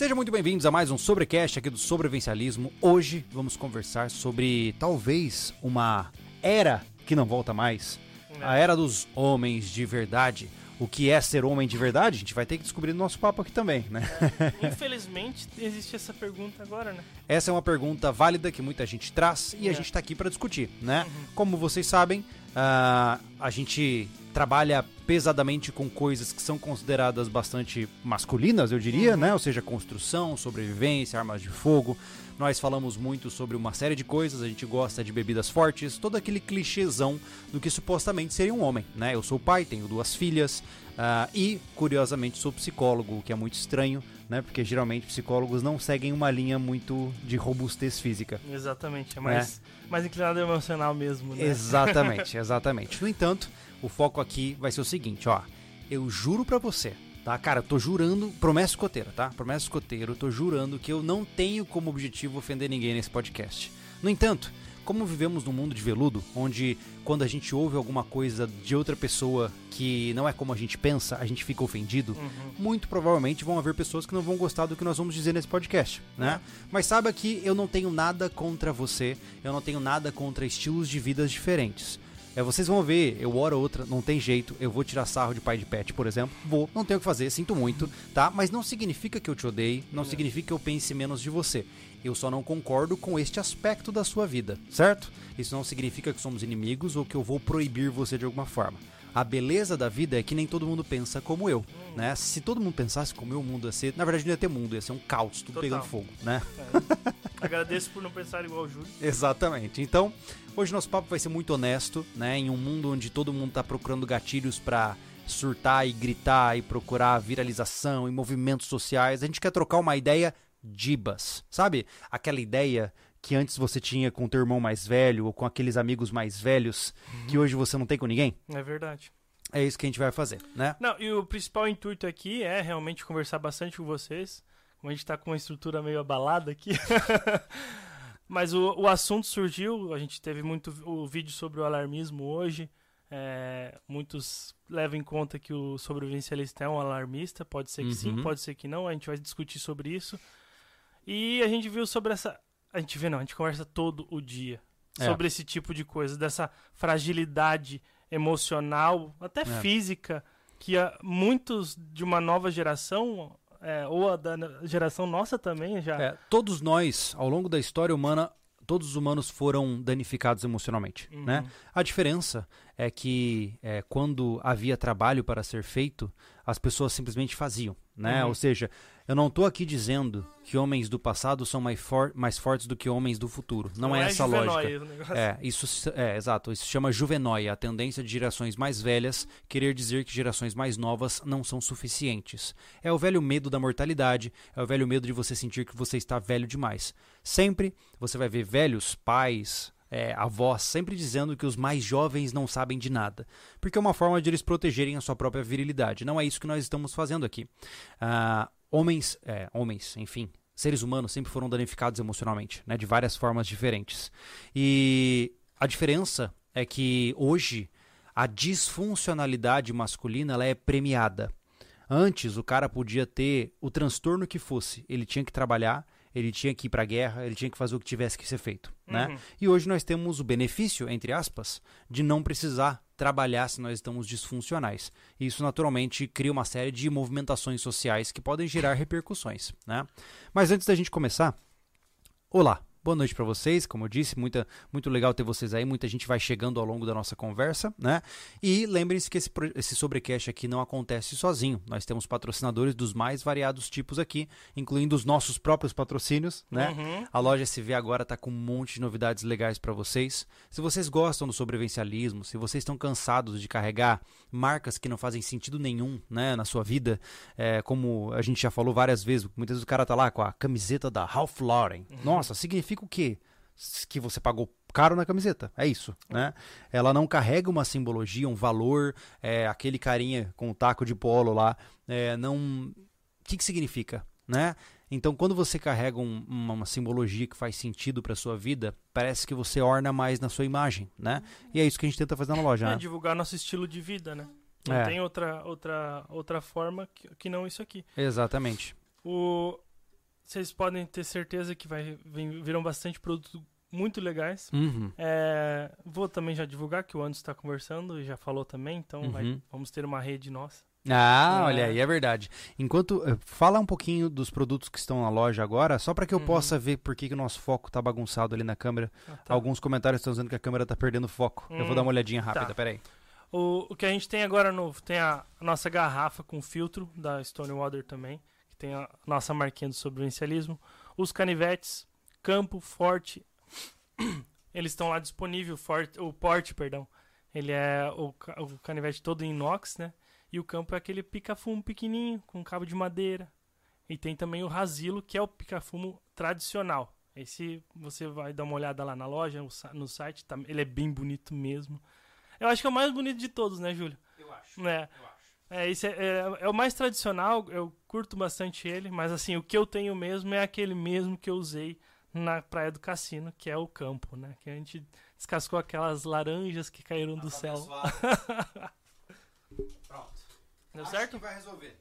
Sejam muito bem-vindos a mais um Sobrecast aqui do Sobrevivencialismo. Hoje vamos conversar sobre talvez uma era que não volta mais. A era dos homens de verdade. O que é ser homem de verdade? A gente vai ter que descobrir no nosso papo aqui também, né? Infelizmente, existe essa pergunta agora, né? Essa é uma pergunta válida que muita gente traz e a gente tá aqui para discutir, né? Como vocês sabem, a gente trabalha pesadamente com coisas que são consideradas bastante masculinas, eu diria, né? Ou seja, construção, sobrevivência, armas de fogo. Nós falamos muito sobre uma série de coisas, a gente gosta de bebidas fortes, todo aquele clichêzão do que supostamente seria um homem, né? Eu sou pai, tenho 2 filhas e, curiosamente, sou psicólogo, o que é muito estranho, né? Porque geralmente psicólogos não seguem uma linha muito de robustez física. Exatamente, é mais inclinado ao emocional mesmo, né? Exatamente, exatamente. No entanto, o foco aqui vai ser o seguinte, ó. Eu juro pra você, tá? Cara, eu tô jurando, promessa escoteira, tá? Promessa escoteira, eu tô jurando que eu não tenho como objetivo ofender ninguém nesse podcast. No entanto, como vivemos num mundo de veludo, onde quando a gente ouve alguma coisa de outra pessoa que não é como a gente pensa, a gente fica ofendido, muito provavelmente vão haver pessoas que não vão gostar do que nós vamos dizer nesse podcast, né? Mas saiba que eu não tenho nada contra você, eu não tenho nada contra estilos de vidas diferentes. Vocês vão ver, eu hora ou outra, não tem jeito, eu vou tirar sarro de pai de pet, por exemplo, não tenho o que fazer, sinto muito, tá? Mas não significa que eu te odeie, não significa que eu pense menos de você. Eu só não concordo com este aspecto da sua vida, certo? Isso não significa que somos inimigos ou que eu vou proibir você de alguma forma. A beleza da vida é que nem todo mundo pensa como eu, né? Se todo mundo pensasse como eu, o mundo ia ser... Na verdade, não ia ter mundo, ia ser um caos, tudo pegando fogo, né? Agradeço por não pensar igual o Júlio. Exatamente. Então, hoje nosso papo vai ser muito honesto, né? Em um mundo onde todo mundo tá procurando gatilhos pra surtar e gritar e procurar viralização e movimentos sociais, a gente quer trocar uma ideia dibas, sabe? Aquela ideia que antes você tinha com o teu irmão mais velho ou com aqueles amigos mais velhos que hoje você não tem com ninguém. É verdade. É isso que a gente vai fazer, né? Não, e o principal intuito aqui é realmente conversar bastante com vocês. Como a gente tá com uma estrutura meio abalada aqui. Mas o assunto surgiu, a gente teve muito o vídeo sobre o alarmismo hoje. Muitos levam em conta que o sobrevivencialista é um alarmista. Pode ser que sim, pode ser que não. A gente vai discutir sobre isso. E a gente viu sobre essa... A gente conversa todo o dia sobre esse tipo de coisa, dessa fragilidade emocional, até física, que muitos de uma nova geração, ou a da geração nossa também já... Todos nós, ao longo da história humana, todos os humanos foram danificados emocionalmente, né? A diferença é que quando havia trabalho para ser feito, as pessoas simplesmente faziam, né? Ou seja, eu não estou aqui dizendo que homens do passado são mais fortes do que homens do futuro. Não é essa lógica. Exato. Isso se chama juvenóia, a tendência de gerações mais velhas querer dizer que gerações mais novas não são suficientes. É o velho medo da mortalidade, é o velho medo de você sentir que você está velho demais. Sempre você vai ver velhos, pais... avós sempre dizendo que os mais jovens não sabem de nada, porque é uma forma de eles protegerem a sua própria virilidade. Não é isso que nós estamos fazendo aqui. Homens, enfim, seres humanos sempre foram danificados emocionalmente, né, de várias formas diferentes. E a diferença é que hoje a disfuncionalidade masculina ela é premiada. Antes o cara podia ter o transtorno que fosse, ele tinha que trabalhar, ele tinha que ir para a guerra, ele tinha que fazer o que tivesse que ser feito, né? E hoje nós temos o benefício, entre aspas, de não precisar trabalhar se nós estamos disfuncionais. E isso naturalmente cria uma série de movimentações sociais que podem gerar repercussões, né? Mas antes da gente começar, olá! Boa noite para vocês, como eu disse, muito legal ter vocês aí, muita gente vai chegando ao longo da nossa conversa, né? E lembrem-se que esse sobrecast aqui não acontece sozinho, nós temos patrocinadores dos mais variados tipos aqui, incluindo os nossos próprios patrocínios, né? A loja SV agora tá com um monte de novidades legais para vocês. Se vocês gostam do sobrevivencialismo, se vocês estão cansados de carregar marcas que não fazem sentido nenhum, né, na sua vida, como a gente já falou várias vezes, muitas vezes o cara tá lá com a camiseta da Ralph Lauren, nossa, significa o quê? Que você pagou caro na camiseta, é isso, né? Ela não carrega uma simbologia, um valor, aquele carinha com o taco de polo lá, o que significa, né? Então, quando você carrega uma simbologia que faz sentido para sua vida, parece que você orna mais na sua imagem, né? E é isso que a gente tenta fazer na loja, né? Divulgar nosso estilo de vida, né? Não tem outra forma que não isso aqui. Exatamente. vocês podem ter certeza que virão bastante produtos muito legais. Uhum. Vou também já divulgar que o Anderson está conversando e já falou também, então vamos ter uma rede nossa. Olha aí, é verdade. Enquanto fala um pouquinho dos produtos que estão na loja agora, só para que eu possa ver por que o nosso foco tá bagunçado ali na câmera. Tá. Alguns comentários estão dizendo que a câmera tá perdendo foco. Eu vou dar uma olhadinha rápida, peraí. O que a gente tem agora novo, tem a nossa garrafa com filtro da Stonewater também, que tem a nossa marquinha do sobrevivencialismo. Os canivetes, Campo, Forte, eles estão lá disponíveis, o Porte, perdão. Ele é o canivete todo em inox, né? E o Campo é aquele pica-fumo pequenininho, com cabo de madeira. E tem também o Rasilo, que é o pica-fumo tradicional. Esse você vai dar uma olhada lá na loja, no site, ele é bem bonito mesmo. Eu acho que é o mais bonito de todos, né, Júlio? Eu acho. Esse é o mais tradicional, eu curto bastante ele, mas assim, o que eu tenho mesmo é aquele mesmo que eu usei na Praia do Cassino, que é o Campo, né? Que a gente descascou aquelas laranjas que caíram do céu. Pronto. Deu certo? Que vai resolver.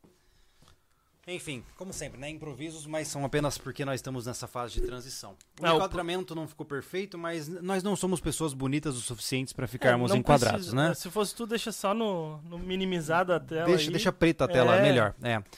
Enfim, como sempre, né? Improvisos, mas são apenas porque nós estamos nessa fase de transição. O enquadramento não ficou perfeito, mas nós não somos pessoas bonitas o suficientes para ficarmos enquadrados, né? Se fosse tu, deixa só no minimizado a tela. Deixa preta a tela, é melhor.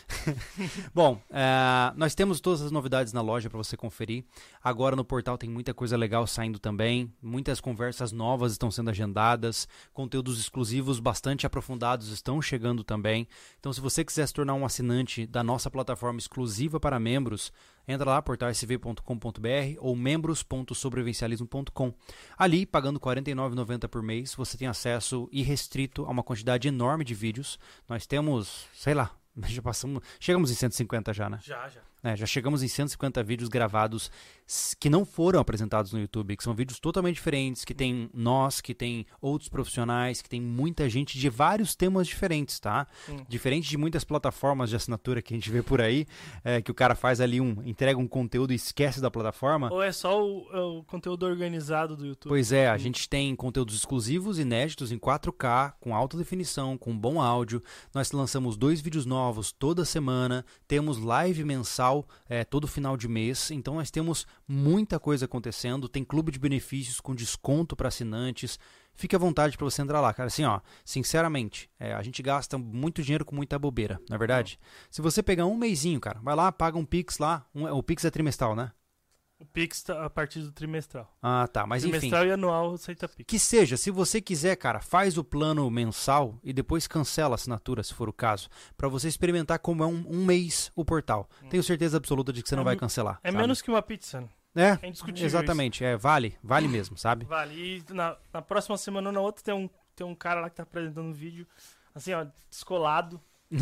Bom, nós temos todas as novidades na loja para você conferir. Agora no portal tem muita coisa legal saindo também. Muitas conversas novas estão sendo agendadas. Conteúdos exclusivos bastante aprofundados estão chegando também. Então, se você quiser se tornar um assinante da nossa plataforma exclusiva para membros, entra lá, portalsv.com.br ou membros.sobrevivencialismo.com. Ali, pagando R$ 49,90 por mês, você tem acesso irrestrito a uma quantidade enorme de vídeos. Nós temos, sei lá, chegamos em 150 já, né? Já. Já chegamos em 150 vídeos gravados que não foram apresentados no YouTube, que são vídeos totalmente diferentes, que tem nós, que tem outros profissionais, que tem muita gente de vários temas diferentes, tá? Diferente de muitas plataformas de assinatura que a gente vê por aí, que o cara faz ali entrega um conteúdo e esquece da plataforma. Ou é só o conteúdo organizado do YouTube? Pois é, a gente tem conteúdos exclusivos, inéditos, em 4K, com alta definição, com bom áudio. Nós lançamos 2 vídeos novos toda semana, temos live mensal todo final de mês, então nós temos muita coisa acontecendo, tem clube de benefícios com desconto para assinantes. Fique à vontade para você entrar lá, cara. Assim, sinceramente, a gente gasta muito dinheiro com muita bobeira, não é verdade? Se você pegar um mesinho, cara, vai lá, paga um Pix lá, o Pix é trimestral, né? O Pix tá a partir do trimestral. Tá, mas enfim. Trimestral e anual aceita Pix. Que seja, se você quiser, cara, faz o plano mensal e depois cancela a assinatura, se for o caso, para você experimentar como é um mês o portal. Tenho certeza absoluta de que você não vai cancelar. É sabe? Menos que uma pizza. É indiscutível. Exatamente, vale mesmo, sabe? Vale. E na próxima semana ou na outra tem um cara lá que tá apresentando um vídeo, assim, descolado.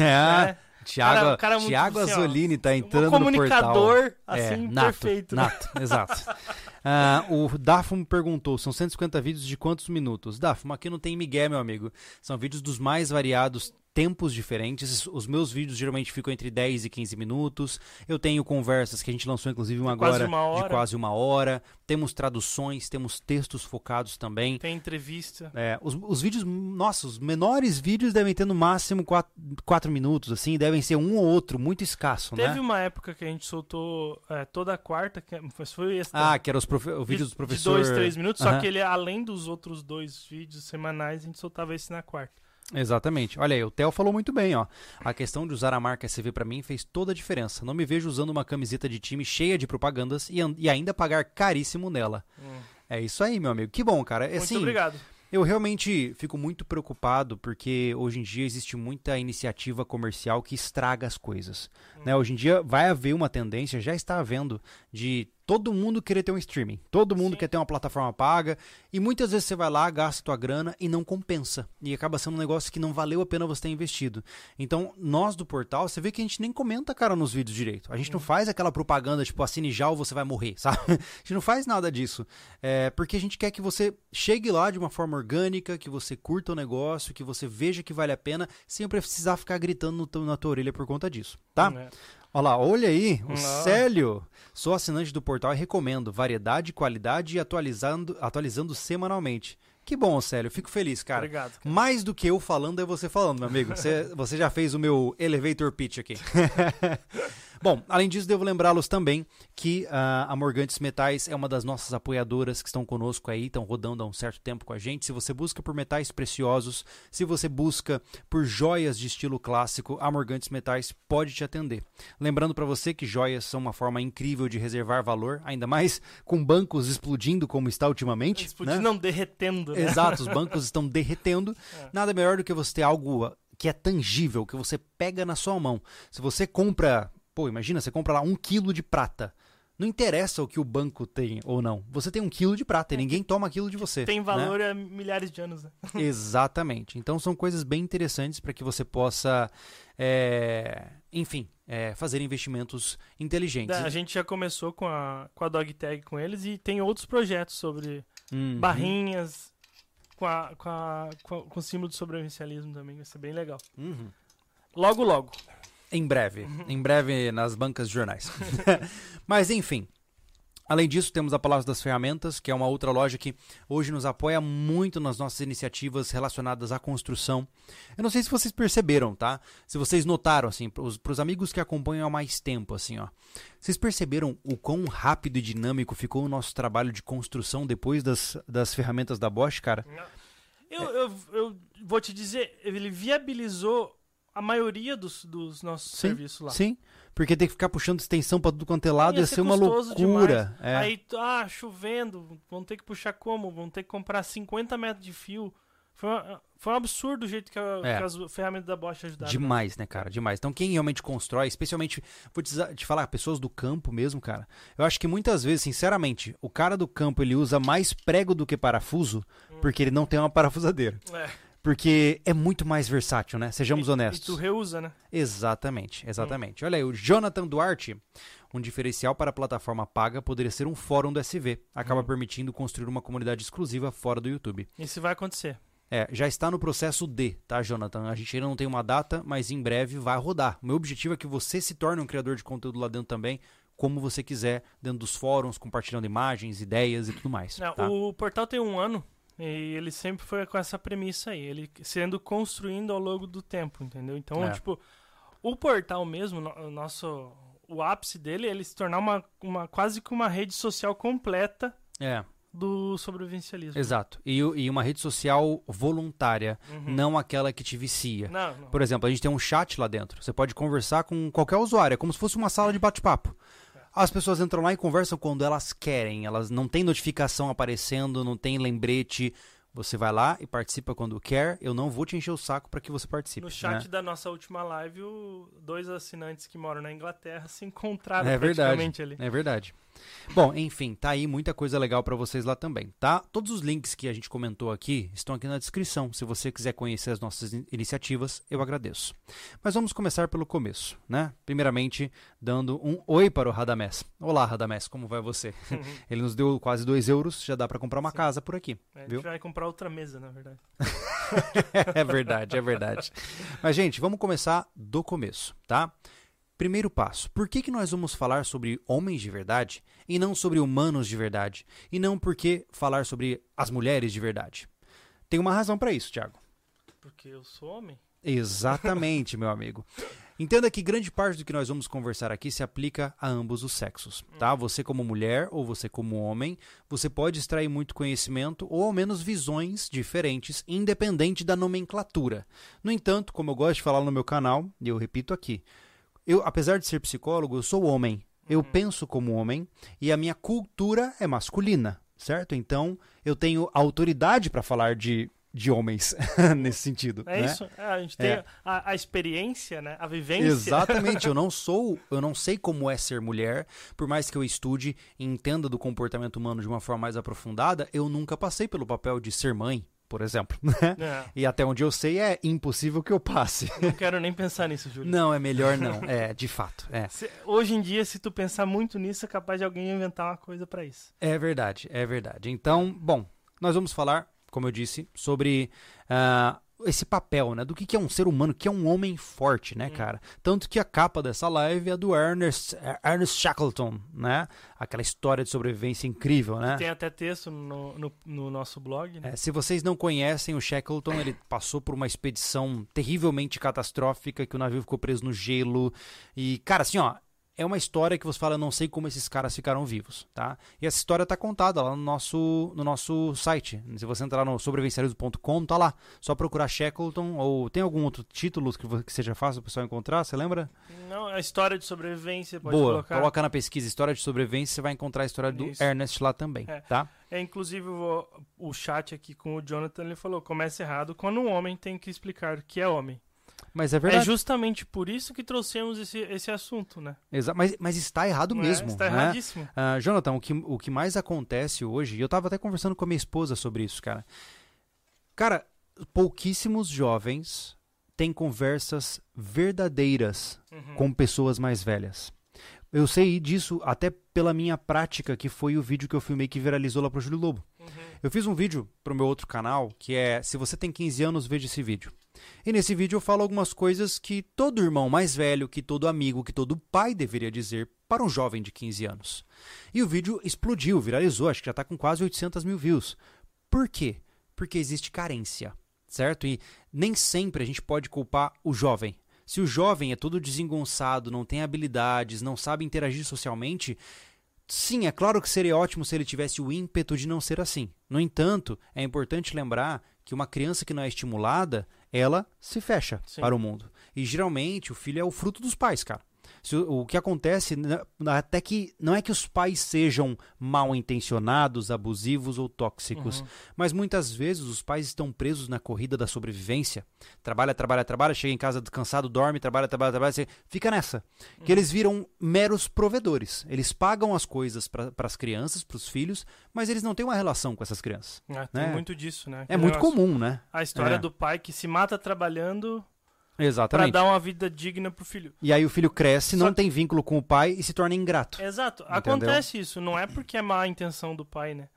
Thiago Azzolini tá entrando no portal. Comunicador, assim, perfeito. Nato, exato. O Dafo me perguntou, são 150 vídeos de quantos minutos? Dafo, aqui não tem migué, meu amigo. São vídeos dos mais variados tempos diferentes. Os meus vídeos geralmente ficam entre 10 e 15 minutos. Eu tenho conversas que a gente lançou, inclusive, agora de quase uma hora. Temos traduções, temos textos focados também. Tem entrevista. Os vídeos, os menores vídeos devem ter no máximo 4 minutos, assim, devem ser um ou outro, muito escasso, né? Teve uma época que a gente soltou toda quarta, mas foi esse. Que era o vídeo dos professores. De 2, 3 minutos, só que ele, além dos outros 2 vídeos semanais, a gente soltava esse na quarta. Exatamente. Olha aí, o Theo falou muito bem, ó. A questão de usar a marca SV pra mim fez toda a diferença. Não me vejo usando uma camiseta de time cheia de propagandas e ainda pagar caríssimo nela. É isso aí, meu amigo. Que bom, cara. Muito obrigado. Eu realmente fico muito preocupado porque hoje em dia existe muita iniciativa comercial que estraga as coisas. Né? Hoje em dia vai haver uma tendência, já está havendo, de todo mundo querer ter um streaming. Todo mundo quer ter uma plataforma paga. E muitas vezes você vai lá, gasta tua grana e não compensa. E acaba sendo um negócio que não valeu a pena você ter investido. Então, nós do portal, você vê que a gente nem comenta, cara, nos vídeos direito. A gente não faz aquela propaganda, tipo, assine já ou você vai morrer, sabe? A gente não faz nada disso. Porque a gente quer que você chegue lá de uma forma orgânica, que você curta o negócio, que você veja que vale a pena, sem precisar ficar gritando na tua orelha por conta disso, tá? Olha lá, olha aí, o Célio. Sou assinante do portal e recomendo variedade, qualidade e atualizando semanalmente. Que bom, Célio, fico feliz, cara. Obrigado. Cara. Mais do que eu falando é você falando, meu amigo. Você já fez o meu elevator pitch aqui. Bom, além disso, devo lembrá-los também que a Morgantes Metais é uma das nossas apoiadoras que estão conosco aí, estão rodando há um certo tempo com a gente. Se você busca por metais preciosos, se você busca por joias de estilo clássico, a Morgantes Metais pode te atender. Lembrando para você que joias são uma forma incrível de reservar valor, ainda mais com bancos explodindo como está ultimamente. Explodindo, né? não derretendo. Né? Exato, os bancos estão derretendo. Nada melhor do que você ter algo que é tangível, que você pega na sua mão. Se você compra, imagina, você compra lá 1 quilo de prata. Não interessa o que o banco tem ou não. Você tem 1 quilo de prata e ninguém toma aquilo de você. Tem valor há milhares de anos. Né? Exatamente. Então são coisas bem interessantes para que você possa, fazer investimentos inteligentes. A gente já começou com a Dog Tag com eles e tem outros projetos sobre barrinhas, com o símbolo do sobrevivencialismo também. Vai ser bem legal. Logo, logo. Em breve nas bancas de jornais. Mas enfim, além disso temos a Palácio das Ferramentas, que é uma outra loja que hoje nos apoia muito nas nossas iniciativas relacionadas à construção. Eu não sei se vocês perceberam, tá? Se vocês notaram, assim, para os amigos que acompanham há mais tempo, assim, ó. Vocês perceberam o quão rápido e dinâmico ficou o nosso trabalho de construção depois das ferramentas da Bosch, cara? Eu vou te dizer, ele viabilizou a maioria dos nossos serviços lá. Sim, porque ter que ficar puxando extensão para tudo quanto é lado ia ser uma loucura. Aí, chovendo, vão ter que puxar como? Vão ter que comprar 50 metros de fio. Foi um absurdo o jeito que as ferramentas da Bosch ajudaram. Demais, né, cara? Demais. Então, quem realmente constrói, especialmente, vou te falar, pessoas do campo mesmo, cara, eu acho que muitas vezes, sinceramente, o cara do campo, ele usa mais prego do que parafuso, porque ele não tem uma parafusadeira. Porque é muito mais versátil, né? Sejamos honestos. E tu reusa, né? Exatamente. Olha aí, o Jonathan Duarte, um diferencial para a plataforma paga poderia ser um fórum do SV. Acaba permitindo construir uma comunidade exclusiva fora do YouTube. Isso vai acontecer. Já está no processo D, tá, Jonathan? A gente ainda não tem uma data, mas em breve vai rodar. O meu objetivo é que você se torne um criador de conteúdo lá dentro também, como você quiser, dentro dos fóruns, compartilhando imagens, ideias e tudo mais. Tá? O portal tem 1 ano. E ele sempre foi com essa premissa aí, ele sendo construindo ao longo do tempo, entendeu? Então, o portal mesmo, o ápice dele é ele se tornar quase que uma rede social completa do sobrevivencialismo. Exato. E uma rede social voluntária, não aquela que te vicia. Não. Por exemplo, a gente tem um chat lá dentro. Você pode conversar com qualquer usuário, é como se fosse uma sala de bate-papo. As pessoas entram lá e conversam quando elas querem. Elas não tem notificação aparecendo, não tem lembrete. Você vai lá e participa quando quer. Eu não vou te encher o saco para que você participe. No chat da nossa última live, 2 assinantes que moram na Inglaterra se encontraram praticamente ali. É verdade. Bom, enfim, tá aí muita coisa legal para vocês lá também, tá? Todos os links que a gente comentou aqui estão aqui na descrição. Se você quiser conhecer as nossas iniciativas, eu agradeço. Mas vamos começar pelo começo, né? Primeiramente, dando um oi para o Radamés. Olá, Radamés, como vai você? Ele nos deu quase 2 euros, já dá para comprar uma casa por aqui, viu? A gente vai comprar outra mesa, na verdade. É verdade. Mas, gente, vamos começar do começo, tá? Primeiro passo, por que nós vamos falar sobre homens de verdade e não sobre humanos de verdade? E não porque falar sobre as mulheres de verdade? Tem uma razão para isso, Thiago. Porque eu sou homem? Exatamente, meu amigo. Entenda que grande parte do que nós vamos conversar aqui se aplica a ambos os sexos, tá? Você como mulher ou você como homem, você pode extrair muito conhecimento ou ao menos visões diferentes, independente da nomenclatura. No entanto, como eu gosto de falar no meu canal, e eu repito aqui, eu, apesar de ser psicólogo, eu sou homem. Eu penso como homem e a minha cultura é masculina, certo? Então, eu tenho autoridade para falar de homens nesse sentido. É, né? Isso. A gente tem a experiência, né? A vivência. Exatamente. Eu não sei como é ser mulher, por mais que eu estude e entenda do comportamento humano de uma forma mais aprofundada, eu nunca passei pelo papel de ser mãe, por exemplo. Né? E até onde eu sei é impossível que eu passe. Não quero nem pensar nisso, Júlio. Não, é melhor não. De fato. Hoje em dia, se tu pensar muito nisso, é capaz de alguém inventar uma coisa para isso. É verdade. Então, bom, nós vamos falar, como eu disse, sobre esse papel, né? Do que é um ser humano, que é um homem forte, né, cara? Tanto que a capa dessa live é do Ernest Shackleton, né? Aquela história de sobrevivência incrível, né? Tem até texto no nosso blog, né? Se vocês não conhecem o Shackleton, ele passou por uma expedição terrivelmente catastrófica, que o navio ficou preso no gelo. E, cara, assim, ó, é uma história que você fala, eu não sei como esses caras ficaram vivos, tá? E essa história tá contada lá no nosso site. Se você entrar no sobrevencialismo.com, tá lá. Só procurar Shackleton, ou tem algum outro título que seja fácil o pessoal encontrar, você lembra? Não, a história de sobrevivência, pode Boa, colocar. Coloca na pesquisa História de Sobrevivência, você vai encontrar a história do Ernest lá também, tá? Inclusive, o chat aqui com o Jonathan, ele falou, começa errado quando um homem tem que explicar que é homem. Mas é verdade. É justamente por isso que trouxemos esse assunto, né? Mas está errado mesmo. Está erradíssimo. Jonathan, o que mais acontece hoje, e eu estava até conversando com a minha esposa sobre isso, cara. Cara, pouquíssimos jovens têm conversas verdadeiras com pessoas mais velhas. Eu sei disso até pela minha prática, que foi o vídeo que eu filmei que viralizou lá pro Júlio Lobo. Eu fiz um vídeo pro meu outro canal, que é, se você tem 15 anos, veja esse vídeo. E nesse vídeo eu falo algumas coisas que todo irmão mais velho, que todo amigo, que todo pai deveria dizer para um jovem de 15 anos. E o vídeo explodiu, viralizou, acho que já está com quase 800 mil views. Por quê? Porque existe carência, certo? E nem sempre a gente pode culpar o jovem. Se o jovem é todo desengonçado, não tem habilidades, não sabe interagir socialmente, sim, é claro que seria ótimo se ele tivesse o ímpeto de não ser assim. No entanto, é importante lembrar que uma criança que não é estimulada, ela se fecha para o mundo. E geralmente o filho é o fruto dos pais, cara. O que acontece, até que não é que os pais sejam mal intencionados, abusivos ou tóxicos, mas muitas vezes os pais estão presos na corrida da sobrevivência. Trabalha, chega em casa descansado, dorme, trabalha, fica nessa. Que eles viram meros provedores. Eles pagam as coisas para as crianças, para os filhos, mas eles não têm uma relação com essas crianças. Tem muito disso, né? É muito comum, né? A história do pai que se mata trabalhando... Exatamente. Pra dar uma vida digna pro filho. E aí o filho cresce, não tem vínculo com o pai e se torna ingrato. Exato. Entendeu? Acontece isso. Não é porque é má intenção do pai, né?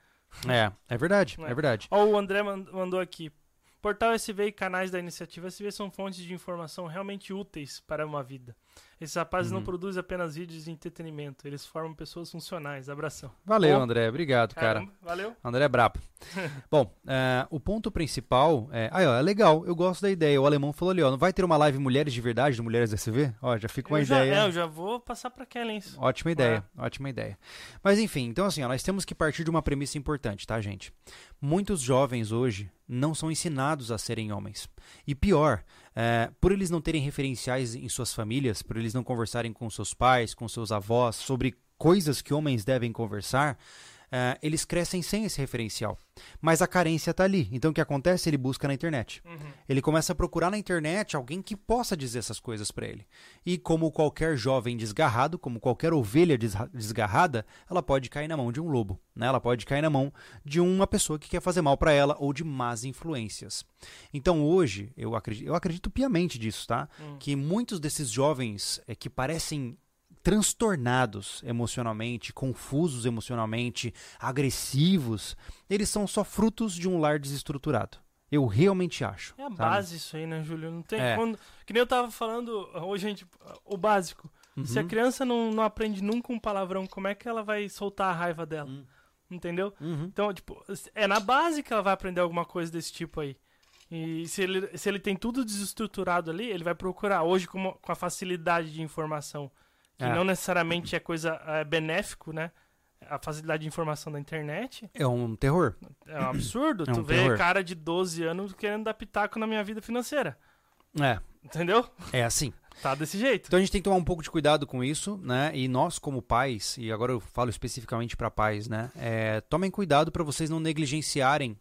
É verdade, é verdade. Ó, o André mandou aqui. Portal SV e canais da iniciativa SV são fontes de informação realmente úteis para uma vida. Esses rapazes não produzem apenas vídeos de entretenimento, eles formam pessoas funcionais. Abração. Valeu, André. Obrigado, cara. Valeu. André é brabo. Bom, o ponto principal é legal, eu gosto da ideia. O alemão falou ali, ó, não vai ter uma live Mulheres de Verdade, do Mulheres SV? Ó, já fica uma ideia. Eu já vou passar pra Kellen isso. Ótima ideia, ótima ideia. Mas enfim, então assim, ó, nós temos que partir de uma premissa importante, tá, gente? Muitos jovens hoje não são ensinados a serem homens. E pior, por eles não terem referenciais em suas famílias, por eles não conversarem com seus pais, com seus avós, sobre coisas que homens devem conversar, eles crescem sem esse referencial. Mas a carência está ali. Então o que acontece? Ele busca na internet. Ele começa a procurar na internet alguém que possa dizer essas coisas para ele. E como qualquer jovem desgarrado, como qualquer ovelha desgarrada, ela pode cair na mão de um lobo, né? Ela pode cair na mão de uma pessoa que quer fazer mal para ela ou de más influências. Então hoje, eu acredito piamente disso, tá? Que muitos desses jovens que parecem transtornados emocionalmente, confusos emocionalmente, agressivos, eles são só frutos de um lar desestruturado. Eu realmente acho. É a base isso aí, né, Júlio? Não tem que nem eu tava falando hoje, gente, o básico. Se a criança não aprende nunca um palavrão, como é que ela vai soltar a raiva dela? Entendeu? Então, tipo, é na base que ela vai aprender alguma coisa desse tipo aí. E se ele tem tudo desestruturado ali, ele vai procurar hoje com a facilidade de informação. Que não necessariamente é coisa benéfico, né? A facilidade de informação da internet. É um terror. É um absurdo. Tu vê cara de 12 anos querendo dar pitaco na minha vida financeira. Entendeu? É assim. Tá desse jeito. Então a gente tem que tomar um pouco de cuidado com isso, né? E nós, como pais, e agora eu falo especificamente para pais, né? Tomem cuidado para vocês não negligenciarem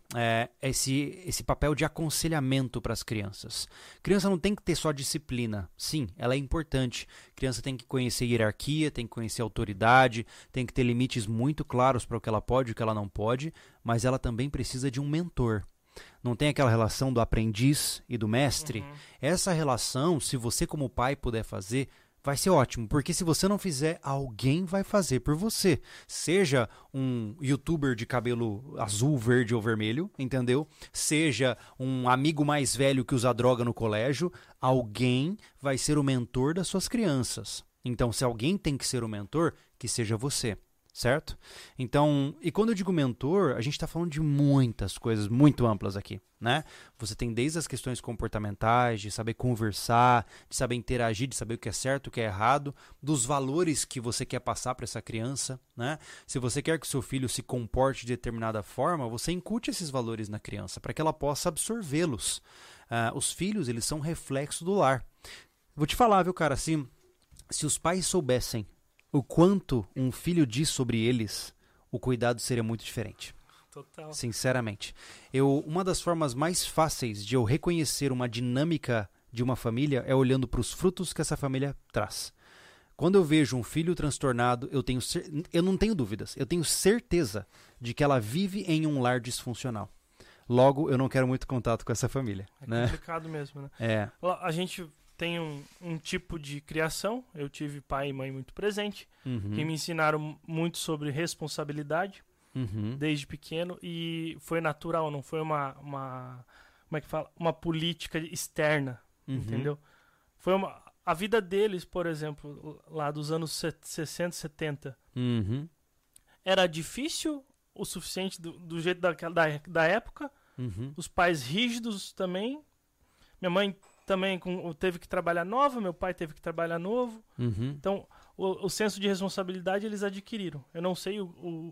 esse papel de aconselhamento para as crianças. Criança não tem que ter só disciplina. Sim, ela é importante. Criança tem que conhecer hierarquia, tem que conhecer autoridade, tem que ter limites muito claros para o que ela pode e o que ela não pode, mas ela também precisa de um mentor. Não tem aquela relação do aprendiz e do mestre? Essa relação, se você como pai puder fazer, vai ser ótimo. Porque se você não fizer, alguém vai fazer por você. Seja um youtuber de cabelo azul, verde ou vermelho, entendeu? Seja um amigo mais velho que usa droga no colégio, alguém vai ser o mentor das suas crianças. Então, se alguém tem que ser o mentor, que seja você. certo? Então, e quando eu digo mentor, a gente está falando de muitas coisas muito amplas aqui, né? Você tem desde as questões comportamentais, de saber conversar, de saber interagir, de saber o que é certo, o que é errado, dos valores que você quer passar para essa criança, né? Se você quer que seu filho se comporte de determinada forma, você incute esses valores na criança para que ela possa absorvê-los. Os filhos, eles são reflexo do lar. Vou te falar, viu, cara, se os pais soubessem o quanto um filho diz sobre eles, o cuidado seria muito diferente. Total. Sinceramente. Uma das formas mais fáceis de eu reconhecer uma dinâmica de uma família é olhando para os frutos que essa família traz. Quando eu vejo um filho transtornado, eu não tenho dúvidas, eu tenho certeza de que ela vive em um lar disfuncional. Logo, eu não quero muito contato com essa família. É complicado mesmo, né? A gente tem um tipo de criação. Eu tive pai e mãe muito presente, que me ensinaram muito sobre responsabilidade desde pequeno, e foi natural, não foi como é que fala? Uma política externa, entendeu? Foi a vida deles, por exemplo, lá dos anos 60, 70, era difícil o suficiente do jeito da época, os pais rígidos também, minha mãe também teve que trabalhar nova, meu pai teve que trabalhar novo. Então, o senso de responsabilidade eles adquiriram. Eu não sei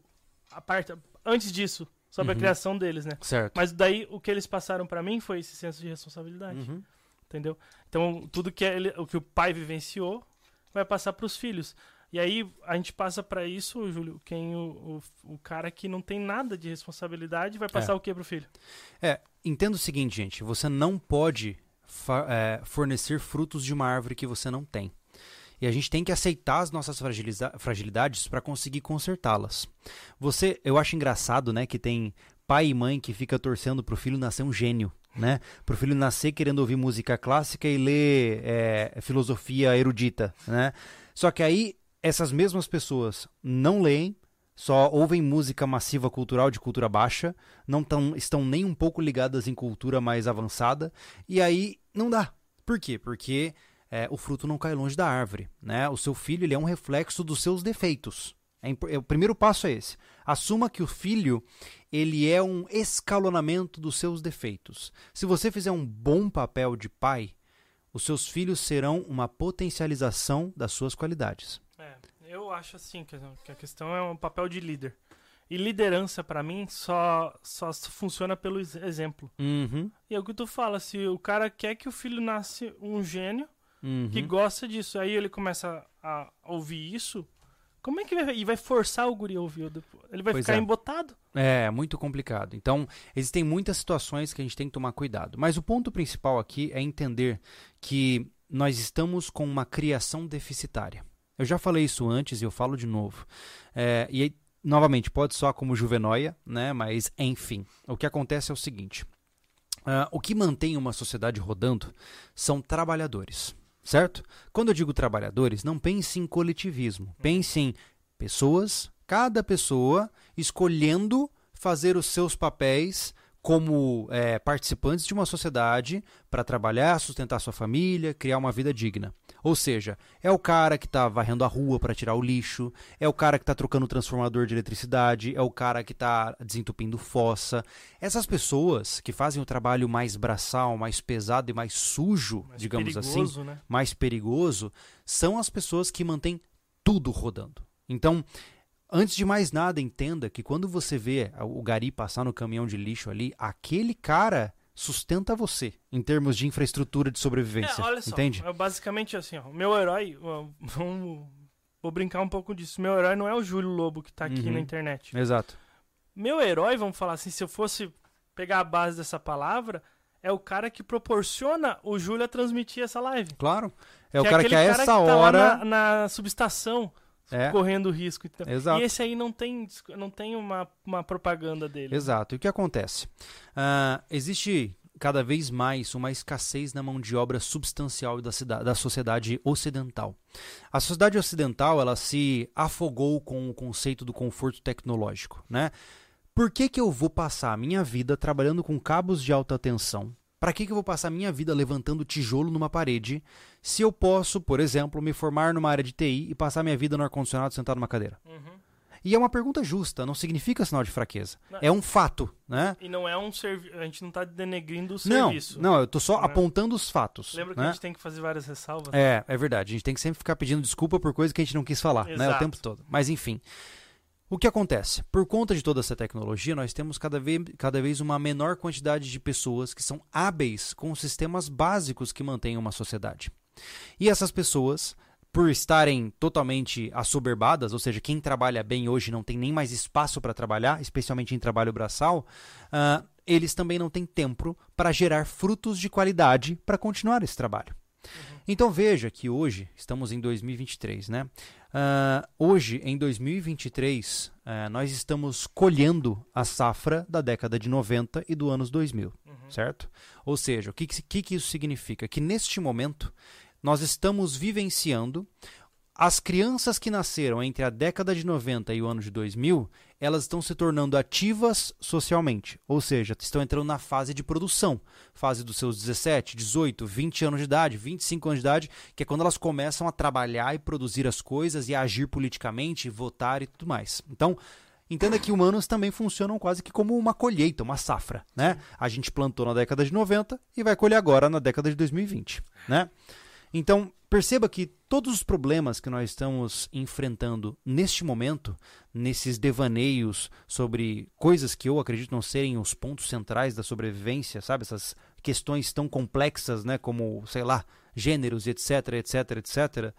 a parte antes disso, sobre a criação deles, né? Certo. Mas daí o que eles passaram pra mim foi esse senso de responsabilidade. Entendeu? Então, tudo o que o pai vivenciou vai passar pros filhos. E aí, a gente passa pra isso, Júlio, o cara que não tem nada de responsabilidade vai passar o que pro filho? Entenda o seguinte, gente. Você não pode fornecer frutos de uma árvore que você não tem. E a gente tem que aceitar as nossas fragilidades para conseguir consertá-las. Eu acho engraçado, né, que tem pai e mãe que fica torcendo pro filho nascer um gênio, né? Pro filho nascer querendo ouvir música clássica e ler filosofia erudita, né? Só que aí essas mesmas pessoas não leem, só ouvem música massiva cultural de cultura baixa, não estão nem um pouco ligadas em cultura mais avançada, e aí não dá. Por quê? Porque o fruto não cai longe da árvore, né? O seu filho ele é um reflexo dos seus defeitos. O primeiro passo é esse. Assuma que o filho ele é um escalonamento dos seus defeitos. Se você fizer um bom papel de pai, os seus filhos serão uma potencialização das suas qualidades. Eu acho assim que a questão é um papel de líder. E liderança, pra mim, só funciona pelo exemplo. E é o que tu fala, se o cara quer que o filho nasce um gênio que gosta disso, aí ele começa a ouvir isso, como é que vai forçar o guri a ouvir? Ele vai ficar embotado? É muito complicado. Então, existem muitas situações que a gente tem que tomar cuidado. Mas o ponto principal aqui é entender que nós estamos com uma criação deficitária. Eu já falei isso antes e eu falo de novo. E aí, novamente, pode soar como juvenóia, né? Mas, enfim, o que acontece é o seguinte. O que mantém uma sociedade rodando são trabalhadores, certo? Quando eu digo trabalhadores, não pense em coletivismo. Pense em pessoas, cada pessoa escolhendo fazer os seus papéis como participantes de uma sociedade para trabalhar, sustentar sua família, criar uma vida digna. Ou seja, é o cara que está varrendo a rua para tirar o lixo, é o cara que está trocando o transformador de eletricidade, é o cara que está desentupindo fossa. Essas pessoas que fazem o trabalho mais braçal, mais pesado e mais sujo, mais digamos perigoso, assim, né? mais perigoso, são as pessoas que mantêm tudo rodando. Então, antes de mais nada, entenda que quando você vê o gari passar no caminhão de lixo ali, aquele cara sustenta você em termos de infraestrutura de sobrevivência. Olha só, entende? Basicamente assim, ó, meu herói, vou brincar um pouco disso. Meu herói não é o Júlio Lobo que tá aqui na internet. Exato. Meu herói, vamos falar assim, se eu fosse pegar a base dessa palavra, é o cara que proporciona o Júlio a transmitir essa live. Claro. É o cara que a essa tá hora lá na subestação correndo risco. Então. Exato. E esse aí não tem uma propaganda dele. Exato. E o que acontece? Existe cada vez mais uma escassez na mão de obra substancial da sociedade ocidental. A sociedade ocidental ela se afogou com o conceito do conforto tecnológico, né? Por que eu vou passar a minha vida trabalhando com cabos de alta tensão? Para que eu vou passar a minha vida levantando tijolo numa parede se eu posso, por exemplo, me formar numa área de TI e passar minha vida no ar-condicionado sentado numa cadeira? E é uma pergunta justa, não significa sinal de fraqueza. Não. É um fato, né? E não é um serviço. A gente não está denegrindo o serviço. Não, eu tô só né? apontando os fatos. Lembra que né? a gente tem que fazer várias ressalvas? É verdade. A gente tem que sempre ficar pedindo desculpa por coisa que a gente não quis falar, né? O Exato. tempo todo. Mas enfim. O que acontece? Por conta de toda essa tecnologia, nós temos cada vez uma menor quantidade de pessoas que são hábeis com os sistemas básicos que mantêm uma sociedade. E essas pessoas, por estarem totalmente assoberbadas, ou seja, quem trabalha bem hoje não tem nem mais espaço para trabalhar, especialmente em trabalho braçal, eles também não têm tempo para gerar frutos de qualidade para continuar esse trabalho. Então veja que hoje, estamos em 2023, né? Hoje, em 2023, nós estamos colhendo a safra da década de 90 e do anos 2000, certo? Ou seja, o que isso significa? Que neste momento, nós estamos vivenciando as crianças que nasceram entre a década de 90 e o ano de 2000, elas estão se tornando ativas socialmente, ou seja, estão entrando na fase de produção, fase dos seus 17, 18, 20 anos de idade, 25 anos de idade, que é quando elas começam a trabalhar e produzir as coisas e a agir politicamente, votar e tudo mais. Então, entenda que humanos também funcionam quase que como uma colheita, uma safra, né? A gente plantou na década de 90 e vai colher agora na década de 2020, né? Então, perceba que todos os problemas que nós estamos enfrentando neste momento, nesses devaneios sobre coisas que eu acredito não serem os pontos centrais da sobrevivência, sabe? Essas questões tão complexas, né? Como, sei lá, gêneros, etc, etc, etc.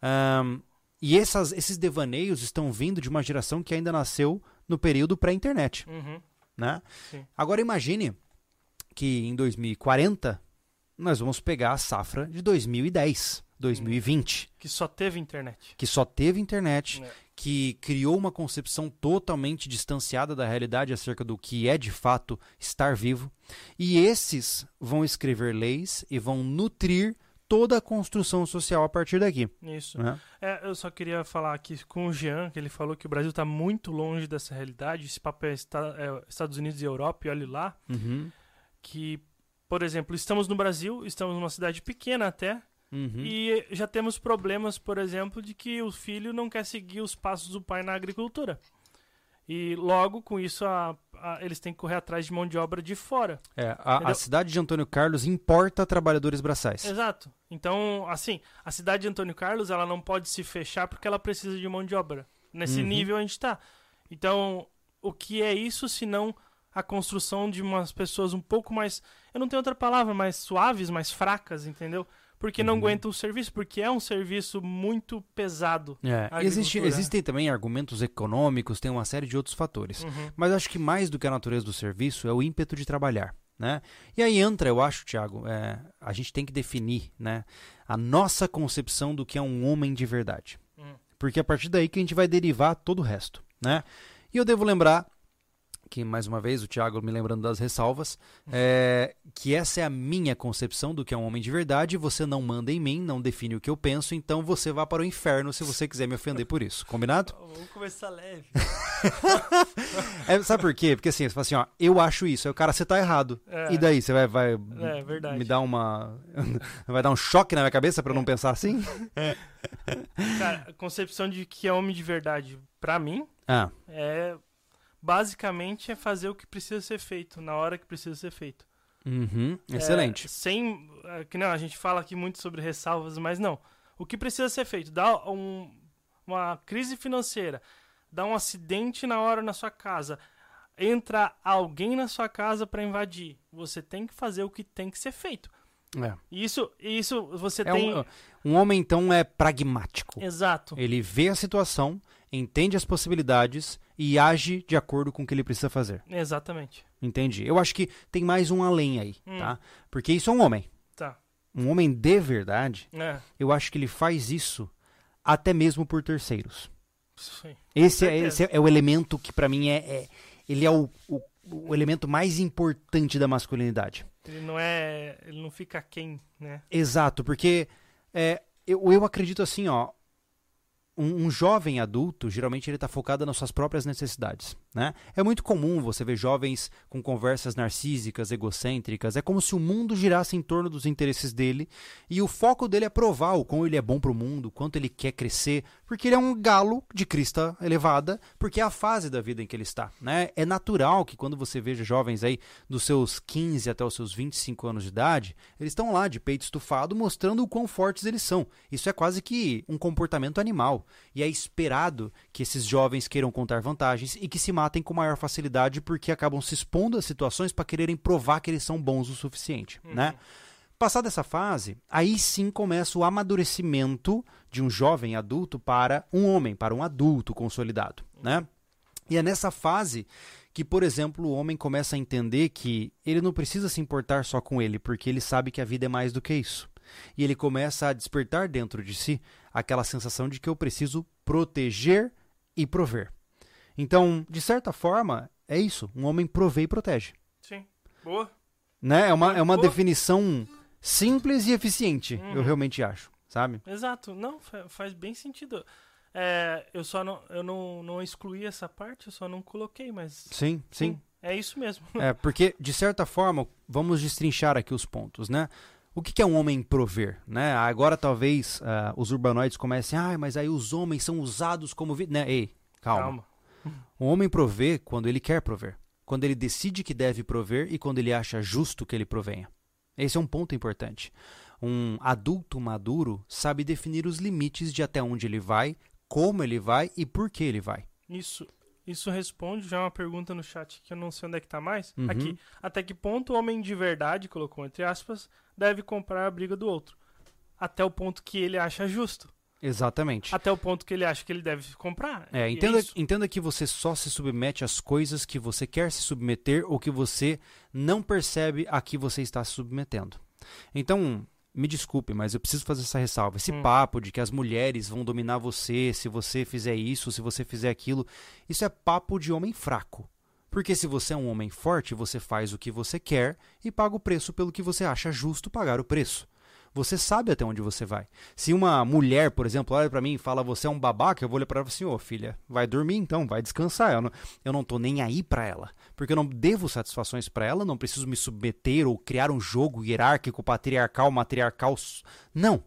E esses devaneios estão vindo de uma geração que ainda nasceu no período pré-internet, né? Sim. Agora imagine que em 2040... nós vamos pegar a safra de 2010, 2020. Que só teve internet. Que só teve internet, que criou uma concepção totalmente distanciada da realidade acerca do que é de fato estar vivo. E esses vão escrever leis e vão nutrir toda a construção social a partir daqui. Isso. Né? Eu só queria falar aqui com o Jean, que ele falou que o Brasil está muito longe dessa realidade. Esse papo é Estados Unidos e Europa, e olhe lá. Que... Por exemplo, estamos no Brasil, estamos numa cidade pequena até, e já temos problemas, por exemplo, de que o filho não quer seguir os passos do pai na agricultura. E logo, com isso, eles têm que correr atrás de mão de obra de fora. A cidade de Antônio Carlos importa trabalhadores braçais. Exato. Então, assim, a cidade de Antônio Carlos, ela não pode se fechar porque ela precisa de mão de obra. Nesse nível a gente está. Então, o que é isso se não a construção de umas pessoas um pouco mais, eu não tenho outra palavra, mais suaves, mais fracas, entendeu? Porque não aguentam o serviço, porque é um serviço muito pesado. Existem também argumentos econômicos, tem uma série de outros fatores. Mas acho que mais do que a natureza do serviço é o ímpeto de trabalhar, né? E aí entra, eu acho, Thiago, a gente tem que definir, né, a nossa concepção do que é um homem de verdade. Porque é a partir daí que a gente vai derivar todo o resto, né? E eu devo lembrar que, mais uma vez, o Thiago me lembrando das ressalvas, que essa é a minha concepção do que é um homem de verdade, você não manda em mim, não define o que eu penso, então você vá para o inferno se você quiser me ofender por isso. Combinado? Vamos começar leve. Sabe por quê? Porque assim, você fala assim, ó, eu acho isso, aí o cara, você tá errado. E daí, você vai verdade. me dar vai dar um choque na minha cabeça para eu não pensar assim? Cara, a concepção de que é homem de verdade, pra mim, basicamente é fazer o que precisa ser feito, na hora que precisa ser feito. Excelente. Que não, a gente fala aqui muito sobre ressalvas, mas não. O que precisa ser feito? Dá uma crise financeira, dá um acidente na sua casa, entra alguém na sua casa para invadir. Você tem que fazer o que tem que ser feito. Isso você tem... Um homem, então, é pragmático. Exato. Ele vê a situação, entende as possibilidades e age de acordo com o que ele precisa fazer. Exatamente. Entendi. Eu acho que tem mais um além aí, tá? Porque isso é um homem. Tá. Um homem de verdade, eu acho que ele faz isso até mesmo por terceiros. Sim. Esse é o elemento que, pra mim, ele é o elemento mais importante da masculinidade. Ele não fica aquém, né? Exato, porque eu acredito assim, ó, um jovem adulto, geralmente ele está focado nas suas próprias necessidades. né? É muito comum você ver jovens com conversas narcísicas, egocêntricas. É como se o mundo girasse em torno dos interesses dele e o foco dele é provar o quão ele é bom pro mundo, o quanto ele quer crescer, porque ele é um galo de crista elevada, porque é a fase da vida em que ele está, né? É natural que quando você veja jovens aí dos seus 15 até os seus 25 anos de idade, eles estão lá de peito estufado mostrando o quão fortes eles são. Isso é quase que um comportamento animal e é esperado que esses jovens queiram contar vantagens e que se matem com maior facilidade porque acabam se expondo a situações para quererem provar que eles são bons o suficiente, né? Passada essa fase, aí sim começa o amadurecimento de um jovem adulto para um homem, para um adulto consolidado, né? E é nessa fase que, por exemplo, o homem começa a entender que ele não precisa se importar só com ele, porque ele sabe que a vida é mais do que isso. E ele começa a despertar dentro de si aquela sensação de que eu preciso proteger e prover. Então, de certa forma, é isso. Um homem provê e protege. Sim. Boa. Né? É uma definição simples e eficiente, eu realmente acho, sabe? Exato. Não, faz bem sentido. Eu só não excluí essa parte, eu só não coloquei, mas... Sim. É isso mesmo. Porque, de certa forma, vamos destrinchar aqui os pontos, né? O que é um homem prover, né? Agora, talvez, os urbanoides comecem... mas aí os homens são usados como... Né? Ei, calma. O homem provê quando ele quer prover. Quando ele decide que deve prover e quando ele acha justo que ele provenha. Esse é um ponto importante. Um adulto maduro sabe definir os limites de até onde ele vai, como ele vai e por que ele vai. Isso responde já uma pergunta no chat que eu não sei onde é que tá mais. Aqui. Até que ponto o homem de verdade, colocou entre aspas, deve comprar a briga do outro? Até o ponto que ele acha justo. Exatamente. Até o ponto que ele acha que ele deve comprar. Entenda que você só se submete às coisas que você quer se submeter ou que você não percebe a que você está se submetendo. Então, me desculpe, mas eu preciso fazer essa ressalva. Esse papo de que as mulheres vão dominar você se você fizer isso, se você fizer aquilo, isso é papo de homem fraco. Porque se você é um homem forte, você faz o que você quer e paga o preço pelo que você acha justo pagar o preço. Você sabe até onde você vai. Se uma mulher, por exemplo, olha pra mim e fala você é um babaca, eu vou olhar pra ela e falar assim, filha, vai dormir então, vai descansar. Eu não tô nem aí pra ela. Porque eu não devo satisfações pra ela, não preciso me submeter ou criar um jogo hierárquico, patriarcal, matriarcal. Não.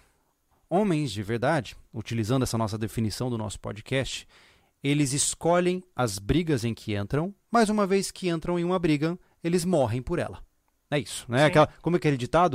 Homens de verdade, utilizando essa nossa definição do nosso podcast, eles escolhem as brigas em que entram, mas uma vez que entram em uma briga, eles morrem por ela. É isso, né? Como é aquele ditado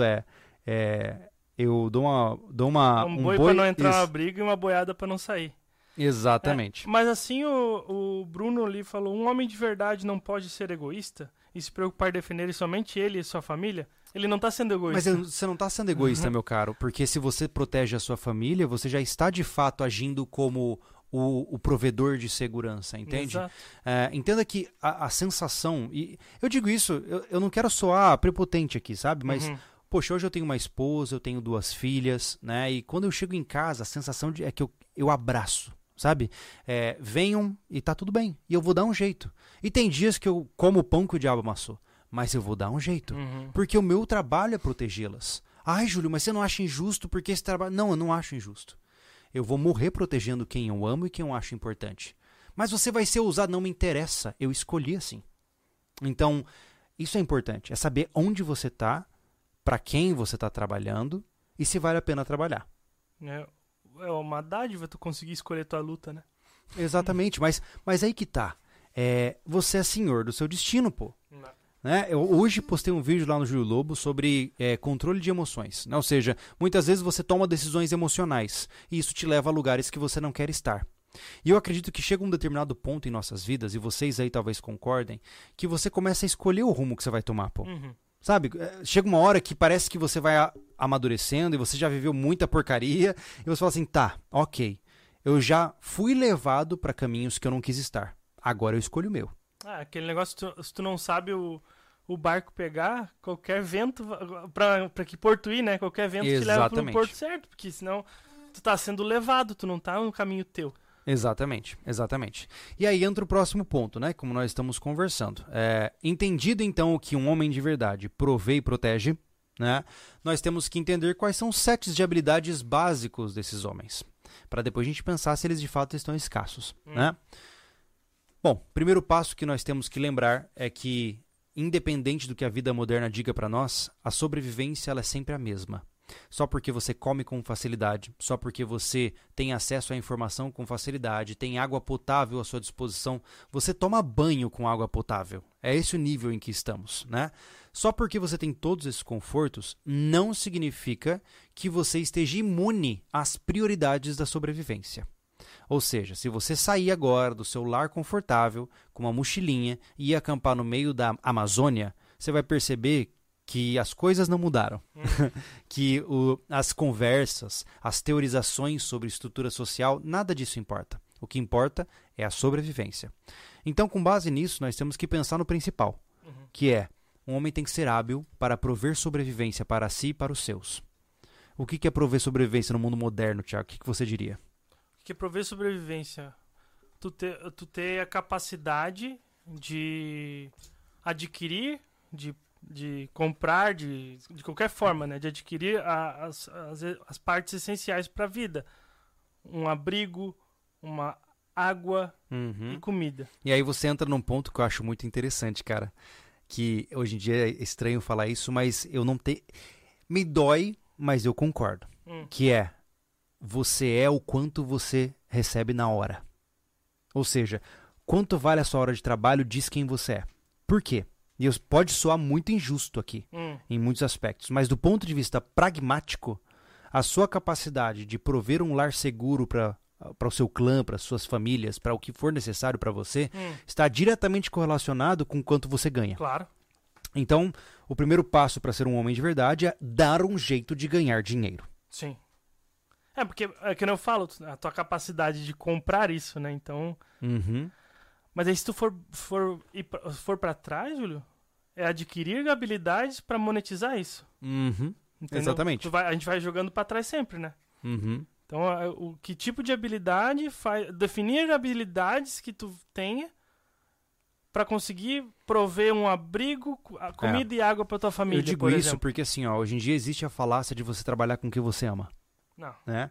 eu dou uma um boi pra não entrar na briga e uma boiada pra não sair. Exatamente. Mas assim o Bruno ali falou, um homem de verdade não pode ser egoísta e se preocupar em defender somente ele e sua família? Ele não tá sendo egoísta. Mas você não tá sendo egoísta, meu caro, porque se você protege a sua família, você já está de fato agindo como o provedor de segurança, entende? Entenda que a sensação, e eu digo isso, eu não quero soar prepotente aqui, sabe? Mas... Poxa, hoje eu tenho uma esposa, eu tenho 2 filhas, né? E quando eu chego em casa, a sensação é que eu abraço, sabe? Venham e tá tudo bem. E eu vou dar um jeito. E tem dias que eu como o pão que o diabo amassou. Mas eu vou dar um jeito. Porque o meu trabalho é protegê-las. Ai, Júlio, mas você não acha injusto porque esse trabalho... Não, eu não acho injusto. Eu vou morrer protegendo quem eu amo e quem eu acho importante. Mas você vai ser usado, não me interessa. Eu escolhi assim. Então, isso é importante. É saber onde você tá, para quem você está trabalhando e se vale a pena trabalhar. É uma dádiva tu conseguir escolher tua luta, né? Exatamente, mas aí que tá. Você é senhor do seu destino, pô. Né? Eu hoje postei um vídeo lá no Júlio Lobo sobre controle de emoções. Né? Ou seja, muitas vezes você toma decisões emocionais e isso te leva a lugares que você não quer estar. E eu acredito que chega um determinado ponto em nossas vidas, e vocês aí talvez concordem, que você começa a escolher o rumo que você vai tomar, pô. Sabe, chega uma hora que parece que você vai amadurecendo e você já viveu muita porcaria e você fala assim, tá, ok, eu já fui levado para caminhos que eu não quis estar, agora eu escolho o meu. Aquele negócio, se tu não sabe o barco pegar, qualquer vento, pra que porto ir, né, qualquer vento te leva pro porto certo, porque senão tu tá sendo levado, tu não tá no caminho teu. Exatamente. E aí entra o próximo ponto, né? Como nós estamos conversando. Entendido, então, que um homem de verdade provê e protege, né? Nós temos que entender quais são os sets de habilidades básicos desses homens. Para depois a gente pensar se eles de fato estão escassos, né? Bom, primeiro passo que nós temos que lembrar é que, independente do que a vida moderna diga para nós, a sobrevivência ela é sempre a mesma. Só porque você come com facilidade, só porque você tem acesso à informação com facilidade, tem água potável à sua disposição, você toma banho com água potável. É esse o nível em que estamos, né? Só porque você tem todos esses confortos, não significa que você esteja imune às prioridades da sobrevivência. Ou seja, se você sair agora do seu lar confortável, com uma mochilinha, e ir acampar no meio da Amazônia, você vai perceber que as coisas não mudaram, que as conversas, as teorizações sobre estrutura social, nada disso importa. O que importa é a sobrevivência. Então, com base nisso, nós temos que pensar no principal, que é, um homem tem que ser hábil para prover sobrevivência para si e para os seus. O que é prover sobrevivência no mundo moderno, Thiago? O que você diria? O que é prover sobrevivência? Tu ter a capacidade de adquirir, de comprar, de qualquer forma, né? De adquirir as partes essenciais para a vida. Um abrigo, uma água e comida. E aí você entra num ponto que eu acho muito interessante, cara. Que hoje em dia é estranho falar isso, mas eu não tenho... Me dói, mas eu concordo. Que é, você é o quanto você recebe na hora. Ou seja, quanto vale a sua hora de trabalho diz quem você é. Por quê? E pode soar muito injusto aqui, em muitos aspectos, mas do ponto de vista pragmático, a sua capacidade de prover um lar seguro para o seu clã, para suas famílias, para o que for necessário para você, está diretamente correlacionado com quanto você ganha. Claro. Então, o primeiro passo para ser um homem de verdade é dar um jeito de ganhar dinheiro. Sim. Porque, que eu falo, a tua capacidade de comprar isso, né? Então... Mas aí se tu for para trás, Júlio, é adquirir habilidades para monetizar isso. Exatamente. A gente vai jogando para trás sempre, né? Então, que tipo de habilidade definir habilidades que tu tenha para conseguir prover um abrigo, comida e água para tua família. Eu digo isso porque assim, hoje em dia existe a falácia de você trabalhar com o que você ama. Não. Né?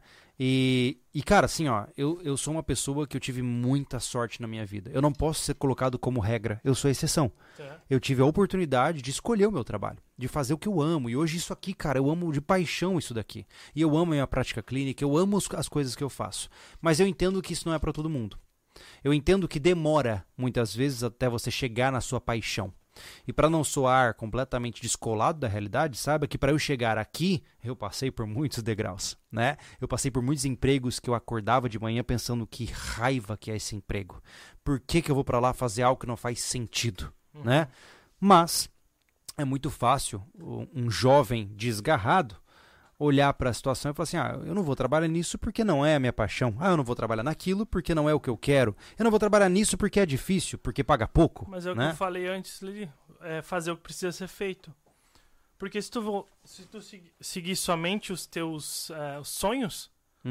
E cara, assim, eu sou uma pessoa que eu tive muita sorte na minha vida. Eu não posso ser colocado como regra, eu sou exceção. Eu tive a oportunidade de escolher o meu trabalho, de fazer o que eu amo. E hoje isso aqui, cara, eu amo de paixão isso daqui. E eu amo a minha prática clínica, eu amo as coisas que eu faço. Mas eu entendo que isso não é para todo mundo. Eu entendo que demora, muitas vezes, até você chegar na sua paixão. E para não soar completamente descolado da realidade, saiba que para eu chegar aqui, eu passei por muitos degraus, né? Eu passei por muitos empregos que eu acordava de manhã pensando que raiva que é esse emprego. Por que eu vou para lá fazer algo que não faz sentido, né? Mas é muito fácil um jovem desgarrado olhar para a situação e falar assim, eu não vou trabalhar nisso porque não é a minha paixão. Eu não vou trabalhar naquilo porque não é o que eu quero. Eu não vou trabalhar nisso porque é difícil, porque paga pouco. Mas é o né? que eu falei antes, Lili, é fazer o que precisa ser feito. Porque se tu seguir somente os teus sonhos,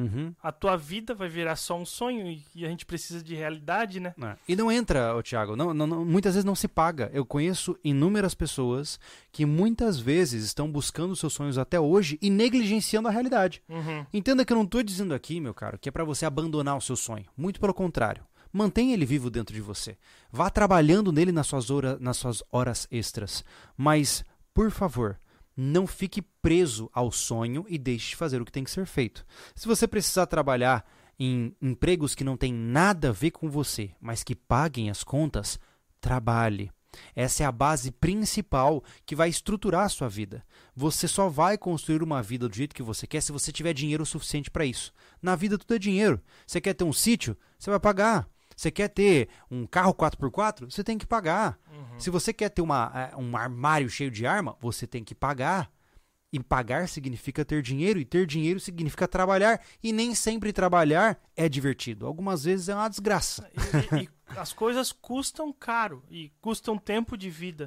a tua vida vai virar só um sonho e a gente precisa de realidade, né? E não entra, Thiago, muitas vezes não se paga. Eu conheço inúmeras pessoas que muitas vezes estão buscando seus sonhos até hoje e negligenciando a realidade. Entenda que eu não estou dizendo aqui, meu caro, que é para você abandonar o seu sonho. Muito pelo contrário. Mantenha ele vivo dentro de você. Vá trabalhando nele nas suas horas extras. Mas, por favor, não fique preso ao sonho e deixe de fazer o que tem que ser feito. Se você precisar trabalhar em empregos que não têm nada a ver com você, mas que paguem as contas, trabalhe. Essa é a base principal que vai estruturar a sua vida. Você só vai construir uma vida do jeito que você quer se você tiver dinheiro suficiente para isso. Na vida tudo é dinheiro. Você quer ter um sítio? Você vai pagar. Você quer ter um carro 4x4? Você tem que pagar. Se você quer ter um armário cheio de arma, você tem que pagar. E pagar significa ter dinheiro, e ter dinheiro significa trabalhar. E nem sempre trabalhar é divertido. Algumas vezes é uma desgraça. E as coisas custam caro e custam tempo de vida.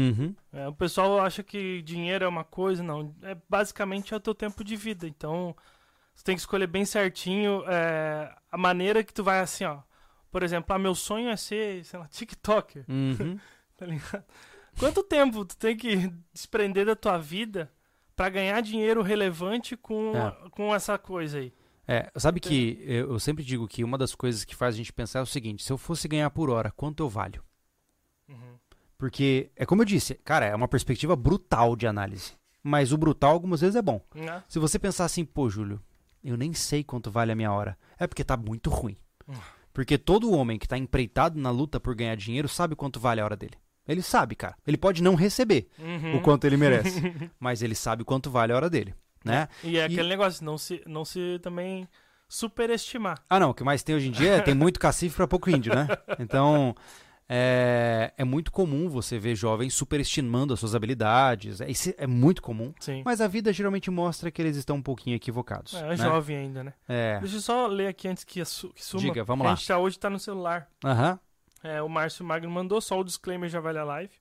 O pessoal acha que dinheiro é uma coisa, não. Basicamente é o teu tempo de vida. Então, você tem que escolher bem certinho a maneira que tu vai assim, Por exemplo, meu sonho é ser, sei lá, TikToker. Tá ligado? Quanto tempo tu tem que desprender da tua vida pra ganhar dinheiro relevante com essa coisa aí? Sabe que eu sempre digo que uma das coisas que faz a gente pensar é o seguinte, se eu fosse ganhar por hora, quanto eu valho? Porque, é como eu disse, cara, é uma perspectiva brutal de análise. Mas o brutal algumas vezes é bom. Se você pensar assim, pô, Júlio, eu nem sei quanto vale a minha hora. É porque tá muito ruim. Porque todo homem que tá empreitado na luta por ganhar dinheiro sabe quanto vale a hora dele. Ele sabe, cara. Ele pode não receber o quanto ele merece. Mas ele sabe quanto vale a hora dele, né? E é aquele negócio, não se também superestimar. Ah, não. O que mais tem hoje em dia tem muito cacife pra pouco índio, né? Então... É muito comum você ver jovens superestimando as suas habilidades. Isso é muito comum. Sim. Mas a vida geralmente mostra que eles estão um pouquinho equivocados. É jovem ainda, né? Deixa eu só ler aqui antes que suma. Diga, vamos lá. A gente hoje tá no celular. Uhum. O Márcio Magno mandou, só o disclaimer já vale a live.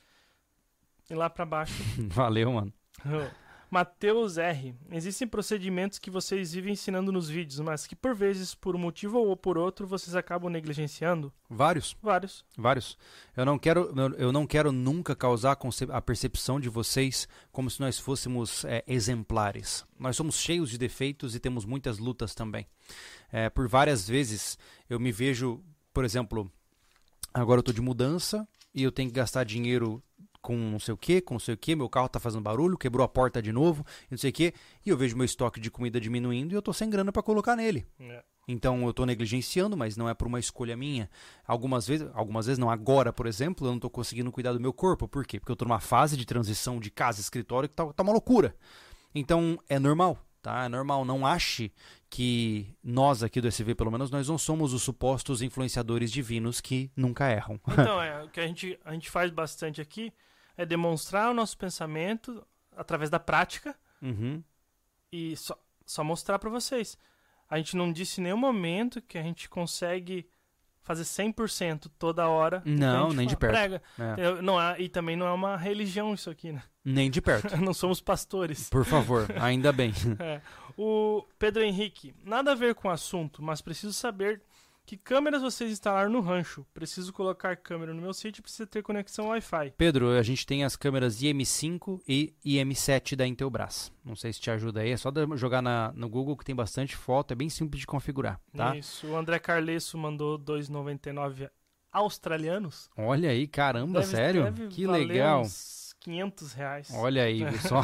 E lá pra baixo. Valeu, mano. Matheus R. Existem procedimentos que vocês vivem ensinando nos vídeos, mas que por vezes, por um motivo ou por outro, vocês acabam negligenciando? Vários. Vários. Eu não quero nunca causar a percepção de vocês como se nós fôssemos exemplares. Nós somos cheios de defeitos e temos muitas lutas também. Por várias vezes eu me vejo, por exemplo, agora eu estou de mudança e eu tenho que gastar dinheiro com não sei o que, meu carro tá fazendo barulho, quebrou a porta de novo, não sei o que, e eu vejo meu estoque de comida diminuindo e eu tô sem grana para colocar nele. Então eu tô negligenciando, mas não é por uma escolha minha. Algumas vezes não, agora, por exemplo, eu não tô conseguindo cuidar do meu corpo. Por quê? Porque eu tô numa fase de transição de casa e escritório que tá uma loucura. Então é normal, tá? É normal. Não ache que nós aqui do SV, pelo menos, nós não somos os supostos influenciadores divinos que nunca erram. Então, o que a gente faz bastante aqui é demonstrar o nosso pensamento através da prática e só mostrar para vocês. A gente não disse em nenhum momento que a gente consegue fazer 100% toda hora. Não, nem de perto. Prega. E também não é uma religião isso aqui, né? Nem de perto. Não somos pastores. Por favor, ainda bem. O Pedro Henrique, nada a ver com o assunto, mas preciso saber que câmeras vocês instalaram no rancho. Preciso colocar câmera no meu sítio e precisa ter conexão Wi-Fi. Pedro, a gente tem as câmeras IM5 e IM7 da Intelbras. Não sei se te ajuda aí, é só jogar no Google que tem bastante foto, é bem simples de configurar, tá? Isso, o André Carlesso mandou 2,99 australianos. Olha aí, caramba, sério? Que legal. Uns R$500. Olha aí, só.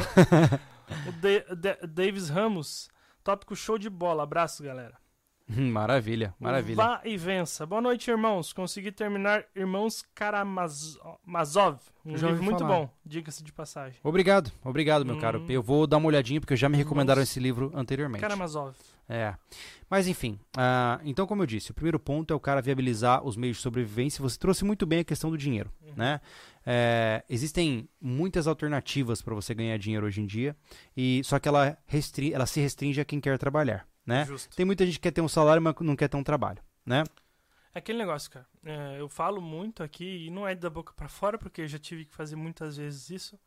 O Davis Ramos, tópico show de bola. Abraço, galera. Maravilha. Vá e vença. Boa noite, irmãos. Consegui terminar Irmãos Karamazov. Livro muito bom, diga-se de passagem. Obrigado, meu caro. Eu vou dar uma olhadinha porque já me recomendaram esse livro anteriormente. Karamazov. Mas enfim, então como eu disse, o primeiro ponto é o cara viabilizar os meios de sobrevivência. Você trouxe muito bem a questão do dinheiro, né? Existem muitas alternativas para você ganhar dinheiro hoje em dia, só que ela se restringe a quem quer trabalhar, né? Justo. Tem muita gente que quer ter um salário, mas não quer ter um trabalho, né? É aquele negócio, cara. Eu falo muito aqui, e não é da boca para fora, porque eu já tive que fazer muitas vezes isso.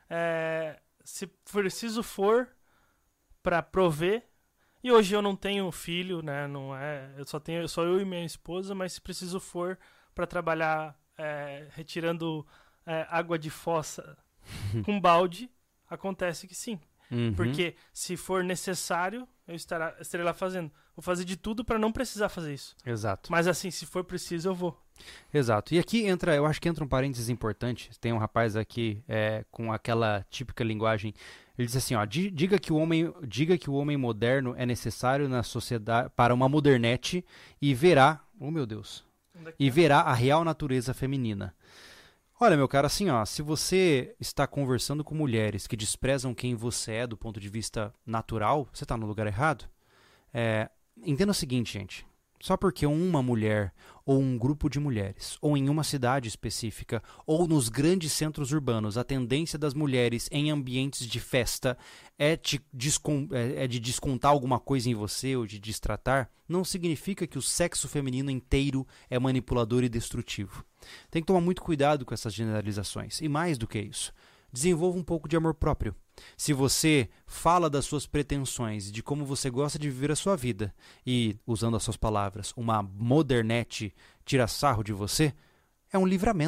Se preciso for para prover, e hoje eu não tenho filho, né? Não é, só eu e minha esposa, mas se preciso for para trabalhar retirando água de fossa com balde, acontece que sim. Porque se for necessário, eu estarei lá fazendo. Vou fazer de tudo para não precisar fazer isso. Exato. Mas assim, se for preciso, eu vou. Exato. E aqui eu acho que entra um parênteses importante. Tem um rapaz aqui com aquela típica linguagem. Ele diz assim, ó, diga que o homem moderno é necessário na sociedade para uma modernete e verá, oh meu Deus, e verá a real natureza feminina. Olha, meu cara, assim, ó, se você está conversando com mulheres que desprezam quem você é do ponto de vista natural, você está no lugar errado. Entenda o seguinte, gente. Só porque uma mulher, ou um grupo de mulheres, ou em uma cidade específica, ou nos grandes centros urbanos, a tendência das mulheres em ambientes de festa é de descontar alguma coisa em você ou de destratar, não significa que o sexo feminino inteiro é manipulador e destrutivo. Tem que tomar muito cuidado com essas generalizações. E mais do que isso, desenvolva um pouco de amor próprio. Se você fala das suas pretensões, de como você gosta de viver a sua vida e, usando as suas palavras, uma modernete tira sarro de você, é um livramento.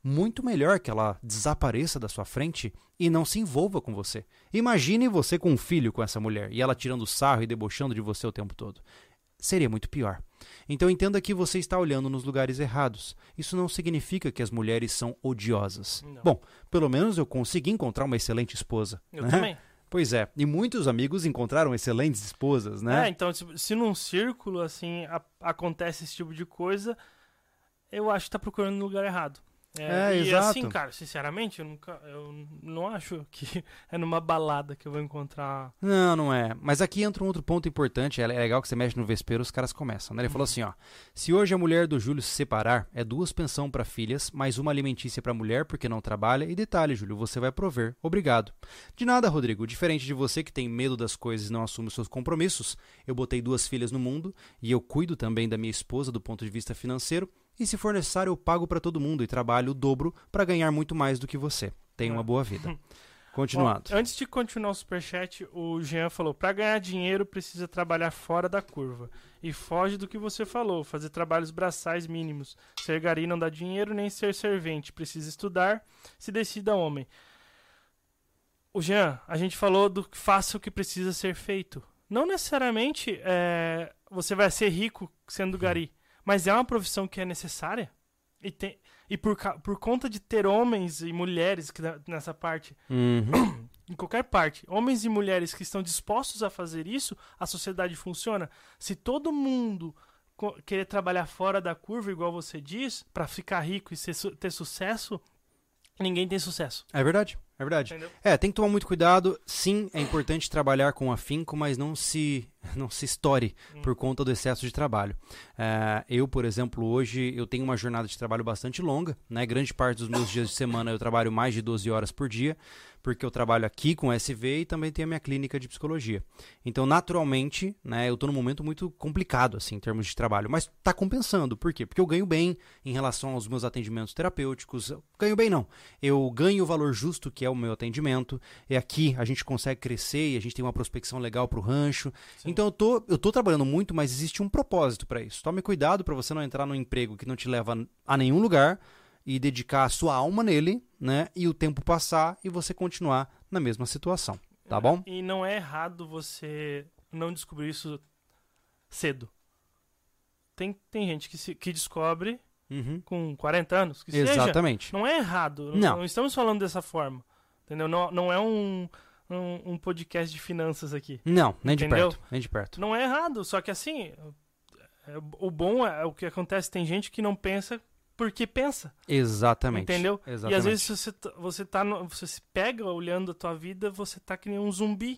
muito melhor que ela desapareça da sua frente e não se envolva com você. Imagine você com um filho com essa mulher e ela tirando sarro e debochando de você o tempo todo. Seria muito pior. Então entenda que você está olhando nos lugares errados. Isso não significa que as mulheres são odiosas. Não. Bom, pelo menos eu consegui encontrar uma excelente esposa. Eu também. Pois é, e muitos amigos encontraram excelentes esposas, né? Então se num círculo assim acontece esse tipo de coisa, eu acho que tá procurando no lugar errado. E exato. assim, cara, sinceramente, eu não acho que é numa balada que eu vou encontrar... Não é. Mas aqui entra um outro ponto importante. É legal que você mexe no vespeiro, os caras começam, né? Ele falou assim, ó. Se hoje a mulher do Júlio se separar, é 2 pensão para filhas, mais 1 alimentícia para mulher, porque não trabalha. E detalhe, Júlio, você vai prover. Obrigado. De nada, Rodrigo. Diferente de você que tem medo das coisas e não assume os seus compromissos, eu botei 2 filhas no mundo e eu cuido também da minha esposa do ponto de vista financeiro. E se for necessário, eu pago para todo mundo e trabalho o dobro para ganhar muito mais do que você. Tenha uma boa vida. Continuando. Bom, antes de continuar o superchat, o Jean falou, para ganhar dinheiro precisa trabalhar fora da curva. E foge do que você falou, fazer trabalhos braçais mínimos. Ser gari não dá dinheiro, nem ser servente. Precisa estudar, se decida homem. O Jean, a gente falou do que faça o que precisa ser feito. Não necessariamente você vai ser rico sendo gari. Mas é uma profissão que é necessária. E por conta de ter homens e mulheres nessa parte, em qualquer parte, homens e mulheres que estão dispostos a fazer isso, a sociedade funciona. Se todo mundo querer trabalhar fora da curva, igual você diz, para ficar rico e ter sucesso, ninguém tem sucesso. É verdade. Entendeu? Tem que tomar muito cuidado. Sim, é importante trabalhar com afinco, mas não se estoure por conta do excesso de trabalho. Eu, por exemplo, hoje eu tenho uma jornada de trabalho bastante longa, né? Grande parte dos meus dias de semana eu trabalho mais de 12 horas por dia, porque eu trabalho aqui com SV e também tenho a minha clínica de psicologia. Então, naturalmente, né, eu estou num momento muito complicado, assim, em termos de trabalho, mas está compensando. Por quê? Porque eu ganho bem em relação aos meus atendimentos terapêuticos. Ganho bem, não. Eu ganho o valor justo que é o meu atendimento. E aqui a gente consegue crescer e a gente tem uma prospecção legal para o rancho. Sim. Então, eu tô trabalhando muito, mas existe um propósito para isso. Tome cuidado para você não entrar num emprego que não te leva a nenhum lugar e dedicar a sua alma nele, né? E o tempo passar e você continuar na mesma situação, tá bom? E não é errado você não descobrir isso cedo. Tem gente que descobre com 40 anos, que Exatamente. Seja. Não é errado. Não estamos falando dessa forma, entendeu? Não é um podcast de finanças aqui. Não, nem entendeu? de perto. Não é errado, só que assim, o bom é o que acontece, tem gente que não pensa porque pensa. Exatamente. Entendeu? Exatamente. E às vezes você se pega olhando a tua vida, você tá que nem um zumbi.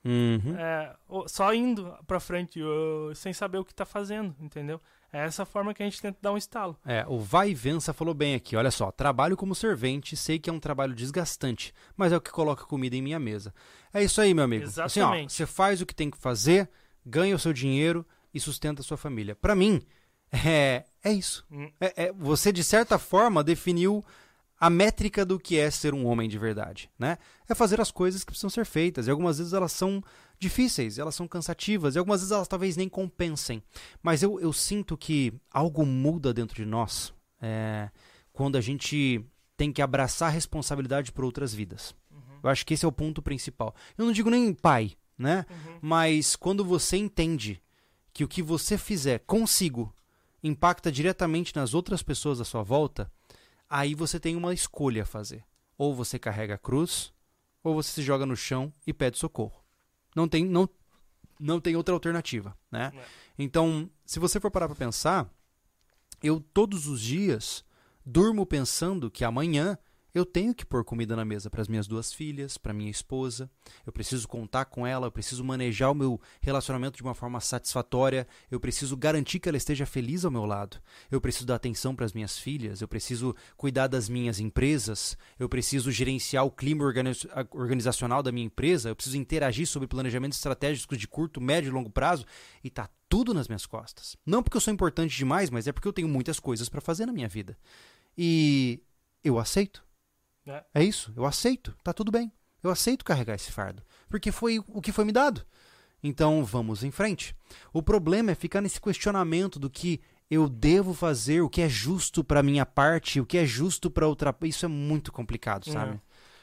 Só indo pra frente, sem saber o que tá fazendo, entendeu? É essa forma que a gente tenta dar um estalo. O Vai Vença falou bem aqui, olha só, trabalho como servente, sei que é um trabalho desgastante, mas é o que coloca comida em minha mesa. É isso aí, meu amigo. Exatamente. Assim, você faz o que tem que fazer, ganha o seu dinheiro e sustenta a sua família. Pra mim, é isso. Você, de certa forma, definiu a métrica do que é ser um homem de verdade, né? É fazer as coisas que precisam ser feitas. E algumas vezes elas são difíceis, elas são cansativas, e algumas vezes elas talvez nem compensem. Mas eu sinto que algo muda dentro de nós quando a gente tem que abraçar a responsabilidade por outras vidas. Eu acho que esse é o ponto principal. Eu não digo nem pai, né? Mas quando você entende que o que você fizer consigo impacta diretamente nas outras pessoas à sua volta, aí você tem uma escolha a fazer. Ou você carrega a cruz, ou você se joga no chão e pede socorro. Não tem outra alternativa, né? Então, se você for parar para pensar, eu todos os dias durmo pensando que amanhã eu tenho que pôr comida na mesa para as minhas 2 filhas, para minha esposa. Eu preciso contar com ela, eu preciso manejar o meu relacionamento de uma forma satisfatória. Eu preciso garantir que ela esteja feliz ao meu lado. Eu preciso dar atenção para as minhas filhas. Eu preciso cuidar das minhas empresas. Eu preciso gerenciar o clima organizacional da minha empresa. Eu preciso interagir sobre planejamentos estratégicos de curto, médio e longo prazo. E tá tudo nas minhas costas. Não porque eu sou importante demais, mas é porque eu tenho muitas coisas para fazer na minha vida. E eu aceito. É isso, eu aceito, tá tudo bem. Eu aceito carregar esse fardo, porque foi o que foi me dado. Então vamos em frente. O problema é ficar nesse questionamento do que eu devo fazer o que é justo pra minha parte, o que é justo pra outra. Isso é muito complicado, sabe?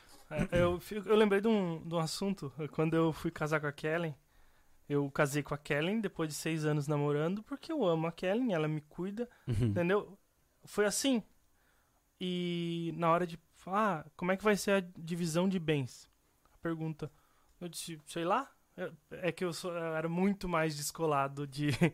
Eu lembrei de um assunto. Quando eu fui casar com a Kellen, eu casei com a Kellen depois de 6 anos namorando, porque eu amo a Kellen, ela me cuida, entendeu? Foi assim. E na hora de falar, como é que vai ser a divisão de bens? A pergunta. Eu disse, sei lá. É que eu era muito mais descolado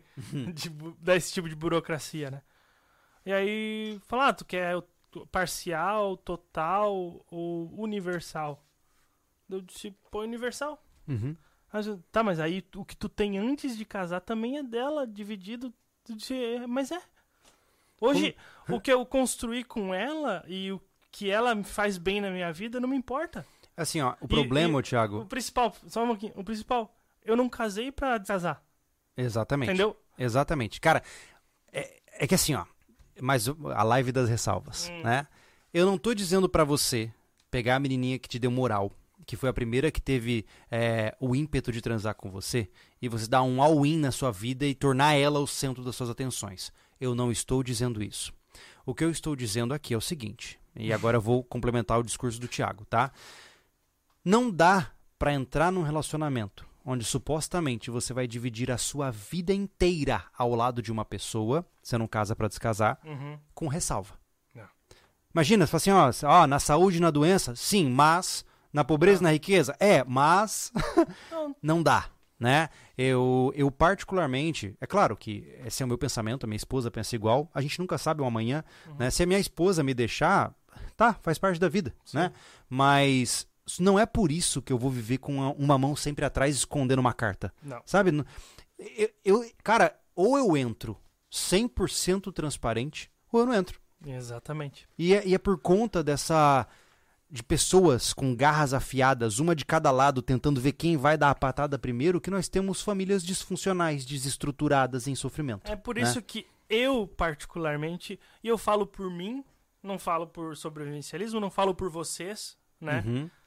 desse tipo de burocracia, né? E aí, falar, tu quer parcial, total ou universal? Eu disse, pô, universal. Tá, mas aí o que tu tem antes de casar também é dela, dividido. Eu disse, mas é. Hoje, o que eu construí com ela e o que ela me faz bem na minha vida não me importa. Assim, ó, o problema, Thiago... O principal, só um pouquinho, o principal, eu não casei pra casar. Exatamente. Entendeu? Exatamente. Cara, é que assim, ó, mas a live das ressalvas, né? Eu não tô dizendo pra você pegar a menininha que te deu moral, que foi a primeira que teve o ímpeto de transar com você, e você dar um all-in na sua vida e tornar ela o centro das suas atenções. Eu não estou dizendo isso. O que eu estou dizendo aqui é o seguinte, e agora eu vou complementar o discurso do Thiago, tá? Não dá pra entrar num relacionamento onde supostamente você vai dividir a sua vida inteira ao lado de uma pessoa, você não casa pra descasar, com ressalva. Não. Imagina, você fala assim, ó, na saúde e na doença, sim, mas na pobreza e na riqueza, mas não dá, né? Eu particularmente, é claro que esse é o meu pensamento, a minha esposa pensa igual, a gente nunca sabe o amanhã, né? Se a minha esposa me deixar, tá, faz parte da vida, né? Mas não é por isso que eu vou viver com uma mão sempre atrás escondendo uma carta. Não. Sabe? Cara, ou eu entro 100% transparente, ou eu não entro. Exatamente. E é por conta de pessoas com garras afiadas, uma de cada lado, tentando ver quem vai dar a patada primeiro, que nós temos famílias disfuncionais, desestruturadas, em sofrimento. É por né? isso que eu, particularmente, e eu falo por mim, não falo por sobrevivencialismo, não falo por vocês, né?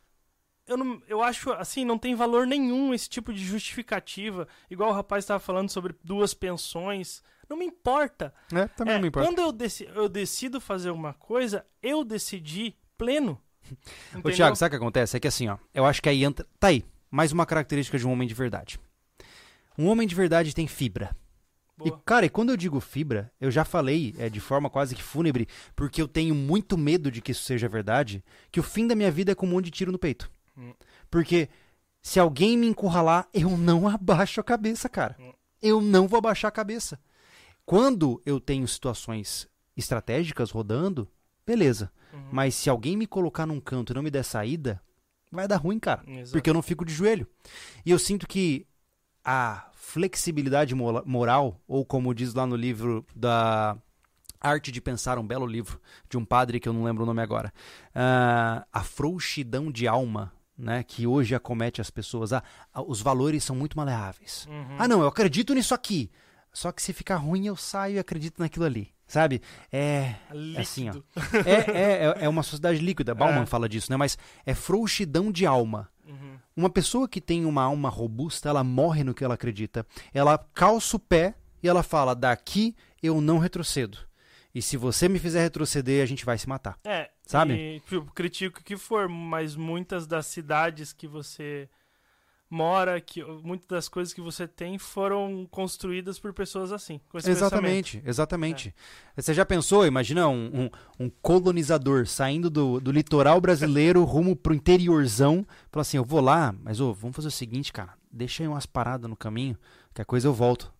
Eu acho, assim, não tem valor nenhum esse tipo de justificativa. Igual o rapaz estava falando sobre 2 pensões. Não me importa. Também não me importa. Quando eu decido fazer uma coisa, eu decidi pleno. Ô, Thiago, sabe o que acontece? É que assim, ó, eu acho que aí entra... Tá aí, mais uma característica de um homem de verdade. Um homem de verdade tem fibra. Boa. E, cara, e quando eu digo fibra, eu já falei de forma quase que fúnebre, porque eu tenho muito medo de que isso seja verdade, que o fim da minha vida é com um monte de tiro no peito. Porque se alguém me encurralar, eu não abaixo a cabeça, cara. Eu não vou abaixar a cabeça. Quando eu tenho situações estratégicas rodando, beleza. Mas se alguém me colocar num canto e não me der saída, vai dar ruim, cara. Exato. Porque eu não fico de joelho. E eu sinto que a flexibilidade moral, ou como diz lá no livro da Arte de Pensar, um belo livro de um padre que eu não lembro o nome agora, a frouxidão de alma, né, que hoje acomete as pessoas, os valores são muito maleáveis. Não, eu acredito nisso aqui, só que se ficar ruim eu saio e acredito naquilo ali, sabe? Assim, ó. É uma sociedade líquida, Bauman fala disso, né? Mas é frouxidão de alma. Uma pessoa que tem uma alma robusta, ela morre no que ela acredita. Ela calça o pé e ela fala, daqui eu não retrocedo. E se você me fizer retroceder, a gente vai se matar. Sabe? E, tipo, critico o que for, mas muitas das cidades que você mora, muitas das coisas que você tem foram construídas por pessoas assim, com esse pensamento. Exatamente. Você já pensou, imagina um colonizador saindo do litoral brasileiro rumo pro interiorzão, fala assim, eu vou lá, mas vamos fazer o seguinte, cara, deixa aí umas paradas no caminho, que a coisa eu volto.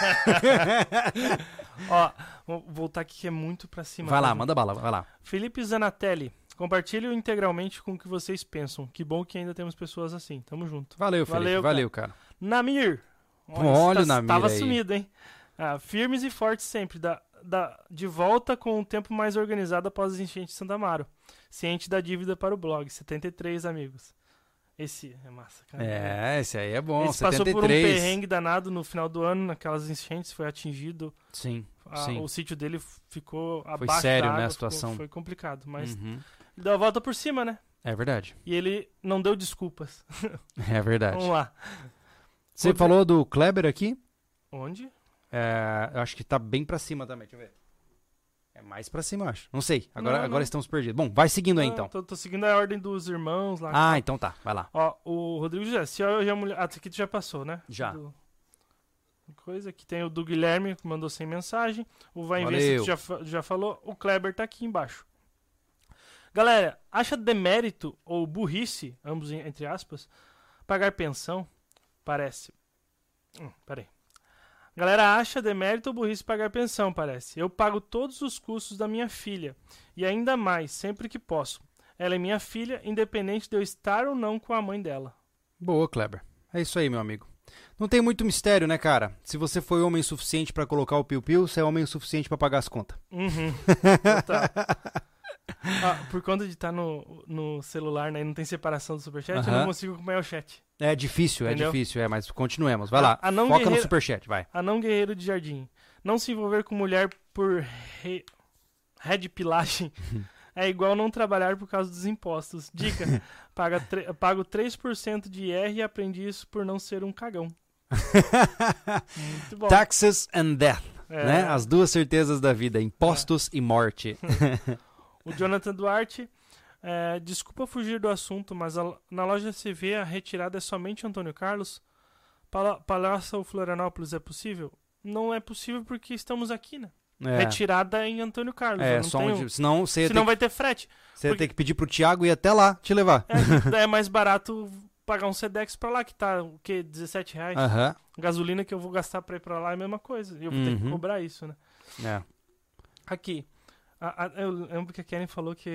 Ó, vou voltar aqui que é muito pra cima. Vai lá, manda bala, vai lá. Felipe Zanatelli, compartilho integralmente com o que vocês pensam. Que bom que ainda temos pessoas assim. Tamo junto. Valeu, Felipe. Valeu, cara. Namir. Olha o Namir tava aí. sumido, hein? Firmes e fortes sempre. De volta com um tempo mais organizado após as enchentes de Santa Amaro. Ciente da dívida para o blog. 73 amigos. Esse é massa, cara. Esse aí é bom. Esse 73. passou por um perrengue danado no final do ano, naquelas enchentes, foi atingido. Sim. O sítio dele ficou abaixo foi sério, da água, né, a situação. foi complicado, mas ele deu a volta por cima, né? É verdade. E ele não deu desculpas. É verdade. Vamos lá. Você falou do Kleber aqui? Onde? eu acho que tá bem pra cima também, deixa eu ver. É mais pra cima, eu acho. Não sei, agora estamos perdidos. Bom, vai seguindo aí, então. Tô seguindo a ordem dos irmãos lá. Ah, então tá, vai lá. Ó, o Rodrigo José, se hoje a mulher... aqui tu já passou, né? Já. Coisa, aqui tem o do Guilherme, que mandou sem mensagem. O Vai Invença, que já falou. O Kleber tá aqui embaixo. Galera, acha demérito ou burrice, ambos entre aspas, pagar pensão? Parece. Peraí. Galera, acha demérito ou burrice pagar pensão, parece. Eu pago todos os custos da minha filha. E ainda mais, sempre que posso. Ela é minha filha, independente de eu estar ou não com a mãe dela. Boa, Kleber. É isso aí, meu amigo. Não tem muito mistério, né, cara? Se você foi homem suficiente pra colocar o piu-piu, você é homem o suficiente pra pagar as contas. Total. Por conta de estar no celular, né, e não tem separação do superchat, eu não consigo acompanhar o chat. É difícil, Entendeu? mas continuemos. Vai lá, Anão foca Guerreiro, no superchat, vai. Anão Guerreiro de Jardim. Não se envolver com mulher por red pilagem é igual não trabalhar por causa dos impostos. Dica, pago 3% de IR e aprendi isso por não ser um cagão. Muito bom. Taxes and death, né? As duas certezas da vida, impostos e morte. O Jonathan Duarte, desculpa fugir do assunto, mas na loja CV a retirada é somente Antônio Carlos? Palácio Florianópolis é possível? Não é possível porque estamos aqui, né? Retirada em Antônio Carlos. Senão vai ter frete. Você ia ter que pedir pro Thiago ir até lá te levar. É mais barato pagar um Sedex pra lá, que tá, o quê? R$17. Gasolina que eu vou gastar pra ir pra lá é a mesma coisa. E eu vou ter que cobrar isso, né? Aqui. Eu lembro que a Karen falou que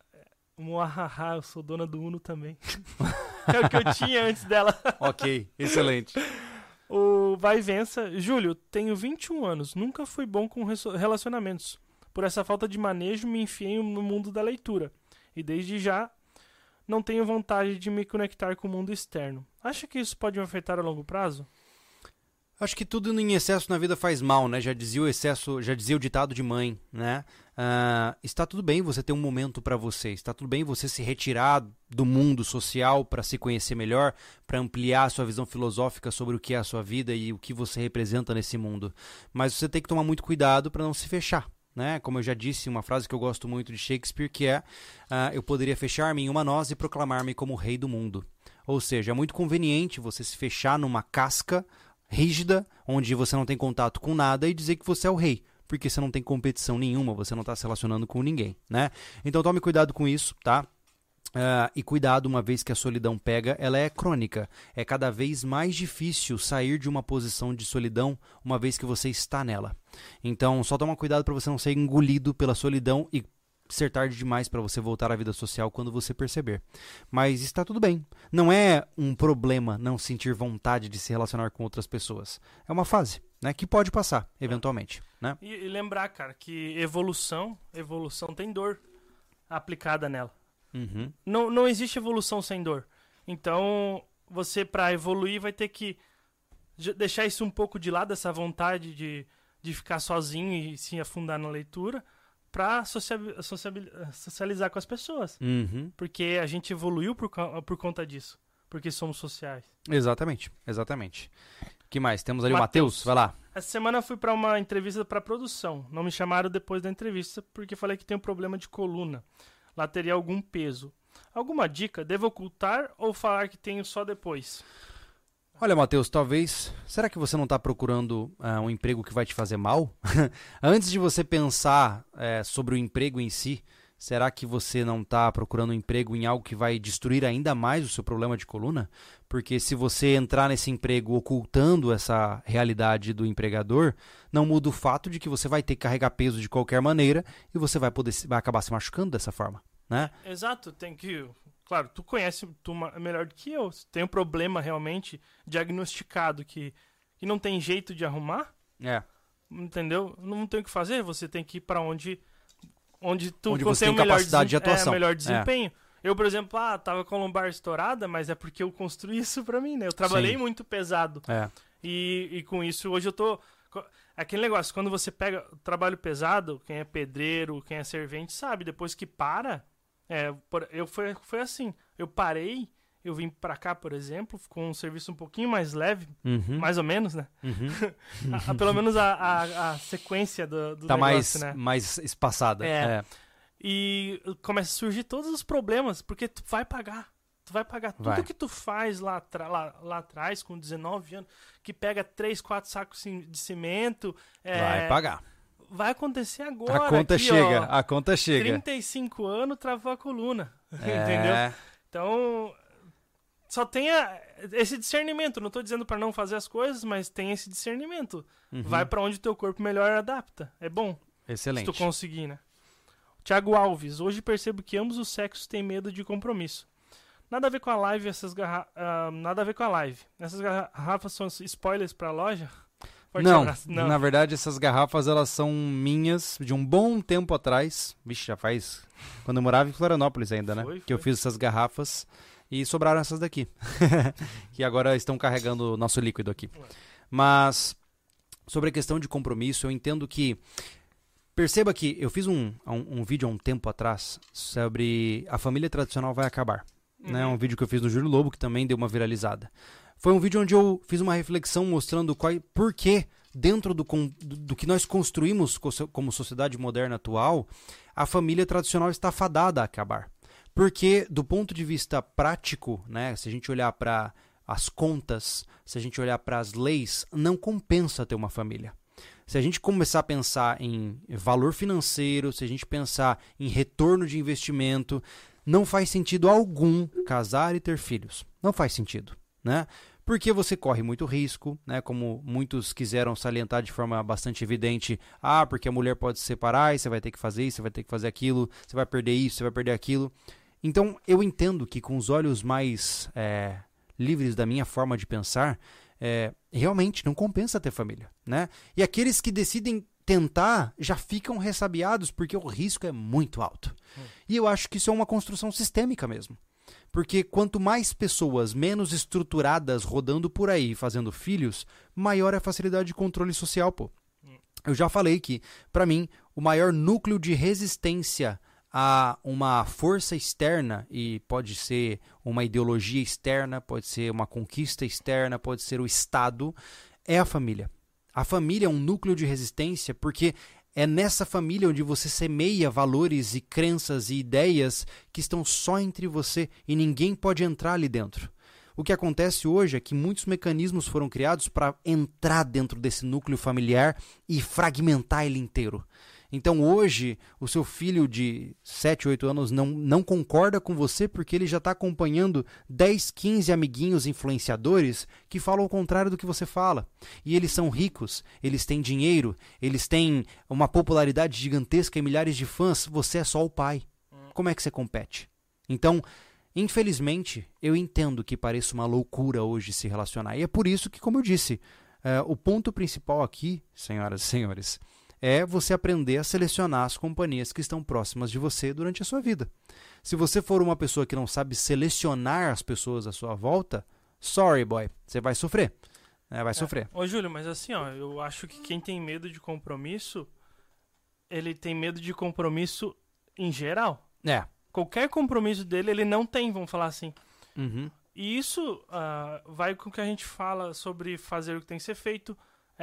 eu sou dona do Uno também. É o que eu tinha antes dela. Ok, excelente. O Vai Vença. Júlio, tenho 21 anos. Nunca fui bom com relacionamentos. Por essa falta de manejo, me enfiei no mundo da leitura. E desde já, não tenho vontade de me conectar com o mundo externo. Acha que isso pode me afetar a longo prazo? Acho que tudo em excesso na vida faz mal, né? Já dizia o ditado de mãe, né? Está tudo bem você ter um momento para você, está tudo bem você se retirar do mundo social para se conhecer melhor, para ampliar a sua visão filosófica sobre o que é a sua vida e o que você representa nesse mundo. Mas você tem que tomar muito cuidado para não se fechar, né? Como eu já disse, uma frase que eu gosto muito de Shakespeare, que é eu poderia fechar-me em uma noz e proclamar-me como o rei do mundo. Ou seja, é muito conveniente você se fechar numa casca rígida, onde você não tem contato com nada e dizer que você é o rei, porque você não tem competição nenhuma, você não está se relacionando com ninguém, né? Então tome cuidado com isso, tá? E cuidado, uma vez que a solidão pega, ela é crônica. É cada vez mais difícil sair de uma posição de solidão, uma vez que você está nela. Então só toma cuidado para você não ser engolido pela solidão e ser tarde demais para você voltar à vida social quando você perceber. Mas está tudo bem. Não é um problema não sentir vontade de se relacionar com outras pessoas. É uma fase, né, que pode passar, eventualmente. Né? E lembrar, cara, que evolução tem dor aplicada nela. Não existe evolução sem dor. Então, você, para evoluir, vai ter que deixar isso um pouco de lado, essa vontade de ficar sozinho e se afundar na leitura, para socializar com as pessoas. Porque a gente evoluiu por conta disso. Porque somos sociais. Exatamente. O que mais? Temos ali o Matheus. Vai lá. Essa semana eu fui para uma entrevista para produção. Não me chamaram depois da entrevista porque falei que tenho problema de coluna. Lá teria algum peso. Alguma dica? Devo ocultar ou falar que tenho só depois? Olha, Matheus, talvez... Será que você não está procurando um emprego que vai te fazer mal? Antes de você pensar sobre o emprego em si, será que você não está procurando um emprego em algo que vai destruir ainda mais o seu problema de coluna? Porque se você entrar nesse emprego ocultando essa realidade do empregador, não muda o fato de que você vai ter que carregar peso de qualquer maneira e você vai acabar se machucando dessa forma, né? Exato, tem que... Claro, tu conhece melhor do que eu. Se tem um problema realmente diagnosticado que não tem jeito de arrumar, entendeu? Não tem o que fazer, você tem que ir para onde você tem capacidade de atuação. Melhor desempenho. Eu, por exemplo, tava com a lombar estourada, mas é porque eu construí isso pra mim, né? Eu trabalhei muito pesado. E com isso, hoje eu tô... Aquele negócio, quando você pega trabalho pesado, quem é pedreiro, quem é servente, sabe? Depois que para... Foi assim. Eu parei, eu vim pra cá, por exemplo, com um serviço um pouquinho mais leve, Uhum. mais ou menos, né? Uhum. Pelo menos a sequência do Tá negócio, né? mais espaçada. É. E começa a surgir todos os problemas, porque tu vai pagar. Tu vai pagar tudo Vai. que tu faz lá atrás, com 19 anos, que pega 3, 4 sacos de cimento. Vai pagar. Vai acontecer agora. A conta aqui, chega, ó, a conta chega. 35 anos, travou a coluna. É. Entendeu? Então, só tenha esse discernimento. Não tô dizendo pra não fazer as coisas, mas tem esse discernimento. Uhum. Vai pra onde o teu corpo melhor adapta. É bom. Excelente. Se tu conseguir, né? Tiago Alves. Hoje percebo que ambos os sexos têm medo de compromisso. Nada a ver com a live, nada a ver com a live. Essas garrafas são spoilers pra loja? Forte abraço. Não, na verdade essas garrafas elas são minhas de um bom tempo atrás. Vixe, já faz... Quando eu morava em Florianópolis ainda, né? Foi. Que eu fiz essas garrafas e sobraram essas daqui. Que agora estão carregando o nosso líquido aqui. Mas, sobre a questão de compromisso, eu entendo que... Perceba que eu fiz um vídeo há um tempo atrás sobre a família tradicional vai acabar. Né? Um vídeo que eu fiz no Júlio Lobo, que também deu uma viralizada. Foi um vídeo onde eu fiz uma reflexão mostrando por que, dentro do que nós construímos como sociedade moderna atual, a família tradicional está fadada a acabar. Porque, do ponto de vista prático, né, se a gente olhar para as contas, se a gente olhar para as leis, não compensa ter uma família. Se a gente começar a pensar em valor financeiro, se a gente pensar em retorno de investimento, não faz sentido algum casar e ter filhos. Não faz sentido, né? Porque você corre muito risco, né? Como muitos quiseram salientar de forma bastante evidente. Porque a mulher pode se separar e você vai ter que fazer isso, você vai ter que fazer aquilo, você vai perder isso, você vai perder aquilo. Então, eu entendo que com os olhos mais livres da minha forma de pensar, realmente não compensa ter família, né? E aqueles que decidem tentar já ficam ressabiados porque o risco é muito alto. E eu acho que isso é uma construção sistêmica mesmo. Porque quanto mais pessoas menos estruturadas rodando por aí fazendo filhos, maior é a facilidade de controle social, pô. Eu já falei que, para mim, o maior núcleo de resistência a uma força externa, e pode ser uma ideologia externa, pode ser uma conquista externa, pode ser o Estado, é a família. A família é um núcleo de resistência porque é nessa família onde você semeia valores e crenças e ideias que estão só entre você e ninguém pode entrar ali dentro. O que acontece hoje é que muitos mecanismos foram criados para entrar dentro desse núcleo familiar e fragmentar ele inteiro. Então hoje o seu filho de 7, 8 anos não concorda com você porque ele já está acompanhando 10, 15 amiguinhos influenciadores que falam o contrário do que você fala. E eles são ricos, eles têm dinheiro, eles têm uma popularidade gigantesca e milhares de fãs, você é só o pai. Como é que você compete? Então, infelizmente, eu entendo que pareça uma loucura hoje se relacionar. E é por isso que, como eu disse, o ponto principal aqui, senhoras e senhores, é você aprender a selecionar as companhias que estão próximas de você durante a sua vida. Se você for uma pessoa que não sabe selecionar as pessoas à sua volta, sorry boy, você vai sofrer. Vai sofrer. Ô Júlio, mas assim, ó, eu acho que quem tem medo de compromisso, ele tem medo de compromisso em geral. Qualquer compromisso dele, ele não tem, vamos falar assim. Uhum. E isso vai com o que a gente fala sobre fazer o que tem que ser feito,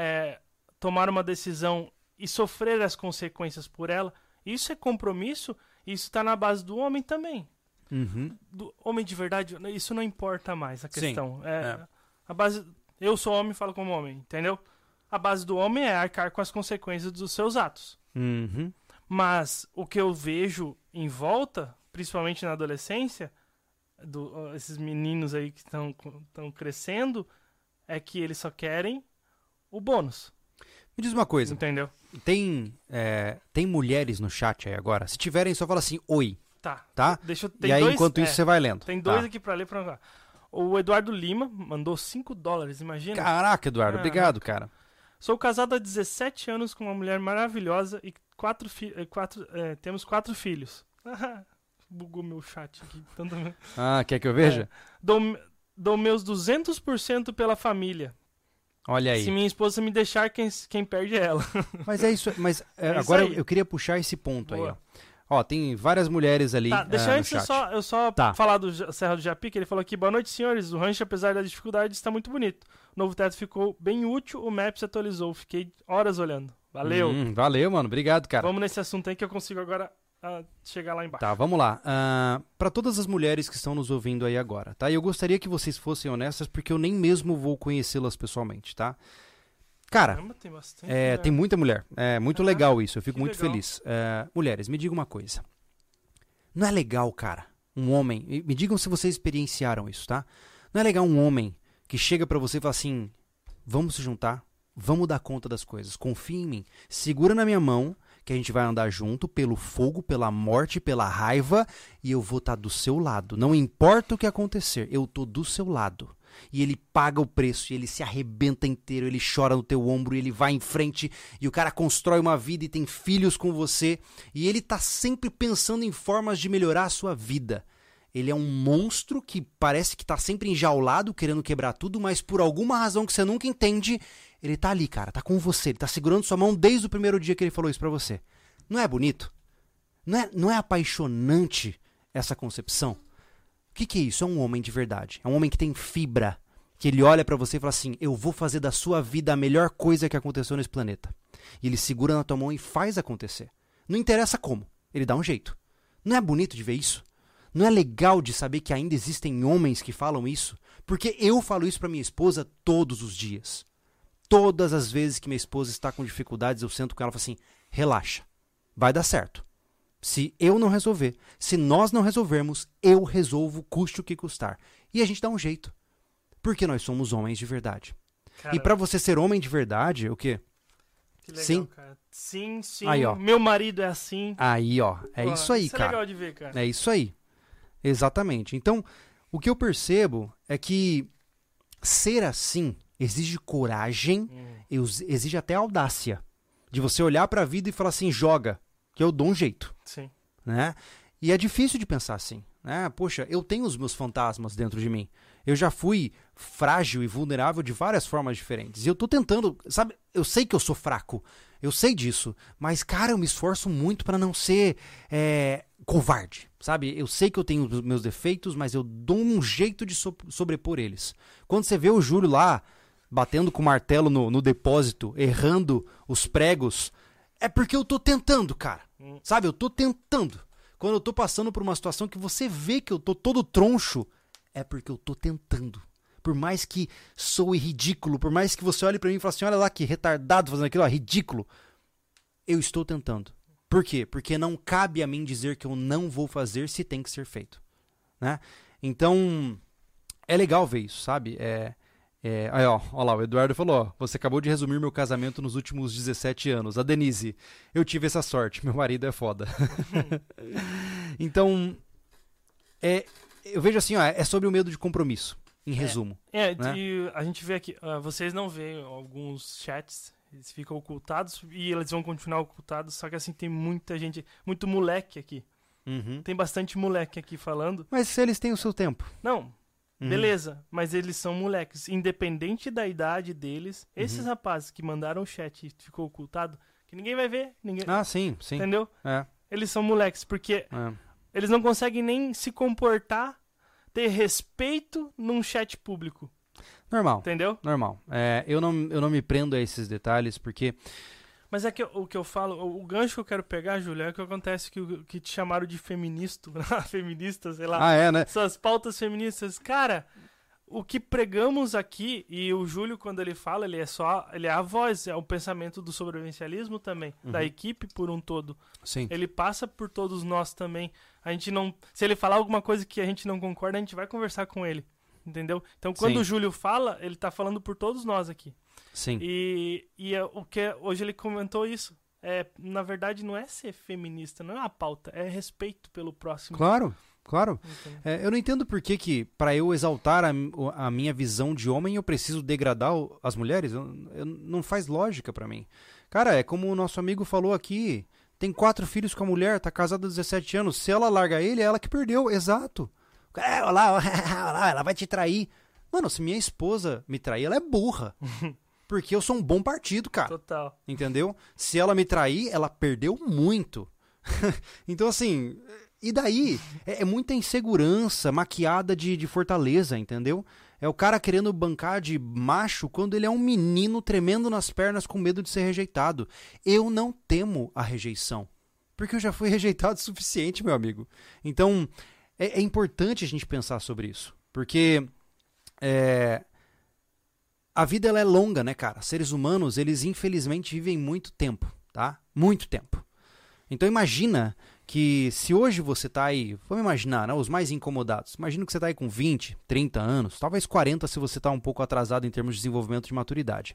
tomar uma decisão e sofrer as consequências por ela. Isso é compromisso, isso está na base do homem também. Uhum. Do homem de verdade, isso não importa mais a questão. Sim. A base, eu sou homem, falo como homem, entendeu? A base do homem é arcar com as consequências dos seus atos. Uhum. Mas o que eu vejo em volta, principalmente na adolescência, esses meninos aí que estão crescendo, é que eles só querem o bônus. Me diz uma coisa. Entendeu? Tem mulheres no chat aí agora? Se tiverem, só fala assim, oi. Tá? E aí, enquanto isso, você vai lendo. Tem dois aqui pra ler. O Eduardo Lima mandou $5, imagina. Caraca, Eduardo, obrigado, cara. Sou casado há 17 anos com uma mulher maravilhosa e temos 4 filhos. Bugou meu chat aqui. Quer que eu veja? Dou meus 200% pela família. Olha aí. Se minha esposa me deixar, quem perde é ela. Mas é isso. Mas agora eu queria puxar esse ponto. Boa. Aí. Ó. Ó, tem várias mulheres ali Tá, deixa no antes chat. eu só Tá. falar do Serra do Japi, que ele falou aqui, boa noite, senhores. O rancho, apesar da dificuldade, está muito bonito. O novo teto ficou bem útil, o Maps atualizou. Fiquei horas olhando. Valeu. Valeu, mano. Obrigado, cara. Vamos nesse assunto aí que eu consigo agora chegar lá embaixo. Tá, vamos lá. Pra todas as mulheres que estão nos ouvindo aí agora, tá? E eu gostaria que vocês fossem honestas, porque eu nem mesmo vou conhecê-las pessoalmente, tá? Cara, Caramba, tem bastante mulher. tem muita mulher. É muito legal isso, eu fico que muito legal. feliz. Mulheres, me diga uma coisa. Não é legal, cara, um homem... Me digam se vocês experienciaram isso, tá? Não é legal um homem que chega pra você e fala assim, vamos se juntar, vamos dar conta das coisas, confia em mim, segura na minha mão, que a gente vai andar junto pelo fogo, pela morte, pela raiva, e eu vou estar do seu lado. Não importa o que acontecer, eu tô do seu lado. E ele paga o preço, e ele se arrebenta inteiro, ele chora no teu ombro, e ele vai em frente, e o cara constrói uma vida e tem filhos com você, e ele tá sempre pensando em formas de melhorar a sua vida. Ele é um monstro que parece que tá sempre enjaulado, querendo quebrar tudo, mas por alguma razão que você nunca entende, ele tá ali, cara, tá com você, ele tá segurando sua mão desde o primeiro dia que ele falou isso pra você. Não é bonito? Não é apaixonante essa concepção? O que é isso? É um homem de verdade. É um homem que tem fibra, que ele olha pra você e fala assim, eu vou fazer da sua vida a melhor coisa que aconteceu nesse planeta. E ele segura na tua mão e faz acontecer. Não interessa como, ele dá um jeito. Não é bonito de ver isso? Não é legal de saber que ainda existem homens que falam isso? Porque eu falo isso pra minha esposa todos os dias. Todas as vezes que minha esposa está com dificuldades, eu sento com ela e falo assim, relaxa, vai dar certo. Se eu não resolver, se nós não resolvermos, eu resolvo, custe o que custar. E a gente dá um jeito. Porque nós somos homens de verdade. Cara, E pra você ser homem de verdade, o quê? que legal, sim. cara. Sim. Aí, ó. Meu marido é assim. Aí, ó, é Pô, isso aí, isso cara. é legal de ver, cara. É isso aí. Exatamente. Então, o que eu percebo é que ser assim exige coragem, exige até audácia. De você olhar pra vida e falar assim, joga, que eu dou um jeito. Sim. Né? E é difícil de pensar assim, né? Poxa, eu tenho os meus fantasmas dentro de mim. Eu já fui frágil e vulnerável de várias formas diferentes. E eu tô tentando, sabe? Eu sei que eu sou fraco, eu sei disso, mas, cara, eu me esforço muito pra não ser covarde, sabe? Eu sei que eu tenho os meus defeitos, mas eu dou um jeito de sobrepor eles. Quando você vê o Júlio lá, batendo com o martelo no depósito, errando os pregos, é porque eu tô tentando, cara. Sabe, eu tô tentando. Quando eu tô passando por uma situação que você vê que eu tô todo troncho, é porque eu tô tentando. Por mais que soe ridículo, por mais que você olhe pra mim e fale assim, olha lá que retardado fazendo aquilo, ó, ridículo. Eu estou tentando. Por quê? Porque não cabe a mim dizer que eu não vou fazer se tem que ser feito. Né? Então, é legal ver isso, sabe? Aí, ó lá, o Eduardo falou, ó, você acabou de resumir meu casamento nos últimos 17 anos. A Denise, eu tive essa sorte, meu marido é foda. Então, eu vejo assim, ó, é sobre o medo de compromisso, em resumo. Né? E a gente vê aqui, vocês não veem alguns chats, eles ficam ocultados e eles vão continuar ocultados, só que assim, tem muita gente, muito moleque aqui. Tem bastante moleque aqui falando. Mas eles têm o seu tempo. Não, beleza, mas eles são moleques. Independente da idade deles, esses rapazes que mandaram o chat e ficou ocultado, que ninguém vai ver. Ninguém... Ah, sim. Entendeu? É. Eles são moleques, porque eles não conseguem nem se comportar, ter respeito num chat público. Normal. Entendeu? Normal. Eu não me prendo a esses detalhes, porque... Mas é que o que eu falo, o gancho que eu quero pegar, Júlio, é o que acontece que te chamaram de feminista, feminista, sei lá. Ah, é, né? Essas pautas feministas. Cara, o que pregamos aqui, e o Júlio, quando ele fala, ele é a voz, é o pensamento do sobrevivencialismo também, da equipe por um todo. Sim. Ele passa por todos nós também. A gente não... Se ele falar alguma coisa que a gente não concorda, a gente vai conversar com ele. Entendeu? Então, quando o Júlio fala, ele tá falando por todos nós aqui. Sim. E o que hoje ele comentou isso. Na verdade, não é ser feminista, não é uma pauta, é respeito pelo próximo. Claro. Eu não entendo por que para eu exaltar a minha visão de homem, eu preciso degradar as mulheres. Não faz lógica pra mim. Cara, é como o nosso amigo falou aqui, tem 4 filhos com a mulher, tá casado há 17 anos, se ela larga ele, é ela que perdeu, exato. Olha lá, ela vai te trair. Mano, se minha esposa me trair, ela é burra. Porque eu sou um bom partido, cara. Total. Entendeu? Se ela me trair, ela perdeu muito. Então, assim, e daí? É muita insegurança maquiada de fortaleza, entendeu? É o cara querendo bancar de macho quando ele é um menino tremendo nas pernas com medo de ser rejeitado. Eu não temo a rejeição, porque eu já fui rejeitado o suficiente, meu amigo. Então, é importante a gente pensar sobre isso, porque a vida ela é longa, né, cara? Seres humanos, eles infelizmente vivem muito tempo, tá? Muito tempo. Então imagina que se hoje você tá aí, vamos imaginar, né, os mais incomodados. Imagina que você tá aí com 20, 30 anos, talvez 40 se você tá um pouco atrasado em termos de desenvolvimento de maturidade.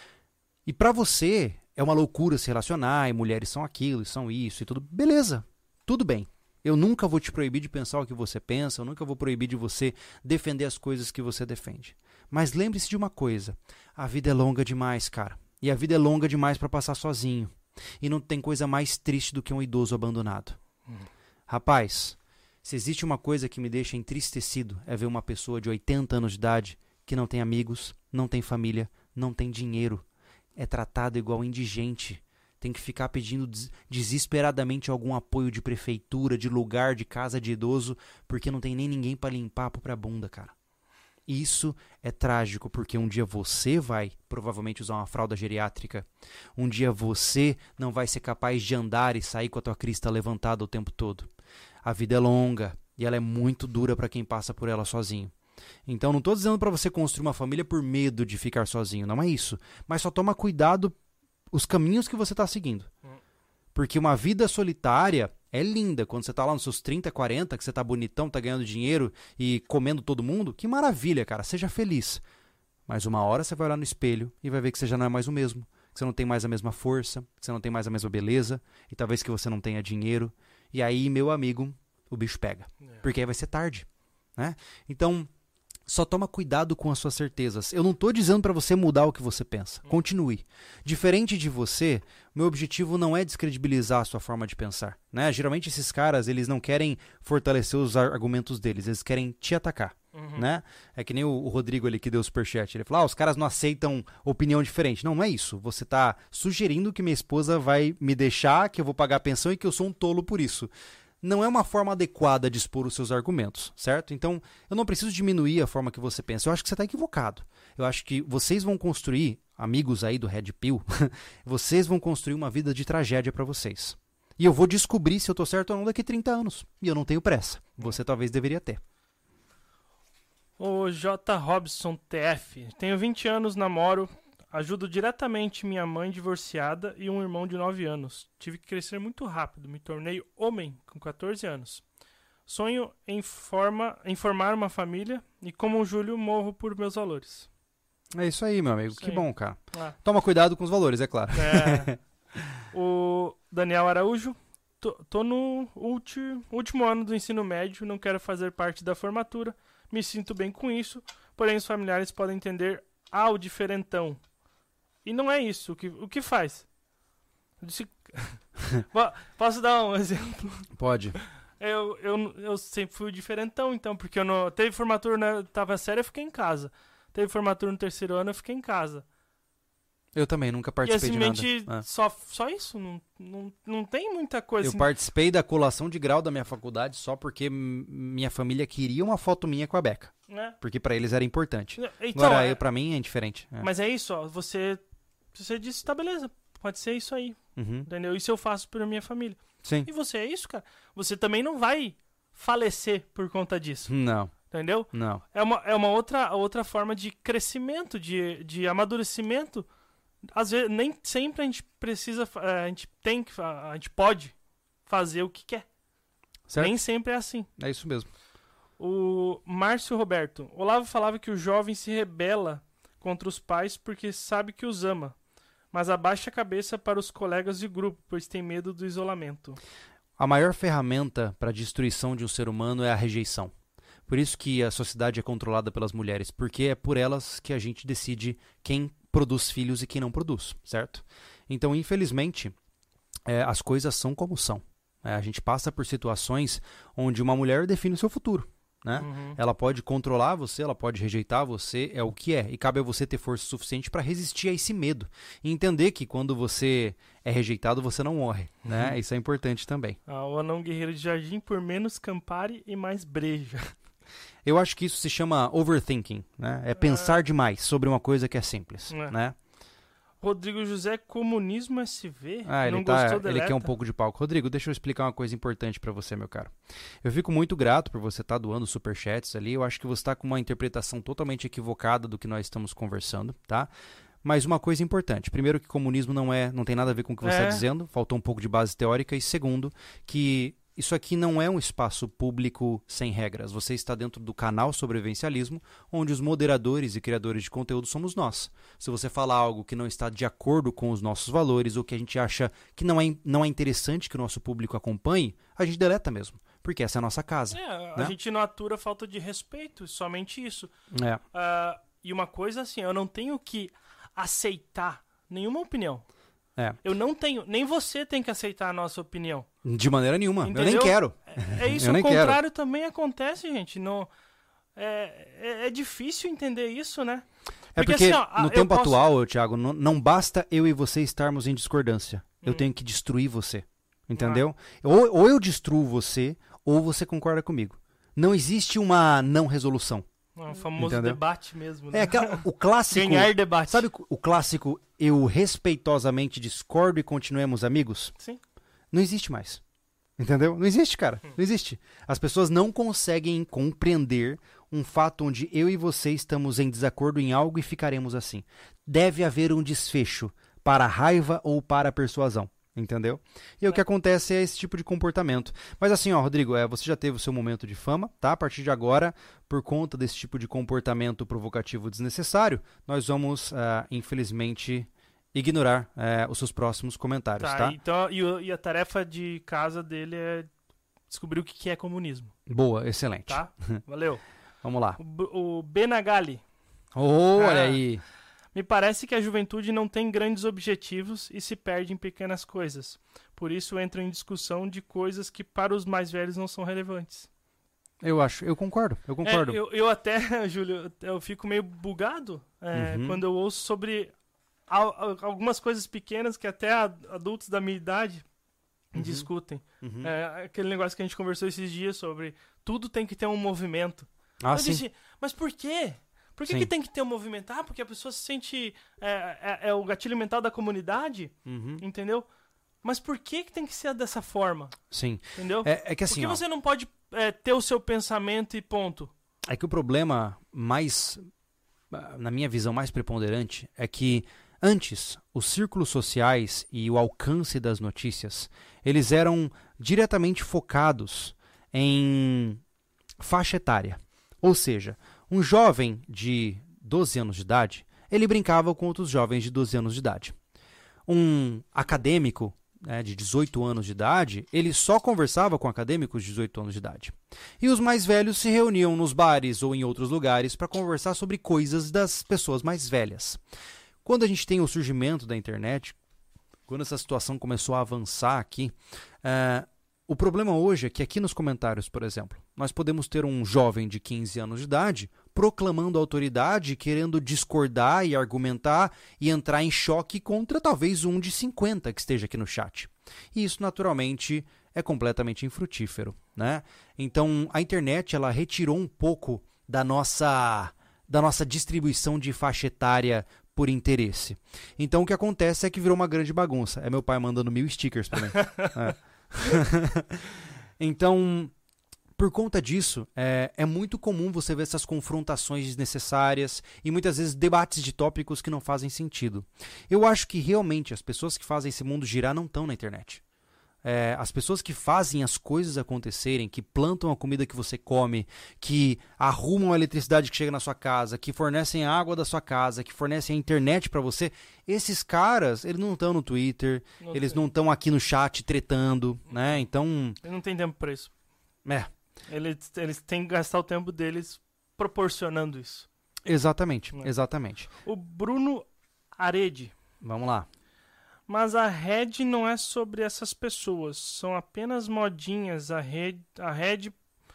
E pra você é uma loucura se relacionar, e mulheres são aquilo, e são isso e tudo. Beleza, tudo bem. Eu nunca vou te proibir de pensar o que você pensa, eu nunca vou proibir de você defender as coisas que você defende. Mas lembre-se de uma coisa, a vida é longa demais, cara. E a vida é longa demais pra passar sozinho. E não tem coisa mais triste do que um idoso abandonado. Rapaz, se existe uma coisa que me deixa entristecido é ver uma pessoa de 80 anos de idade que não tem amigos, não tem família, não tem dinheiro, é tratada igual indigente, tem que ficar pedindo desesperadamente algum apoio de prefeitura, de lugar, de casa de idoso, porque não tem nem ninguém para limpar a própria bunda, cara. Isso é trágico, porque um dia você vai provavelmente usar uma fralda geriátrica. Um dia você não vai ser capaz de andar e sair com a tua crista levantada o tempo todo. A vida é longa e ela é muito dura para quem passa por ela sozinho. Então não estou dizendo para você construir uma família por medo de ficar sozinho, não é isso. Mas só toma cuidado os caminhos que você está seguindo. Porque uma vida solitária é linda. Quando você tá lá nos seus 30, 40, que você tá bonitão, tá ganhando dinheiro e comendo todo mundo, que maravilha, cara. Seja feliz. Mas uma hora você vai olhar no espelho e vai ver que você já não é mais o mesmo. Que você não tem mais a mesma força, que você não tem mais a mesma beleza, e talvez que você não tenha dinheiro. E aí, meu amigo, o bicho pega. Porque aí vai ser tarde, né? Então, só toma cuidado com as suas certezas. Eu não tô dizendo para você mudar o que você pensa. Continue. Diferente de você, meu objetivo não é descredibilizar a sua forma de pensar, né? Geralmente esses caras, eles não querem fortalecer os argumentos deles, eles querem te atacar, né? É que nem o Rodrigo ali que deu o superchat. Ele falou, os caras não aceitam opinião diferente. Não, não é isso. Você tá sugerindo que minha esposa vai me deixar, que eu vou pagar a pensão e que eu sou um tolo por isso. Não é uma forma adequada de expor os seus argumentos, certo? Então, eu não preciso diminuir a forma que você pensa. Eu acho que você está equivocado. Eu acho que vocês vão construir, amigos aí do Red Pill, vocês vão construir uma vida de tragédia para vocês. E eu vou descobrir se eu estou certo ou não daqui a 30 anos. E eu não tenho pressa. Você talvez deveria ter. O J. Robson TF. Tenho 20 anos, namoro. Ajudo diretamente minha mãe divorciada e um irmão de 9 anos. Tive que crescer muito rápido. Me tornei homem com 14 anos. Sonho em formar uma família e, como o Júlio, morro por meus valores. É isso aí, meu amigo. Isso que aí. bom, cara. Ah. Toma cuidado com os valores, é claro. O Daniel Araújo. Tô no último ano do ensino médio, não quero fazer parte da formatura. Me sinto bem com isso, porém os familiares podem entender o diferentão. E não é isso. O que faz? Posso dar um exemplo? Pode. Eu sempre fui o diferentão, então, porque eu não teve formatura na oitava série, eu fiquei em casa. Teve formatura no terceiro ano, eu fiquei em casa. Eu também nunca participei de nada. Só isso, não tem muita coisa. Eu assim. participei da colação de grau da minha faculdade só porque minha família queria uma foto minha com a Beca. Porque pra eles era importante. Então, agora, pra mim é indiferente. Mas é isso, ó. Você disse, tá, beleza, pode ser isso aí. Entendeu? Isso eu faço pela minha família. Sim. E você é isso, cara. Você também não vai falecer por conta disso. Não. Entendeu? Não. É uma outra forma de crescimento, de amadurecimento. Às vezes, nem sempre a gente precisa, a gente pode fazer o que quer. Certo? Nem sempre é assim. É isso mesmo. O Márcio Roberto. Olavo falava que o jovem se rebela contra os pais porque sabe que os ama, mas abaixa a cabeça para os colegas de grupo, pois tem medo do isolamento. A maior ferramenta para a destruição de um ser humano é a rejeição. Por isso que a sociedade é controlada pelas mulheres, porque é por elas que a gente decide quem produz filhos e quem não produz, certo? Então, infelizmente, as coisas são como são. A gente passa por situações onde uma mulher define o seu futuro. né? Ela pode controlar você, ela pode rejeitar você, é o que é. E cabe a você ter força suficiente para resistir a esse medo. E entender que quando você é rejeitado, você não morre, né? Isso é importante também. O Anão Guerreiro de Jardim, por menos Campari e mais breja. Eu acho que isso se chama overthinking, né? É pensar demais sobre uma coisa que é simples, né? Rodrigo José, Comunismo SV. Não gostou, deleta. Ele quer um pouco de palco. Rodrigo, deixa eu explicar uma coisa importante pra você, meu caro. Eu fico muito grato por você estar doando superchats ali. Eu acho que você está com uma interpretação totalmente equivocada do que nós estamos conversando, tá? Mas uma coisa importante. Primeiro, que comunismo não tem nada a ver com o que você está dizendo. Faltou um pouco de base teórica. E segundo, que isso aqui não é um espaço público sem regras. Você está dentro do canal Sobrevivencialismo, onde os moderadores e criadores de conteúdo somos nós. Se você falar algo que não está de acordo com os nossos valores ou que a gente acha que não é interessante que o nosso público acompanhe, a gente deleta mesmo. Porque essa é a nossa casa. A gente não atura falta de respeito, somente isso. E uma coisa assim, eu não tenho que aceitar nenhuma opinião. Eu não tenho, nem você tem que aceitar a nossa opinião. De maneira nenhuma. Entendeu? Eu nem quero. É isso, o contrário também acontece, gente. Não, é difícil entender isso, né? Porque assim, no tempo atual, Thiago, não basta eu e você estarmos em discordância. Eu tenho que destruir você. Entendeu? Ou eu destruo você, ou você concorda comigo. Não existe uma não resolução. O famoso debate mesmo, né? O clássico... Ganhar debate. Sabe o clássico eu respeitosamente discordo e continuemos amigos? Sim. Não existe mais. Entendeu? Não existe, cara. Não existe. As pessoas não conseguem compreender um fato onde eu e você estamos em desacordo em algo e ficaremos assim. Deve haver um desfecho para a raiva ou para a persuasão. Entendeu? E o que acontece é esse tipo de comportamento. Mas assim, Rodrigo, você já teve o seu momento de fama, tá? A partir de agora, por conta desse tipo de comportamento provocativo desnecessário, nós vamos, infelizmente, ignorar os seus próximos comentários, tá? Então, e a tarefa de casa dele é descobrir o que é comunismo. Boa, excelente. Tá? Valeu. Vamos lá. O Benagali. Olha aí. Me parece que a juventude não tem grandes objetivos e se perde em pequenas coisas. Por isso entram em discussão de coisas que para os mais velhos não são relevantes. Eu concordo. Eu até, Júlio, eu fico meio bugado quando eu ouço sobre algumas coisas pequenas que até adultos da minha idade discutem. Aquele negócio que a gente conversou esses dias sobre tudo tem que ter um movimento. Eu disse, mas por quê? Por que tem que ter um movimento? Porque a pessoa se sente... É o gatilho mental da comunidade, entendeu? Mas por que tem que ser dessa forma? Sim. Entendeu? É que assim, por que você não pode ter o seu pensamento e ponto? É que o problema mais... Na minha visão mais preponderante é que antes, os círculos sociais e o alcance das notícias, eles eram diretamente focados em faixa etária. Ou seja... Um jovem de 12 anos de idade, ele brincava com outros jovens de 12 anos de idade. Um acadêmico de 18 anos de idade, ele só conversava com acadêmicos de 18 anos de idade. E os mais velhos se reuniam nos bares ou em outros lugares para conversar sobre coisas das pessoas mais velhas. Quando a gente tem o surgimento da internet, quando essa situação começou a avançar aqui, o problema hoje é que aqui nos comentários, por exemplo, nós podemos ter um jovem de 15 anos de idade proclamando autoridade, querendo discordar e argumentar e entrar em choque contra talvez um de 50 que esteja aqui no chat. E isso, naturalmente, é completamente infrutífero, né? Então, a internet ela retirou um pouco da nossa distribuição de faixa etária por interesse. Então, o que acontece é que virou uma grande bagunça. É meu pai mandando 1000 stickers para mim. Então, por conta disso, é muito comum você ver essas confrontações desnecessárias e muitas vezes debates de tópicos que não fazem sentido. Eu acho que realmente as pessoas que fazem esse mundo girar não estão na internet. As pessoas que fazem as coisas acontecerem, que plantam a comida que você come, que arrumam a eletricidade que chega na sua casa, que fornecem a água da sua casa, que fornecem a internet para você, esses caras, eles não estão no Twitter, eles não estão aqui no chat tretando, né? Então... Eles não têm tempo para isso. Eles têm que gastar o tempo deles proporcionando isso. Exatamente. O Bruno Arede. Vamos lá. Mas a rede não é sobre essas pessoas. São apenas modinhas. A rede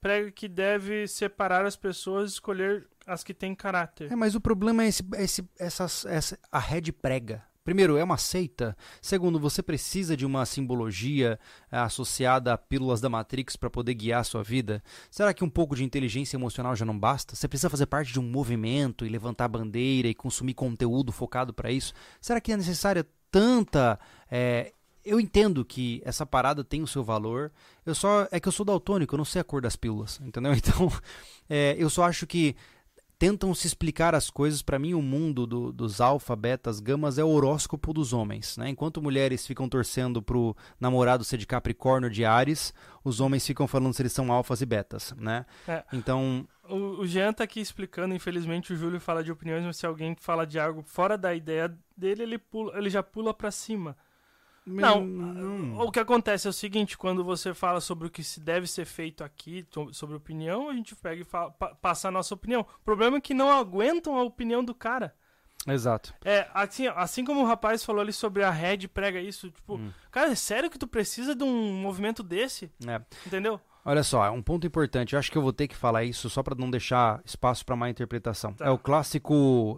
prega que deve separar as pessoas e escolher as que têm caráter. Mas o problema é a rede prega. Primeiro, é uma seita. Segundo, você precisa de uma simbologia associada a pílulas da Matrix para poder guiar a sua vida? Será que um pouco de inteligência emocional já não basta? Você precisa fazer parte de um movimento e levantar bandeira e consumir conteúdo focado para isso? Será que é necessária tanta... Eu entendo que essa parada tem o seu valor, é que eu sou daltônico, eu não sei a cor das pílulas, entendeu? Então, eu só acho que tentam se explicar as coisas. Para mim, o mundo dos alfa, betas, gamas é o horóscopo dos homens, né? Enquanto mulheres ficam torcendo pro namorado ser de Capricórnio, de Áries, os homens ficam falando se eles são alfas e betas, né? Então... O Jean tá aqui explicando, infelizmente o Júlio fala de opiniões, mas se alguém fala de algo fora da ideia dele, ele já pula pra cima. Não, o que acontece é o seguinte, quando você fala sobre o que se deve ser feito aqui, sobre opinião, a gente pega e passa a nossa opinião. O problema é que não aguentam a opinião do cara. Exato. Assim como o rapaz falou ali sobre a Red prega isso, tipo, cara, é sério que tu precisa de um movimento desse? Entendeu? Olha só, um ponto importante, eu acho que eu vou ter que falar isso só para não deixar espaço para má interpretação. Tá. É o clássico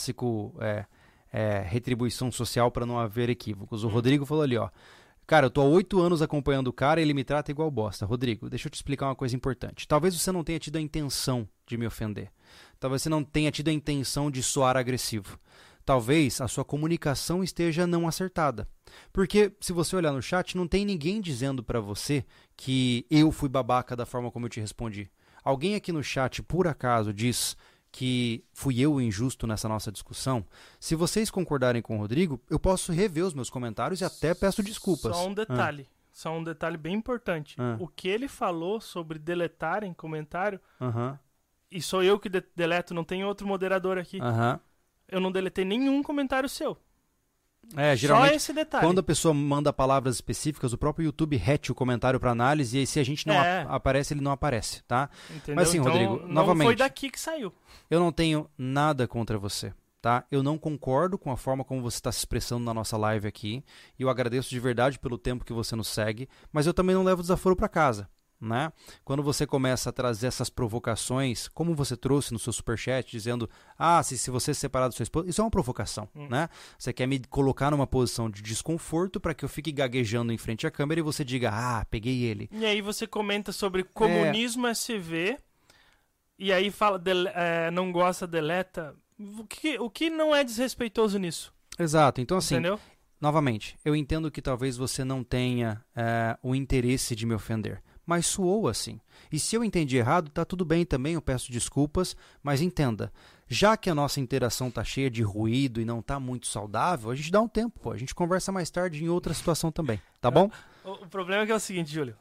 retribuição social para não haver equívocos. O Rodrigo falou ali, ó. Cara, eu tô há 8 anos acompanhando o cara e ele me trata igual bosta. Rodrigo, deixa eu te explicar uma coisa importante. Talvez você não tenha tido a intenção de me ofender. Talvez você não tenha tido a intenção de soar agressivo. Talvez a sua comunicação esteja não acertada. Porque, se você olhar no chat, não tem ninguém dizendo pra você que eu fui babaca da forma como eu te respondi. Alguém aqui no chat, por acaso, diz que fui eu o injusto nessa nossa discussão? Se vocês concordarem com o Rodrigo, eu posso rever os meus comentários e até peço desculpas. Só um detalhe bem importante. O que ele falou sobre deletar em comentário, e sou eu que deleto, não tem outro moderador aqui. Eu não deletei nenhum comentário seu. Geralmente, só esse detalhe. Quando a pessoa manda palavras específicas, o próprio YouTube rete o comentário para análise e aí, se a gente não aparece, ele não aparece, tá? Entendeu? Mas assim, então, Rodrigo, não novamente... foi daqui que saiu. Eu não tenho nada contra você, tá? Eu não concordo com a forma como você está se expressando na nossa live aqui e eu agradeço de verdade pelo tempo que você nos segue, mas eu também não levo desaforo para casa. Né? Quando você começa a trazer essas provocações, como você trouxe no seu superchat, dizendo, se você se separar da sua esposa, isso é uma provocação, né? Você quer me colocar numa posição de desconforto para que eu fique gaguejando em frente à câmera e você diga, peguei ele. E aí você comenta sobre comunismo SV, e aí fala, não gosta, deleta. O que não é desrespeitoso nisso? Exato, então assim, entendeu? Novamente, eu entendo que talvez você não tenha o interesse de me ofender. Mas soou assim. E se eu entendi errado, tá tudo bem também, eu peço desculpas, mas entenda, já que a nossa interação tá cheia de ruído e não tá muito saudável, a gente dá um tempo, pô, a gente conversa mais tarde em outra situação também, tá bom? O problema é o seguinte, Júlio,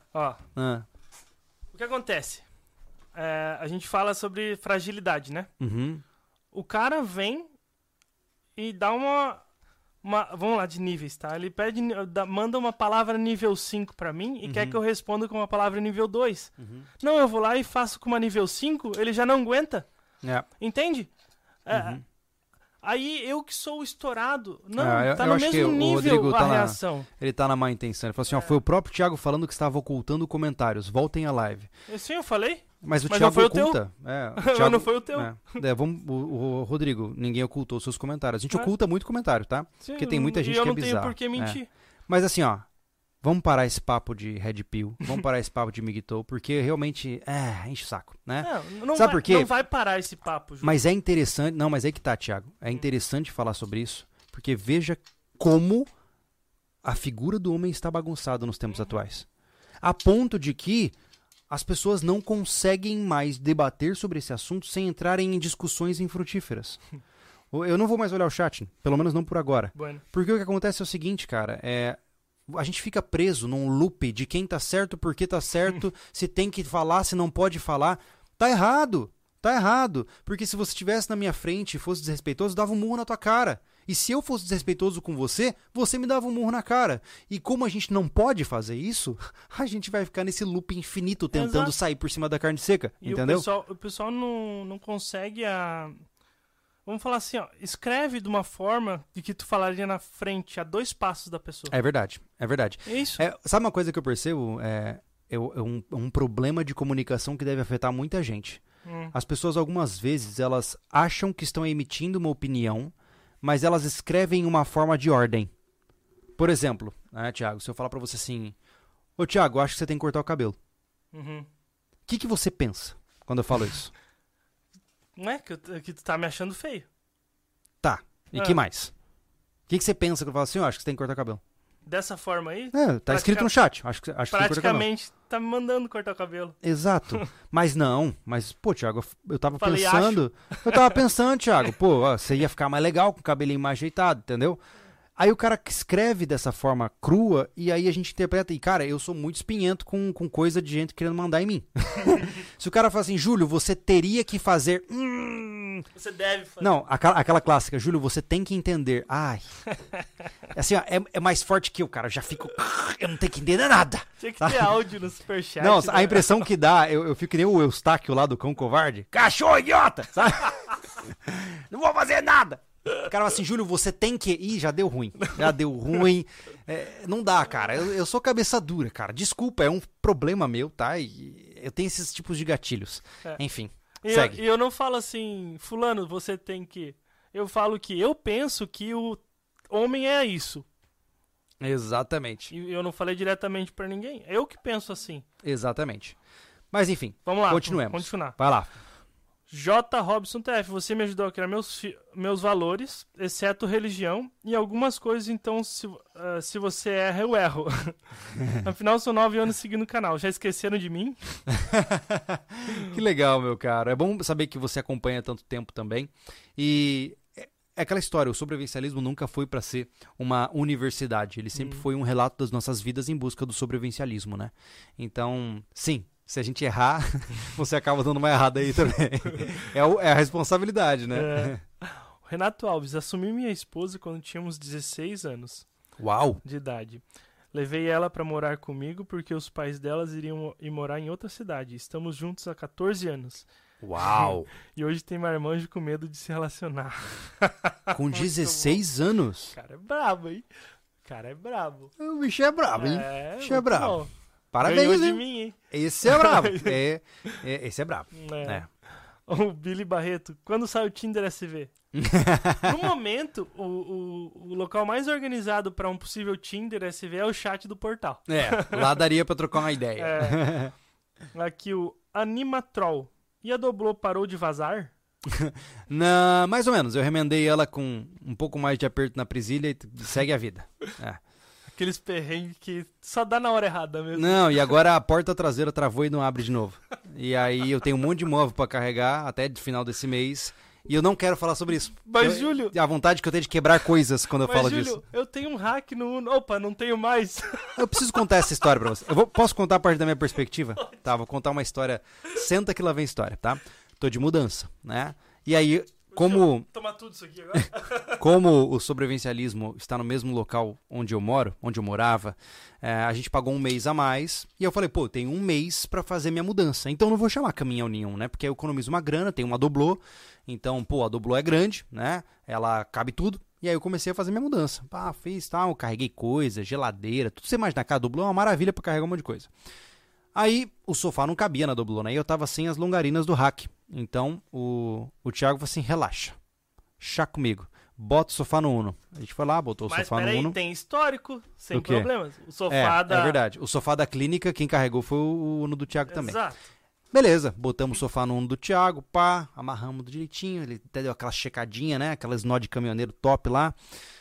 o que acontece? A gente fala sobre fragilidade, né? O cara vem e dá vamos lá, de níveis, tá? Ele manda uma palavra nível 5 pra mim e quer que eu responda com uma palavra nível 2. Não, eu vou lá e faço com uma nível 5, ele já não aguenta. Entende? Aí eu que sou estourado. Não, tá no mesmo nível a reação. Ele tá na má intenção. Ele falou assim, foi o próprio Thiago falando que estava ocultando comentários. Voltem à live. Sim, eu falei. Mas o Thiago oculta. O Thiago... não foi o teu. O Rodrigo, ninguém ocultou seus comentários. A gente oculta muito comentário, tá? Sim, porque tem muita gente que é bizarro. Eu não tenho por que mentir. Mas assim, vamos parar esse papo de Red Pill, vamos parar esse papo de Migtou, porque realmente, enche o saco, né? Sabe por quê? Não vai parar esse papo, Ju. Mas é interessante, mas aí que tá, Thiago, é interessante falar sobre isso, porque veja como a figura do homem está bagunçada nos tempos atuais. A ponto de que as pessoas não conseguem mais debater sobre esse assunto sem entrarem em discussões infrutíferas. Eu não vou mais olhar o chat, pelo menos não por agora. Bueno. Porque o que acontece é o seguinte, cara, a gente fica preso num loop de quem tá certo, por que tá certo, se tem que falar, se não pode falar. Tá errado. Porque se você estivesse na minha frente e fosse desrespeitoso, dava um murro na tua cara. E se eu fosse desrespeitoso com você, você me dava um murro na cara. E como a gente não pode fazer isso, a gente vai ficar nesse loop infinito tentando sair por cima da carne seca. E entendeu? O pessoal não consegue Vamos falar assim, escreve de uma forma de que tu falaria na frente, a 2 passos da pessoa. É verdade. É isso. Sabe uma coisa que eu percebo? um problema de comunicação que deve afetar muita gente. As pessoas, algumas vezes, elas acham que estão emitindo uma opinião, mas elas escrevem uma forma de ordem. Por exemplo, né, Thiago, se eu falar pra você assim, ô Thiago, acho que você tem que cortar o cabelo. O que você pensa quando eu falo isso? Não é que tu tá me achando feio. Tá, e que mais? O que você pensa quando eu falo assim, eu acho que você tem que cortar o cabelo? Dessa forma aí? Tá escrito no chat, acho que você tem que cortar o cabelo. Praticamente tá me mandando cortar o cabelo. Exato. Mas não, pô, Thiago, eu tava Falei, pensando, Thiago, pô, ó, você ia ficar mais legal com o cabelinho mais ajeitado, entendeu? Aí o cara escreve dessa forma crua e aí a gente interpreta. E, cara, eu sou muito espinhento com coisa de gente querendo mandar em mim. Se o cara fala assim, Júlio, você teria que fazer... Você deve fazer. Não, aquela clássica, Júlio, você tem que entender. Ai. Assim, ó, é mais forte que eu, cara. Eu já fico... Eu não tenho que entender nada. Tinha que ter áudio no superchat. Não, né? a impressão que dá, eu fico que nem o Eustáquio lá do Cão Covarde. Cachorro idiota! Sabe? Não vou fazer nada. O cara fala assim, Júlio, você tem que... Ih, já deu ruim. Não dá, cara. Eu sou cabeça dura, cara. Desculpa, é um problema meu, tá? E eu tenho esses tipos de gatilhos. Enfim, segue. E eu não falo assim, fulano, você tem que... Eu falo que eu penso que o homem é isso. Exatamente. E eu não falei diretamente pra ninguém. Eu que penso assim. Exatamente. Mas enfim, vamos lá, continuemos. Vamos continuar. Vai lá. J. Robson TF, você me ajudou a criar meus valores, exceto religião, e algumas coisas, então, se você erra, eu erro. Afinal, são 9 anos seguindo o canal. Já esqueceram de mim? Que legal, meu caro. É bom saber que você acompanha tanto tempo também. E é aquela história, o sobrevivencialismo nunca foi para ser uma universidade. Ele sempre foi um relato das nossas vidas em busca do sobrevivencialismo, né? Então, sim. Se a gente errar, você acaba dando uma errada aí também. É a responsabilidade, né? Renato Alves, assumi minha esposa quando tínhamos 16 anos. Uau! De idade. Levei ela pra morar comigo porque os pais delas iriam ir morar em outra cidade. Estamos juntos há 14 anos. Uau! E hoje tem marmanjo com medo de se relacionar. Com 16 anos? O cara é brabo, hein? O cara é brabo. O bicho é brabo, hein? O bicho é brabo. Bom. Parabéns, de mim, hein? Esse é brabo. Esse é brabo. O Billy Barreto, quando sai o Tinder SV? No momento, o local mais organizado para um possível Tinder SV é o chat do portal. Lá daria para trocar uma ideia. Aqui o Animatroll. E a Doblô parou de vazar? Não, mais ou menos. Eu remendei ela com um pouco mais de aperto na presilha e segue a vida. Aqueles perrengues que só dá na hora errada mesmo. Não, e agora a porta traseira travou e não abre de novo. E aí eu tenho um monte de móvel pra carregar até o final desse mês. E eu não quero falar sobre isso. Mas, Júlio... A vontade que eu tenho de quebrar coisas quando eu falo Júlio, disso. Eu tenho um hack no Uno. Opa, não tenho mais. Eu preciso contar essa história pra você. Posso contar a parte da minha perspectiva? Tá, vou contar uma história. Senta que lá vem história, tá? Tô de mudança, né? E aí... Como tudo isso aqui agora? Como o sobrevivencialismo está no mesmo local onde eu morava, a gente pagou um mês a mais. E eu falei, pô, eu tenho um mês para fazer minha mudança. Então não vou chamar caminhão nenhum, né? Porque eu economizo uma grana, tenho uma Doblô. Então, pô, a Doblô é grande, né? Ela cabe tudo. E aí eu comecei a fazer minha mudança. Fiz tal, carreguei coisa, geladeira, tudo você imaginar. Cara, a Doblô é uma maravilha para carregar um monte de coisa. Aí o sofá não cabia na Doblô, né? E eu tava sem as longarinas do rack. Então o Thiago falou assim, relaxa, chá comigo, bota o sofá no Uno. A gente foi lá, botou o sofá no Uno. Mas tem histórico, sem problemas. O sofá É verdade, o sofá da clínica, quem carregou foi o Uno do Thiago também. Exato. Beleza, botamos o sofá no Uno do Thiago, amarramos direitinho, ele até deu aquela checadinha, né, aquelas nó de caminhoneiro top lá.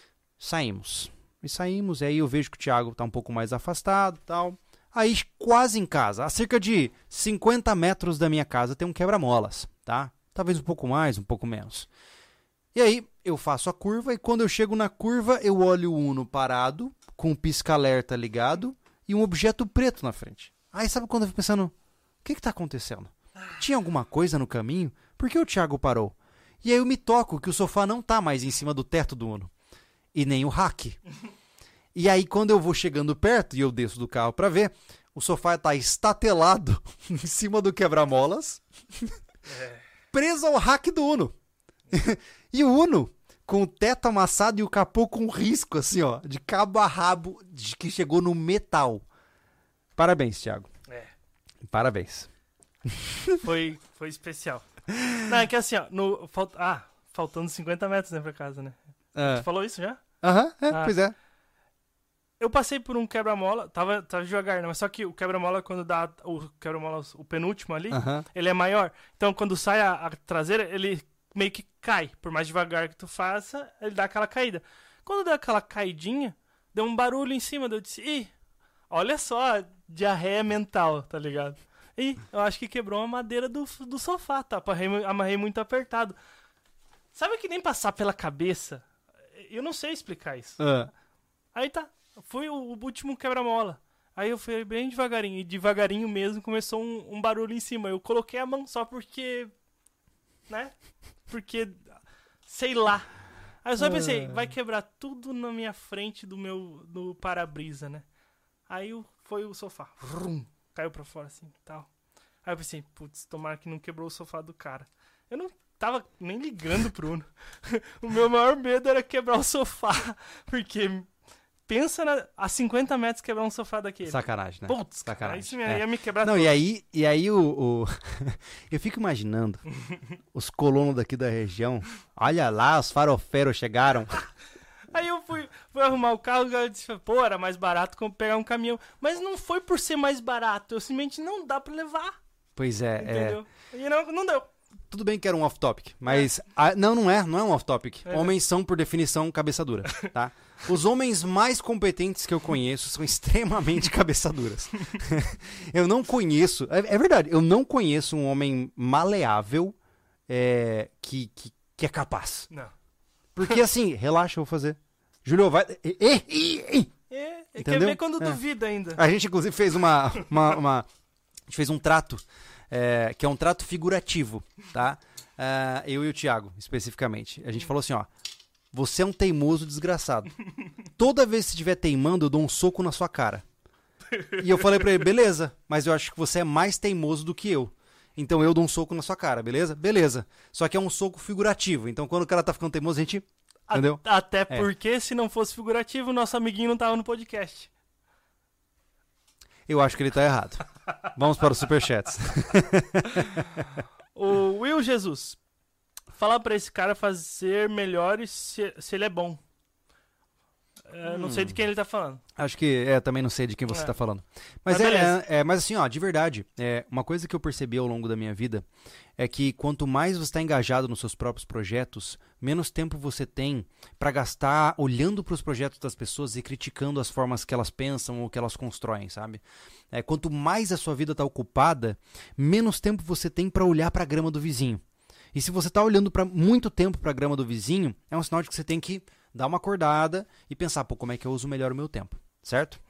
Saímos, e aí eu vejo que o Thiago tá um pouco mais afastado e tal. Aí, quase em casa, a cerca de 50 metros da minha casa, tem um quebra-molas, tá? Talvez um pouco mais, um pouco menos. E aí, eu faço a curva e quando eu chego na curva, eu olho o Uno parado, com o pisca-alerta ligado e um objeto preto na frente. Aí, sabe quando eu fico pensando, o que tá acontecendo? Tinha alguma coisa no caminho? Por que o Thiago parou? E aí eu me toco que o sofá não tá mais em cima do teto do Uno. E nem o rack. E aí, quando eu vou chegando perto e eu desço do carro pra ver, o sofá tá estatelado em cima do quebra-molas, preso ao rack do Uno. E o Uno, com o teto amassado e o capô com risco, assim, ó, de cabo a rabo, que chegou no metal. Parabéns, Thiago. Parabéns. Foi especial. Não, é que assim, ó, faltando 50 metros, né, pra casa, né? Tu falou isso já? Pois é. Eu passei por um quebra-mola, tava devagar, né? Mas só que o quebra-mola, quando dá o penúltimo ali, ele é maior. Então, quando sai a traseira, ele meio que cai. Por mais devagar que tu faça, ele dá aquela caída. Quando deu aquela caidinha, deu um barulho em cima, eu disse, ih, olha só, diarreia mental, tá ligado? E eu acho que quebrou a madeira do sofá, tá? Amarrei muito apertado. Sabe que nem passar pela cabeça? Eu não sei explicar isso. Aí tá, foi o último quebra-mola. Aí eu fui bem devagarinho, e devagarinho mesmo começou um barulho em cima. Eu coloquei a mão só porque, né? Porque, sei lá. Aí eu só pensei, vai quebrar tudo na minha frente do para-brisa, né? Aí foi o sofá. Caiu pra fora assim e tal. Aí eu pensei, putz, tomara que não quebrou o sofá do cara. Eu não tava nem ligando pro Uno. O meu maior medo era quebrar o sofá. Porque pensa a 50 metros quebrar um sofá daquele. Sacanagem, né? Putz, sacanagem. Isso ia me quebrar não, tudo. E aí eu fico imaginando os colonos daqui da região. Olha lá, os farofeiros chegaram. Aí eu fui arrumar o carro e eu disse, pô, era mais barato pegar um caminhão. Mas não foi por ser mais barato, eu simplesmente não dá pra levar. Pois é. Entendeu? E não deu. Tudo bem que era um off-topic, mas... Não é um off-topic. Homens são, por definição, cabeça dura, tá? Os homens mais competentes que eu conheço são extremamente cabeçaduras. Eu não conheço... É verdade, eu não conheço um homem maleável que é capaz. Não. Porque assim, relaxa, eu vou fazer. Júlio, vai... Quer ver quando duvida ainda. A gente, inclusive, fez a gente fez um trato, que é um trato figurativo, tá? Eu e o Thiago, especificamente. A gente falou assim, ó, você é um teimoso desgraçado. Toda vez que você estiver teimando, eu dou um soco na sua cara. E eu falei pra ele, beleza, mas eu acho que você é mais teimoso do que eu. Então eu dou um soco na sua cara, beleza? Beleza. Só que é um soco figurativo. Então quando o cara tá ficando teimoso, a gente... Entendeu? Até porque, se não fosse figurativo, o nosso amiguinho não tava no podcast. Eu acho que ele tá errado. Vamos para os superchats. O Will Jesus. Fala pra esse cara fazer melhores se ele é bom. Não sei de quem ele tá falando. Acho que também não sei de quem você tá falando. Mas mas assim, ó, de verdade, uma coisa que eu percebi ao longo da minha vida é que quanto mais você está engajado nos seus próprios projetos, menos tempo você tem para gastar olhando para os projetos das pessoas e criticando as formas que elas pensam ou que elas constroem, sabe? Quanto mais a sua vida está ocupada, menos tempo você tem para olhar para a grama do vizinho. E se você está olhando muito tempo para a grama do vizinho, é um sinal de que você tem que dar uma acordada e pensar, pô, como é que eu uso melhor o meu tempo, certo?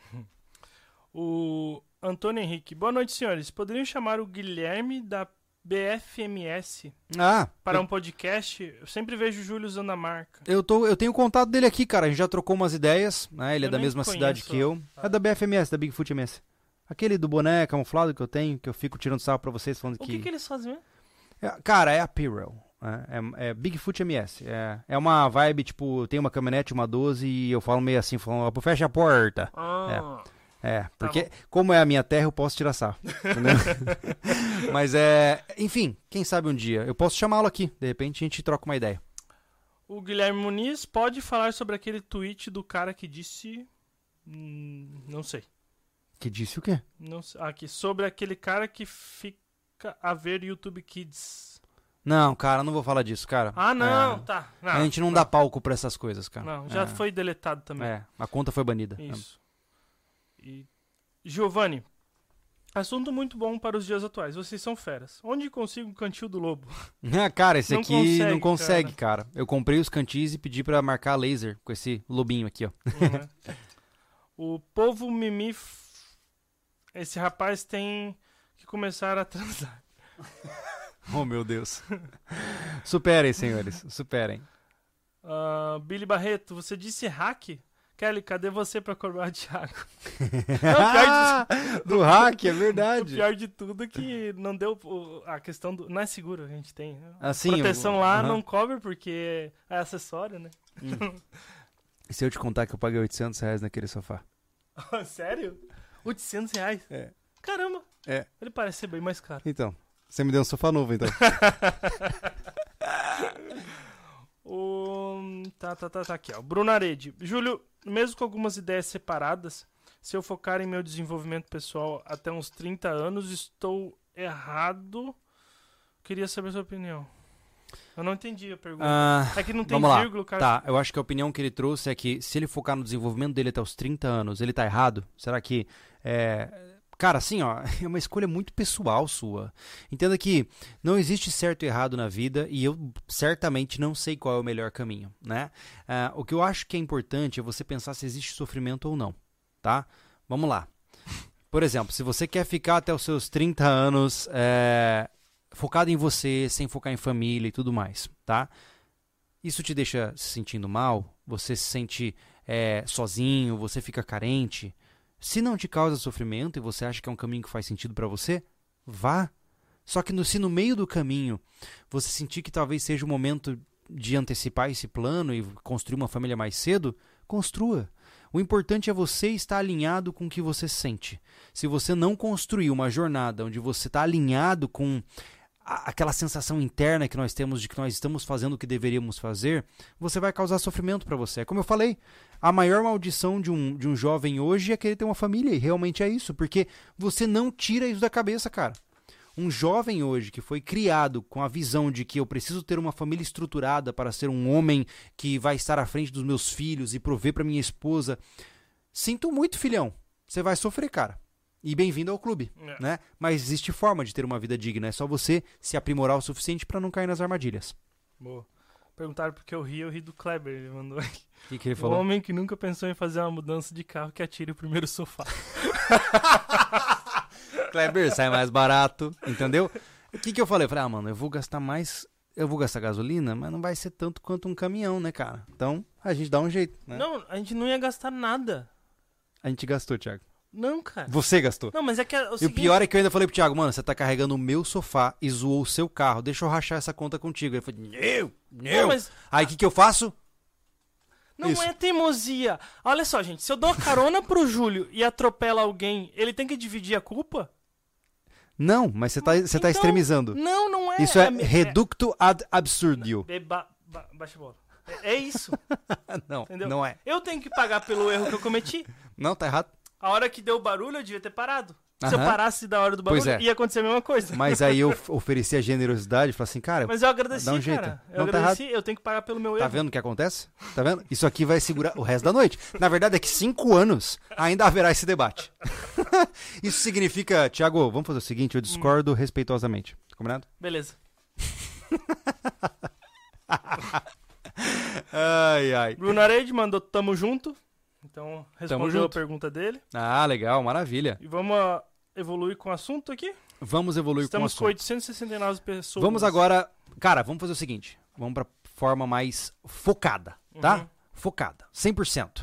O Antônio Henrique. Boa noite, senhores. Poderiam chamar o Guilherme da BFMS para um podcast? Eu sempre vejo o Júlio usando a marca. Eu tenho o contato dele aqui, cara. A gente já trocou umas ideias, né? Ele é da mesma cidade que eu. É da BFMS, da Bigfoot MS. Aquele do boné camuflado que eu tenho, que eu fico tirando sarro pra vocês falando que... O que eles fazem mesmo? Cara, é apparel. É Bigfoot MS. É uma vibe, tipo, tem uma caminhonete, uma 12 e eu falo meio assim, falando, fecha a porta. Porque como é a minha terra, eu posso tirar sarro. Entendeu? Mas enfim, quem sabe um dia. Eu posso chamá-lo aqui, de repente a gente troca uma ideia. O Guilherme Muniz pode falar sobre aquele tweet do cara que disse... não sei. Que disse o quê? Não sei. Aqui, sobre aquele cara que fica a ver YouTube Kids. Não, cara, não vou falar disso, cara. Não, tá. Não, a gente não dá palco pra essas coisas, cara. Não, já foi deletado também. A conta foi banida. Isso. E Giovanni, assunto muito bom para os dias atuais. Vocês são feras. Onde consigo o cantil do lobo? Cara, esse aqui não consegue, cara. Eu comprei os cantis e pedi pra marcar laser com esse lobinho aqui, ó. O povo mimi... Esse rapaz tem que começar a transar. Oh, meu Deus. Superem, senhores. Superem. Billy Barreto, você disse hack? Kelly, cadê você pra cobrar o Thiago? Do hack, é verdade. O pior de tudo é que não deu a questão do... Não é seguro, a gente tem. Assim, proteção lá não cobre porque é acessório, né? E se eu te contar que eu paguei R$800 naquele sofá? Sério? R$800? É. Caramba. É. Ele parece ser bem mais caro. Então, você me deu um sofá novo, então. Tá aqui, ó. Bruno Arede. Júlio, mesmo com algumas ideias separadas, se eu focar em meu desenvolvimento pessoal até uns 30 anos, estou errado? Queria saber a sua opinião. Eu não entendi a pergunta. É que não tem vamos vírgula, lá. cara. Tá, eu acho que a opinião que ele trouxe é que se ele focar no desenvolvimento dele até os 30 anos, ele tá errado? Será que... Cara, assim, ó, é uma escolha muito pessoal sua. Entenda que não existe certo e errado na vida e eu certamente não sei qual é o melhor caminho, né? O que eu acho que é importante é você pensar se existe sofrimento ou não, tá? Vamos lá. Por exemplo, se você quer ficar até os seus 30 anos focado em você, sem focar em família e tudo mais, tá? Isso te deixa se sentindo mal? Você se sente sozinho? Você fica carente? Se não te causa sofrimento e você acha que é um caminho que faz sentido pra você, vá. Só que se no meio do caminho você sentir que talvez seja o momento de antecipar esse plano e construir uma família mais cedo, construa. O importante é você estar alinhado com o que você sente. Se você não construir uma jornada onde você está alinhado com aquela sensação interna que nós temos de que nós estamos fazendo o que deveríamos fazer, você vai causar sofrimento para você. Como eu falei, a maior maldição de um jovem hoje é querer ter uma família, e realmente é isso, porque você não tira isso da cabeça, cara. Um jovem hoje que foi criado com a visão de que eu preciso ter uma família estruturada para ser um homem que vai estar à frente dos meus filhos e prover para minha esposa, sinto muito, filhão, você vai sofrer, cara. E bem-vindo ao clube, né? Mas existe forma de ter uma vida digna. É só você se aprimorar o suficiente para não cair nas armadilhas. Boa. Perguntaram porque eu ri do Kleber. Ele mandou aqui. O que ele falou? Um homem que nunca pensou em fazer uma mudança de carro que atire o primeiro sofá. Kleber, sai mais barato, entendeu? O que eu falei? Eu falei, mano, eu vou gastar gasolina, mas não vai ser tanto quanto um caminhão, né, cara? Então, a gente dá um jeito, né? Não, a gente não ia gastar nada. A gente gastou, Thiago. Não, cara. Você gastou. Não, mas é que E o pior é que eu ainda falei pro Thiago, mano, você tá carregando o meu sofá e zoou o seu carro. Deixa eu rachar essa conta contigo. Ele falou, não. Mas... Aí o que eu faço? Não é teimosia. Olha só, gente, se eu dou carona pro Júlio e atropela alguém, ele tem que dividir a culpa? Não, mas você tá extremizando. Não é. Isso é reducto ad absurdio. Baixa a bola. É isso. Não, entendeu? Não é. Eu tenho que pagar pelo erro que eu cometi. Não, tá errado. A hora que deu barulho, eu devia ter parado. Se eu parasse da hora do barulho, ia acontecer a mesma coisa. Mas aí eu ofereci a generosidade e falei assim, cara... Mas eu agradeci, dá um jeito. cara. Eu agradeci, eu tenho que pagar pelo meu erro. Tá vendo o que acontece? Tá vendo? Isso aqui vai segurar o resto da noite. Na verdade é que 5 anos ainda haverá esse debate. Isso significa... Thiago, vamos fazer o seguinte, eu discordo respeitosamente. Combinado? Beleza. Ai. Bruno Arede mandou tamo junto. Então, respondeu a pergunta dele. Ah, legal, maravilha. E vamos evoluir com o assunto aqui? Vamos evoluir com o assunto. Estamos com 869 pessoas. Vamos agora... Cara, vamos fazer o seguinte. Vamos pra forma mais focada, tá? Focada, 100%.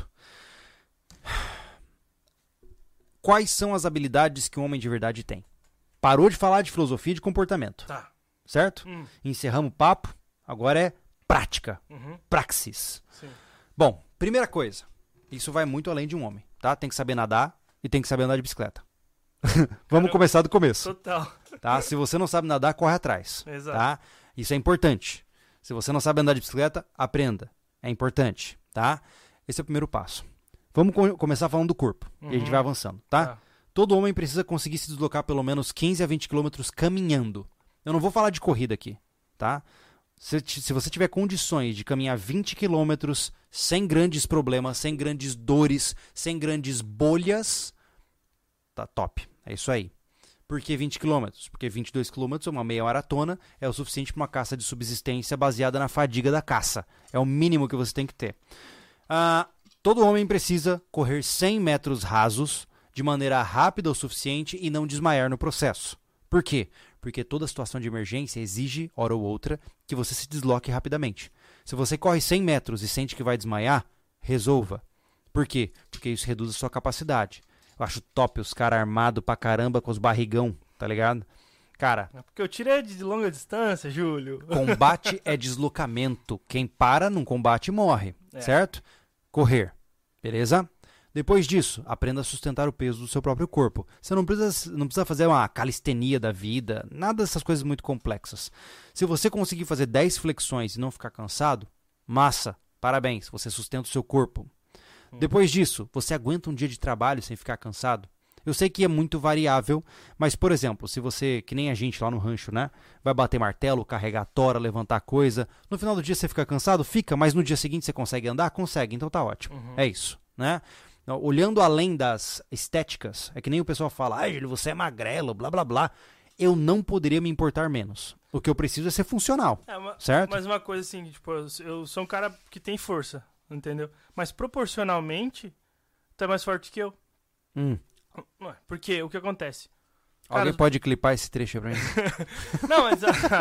Quais são as habilidades que um homem de verdade tem? Parou de falar de filosofia e de comportamento. Tá. Certo? Encerramos o papo. Agora é prática. Praxis. Sim. Bom, primeira coisa. Isso vai muito além de um homem, tá? Tem que saber nadar e tem que saber andar de bicicleta. Vamos começar do começo. Total. Tá? Se você não sabe nadar, corre atrás. Exato. Tá? Isso é importante. Se você não sabe andar de bicicleta, aprenda. É importante, tá? Esse é o primeiro passo. Vamos começar falando do corpo. E a gente vai avançando, tá? Todo homem precisa conseguir se deslocar pelo menos 15 a 20 quilômetros caminhando. Eu não vou falar de corrida aqui, tá? Se você tiver condições de caminhar 20 quilômetros sem grandes problemas, sem grandes dores, sem grandes bolhas, tá top. É isso aí. Por que 20 quilômetros? Porque 22 quilômetros, uma meia maratona, é o suficiente para uma caça de subsistência baseada na fadiga da caça. É o mínimo que você tem que ter. Todo homem precisa correr 100 metros rasos de maneira rápida o suficiente e não desmaiar no processo. Por quê? Porque toda situação de emergência exige, hora ou outra, que você se desloque rapidamente. Se você corre 100 metros e sente que vai desmaiar, resolva. Por quê? Porque isso reduz a sua capacidade. Eu acho top os caras armados pra caramba com os barrigão, tá ligado? Cara... Porque o tiro é de longa distância, Júlio. Combate é deslocamento. Quem para num combate morre, certo? Correr, beleza? Depois disso, aprenda a sustentar o peso do seu próprio corpo. Você não precisa fazer uma calistenia da vida, nada dessas coisas muito complexas. Se você conseguir fazer 10 flexões e não ficar cansado, massa, parabéns, você sustenta o seu corpo. Depois disso, você aguenta um dia de trabalho sem ficar cansado? Eu sei que é muito variável, mas, por exemplo, se você, que nem a gente lá no rancho, né? Vai bater martelo, carregar tora, levantar coisa. No final do dia você fica cansado? Fica, mas no dia seguinte você consegue andar? Consegue, então tá ótimo. É isso, né? Olhando além das estéticas, é que nem o pessoal fala, ai, Júlio, você é magrelo, blá, blá, blá. Eu não poderia me importar menos. O que eu preciso é ser funcional, certo? Mas uma coisa assim, tipo, eu sou um cara que tem força, entendeu? Mas proporcionalmente, tu é mais forte que eu. Porque o que acontece? Alguém pode clipar esse trecho aí pra mim? Não, mas...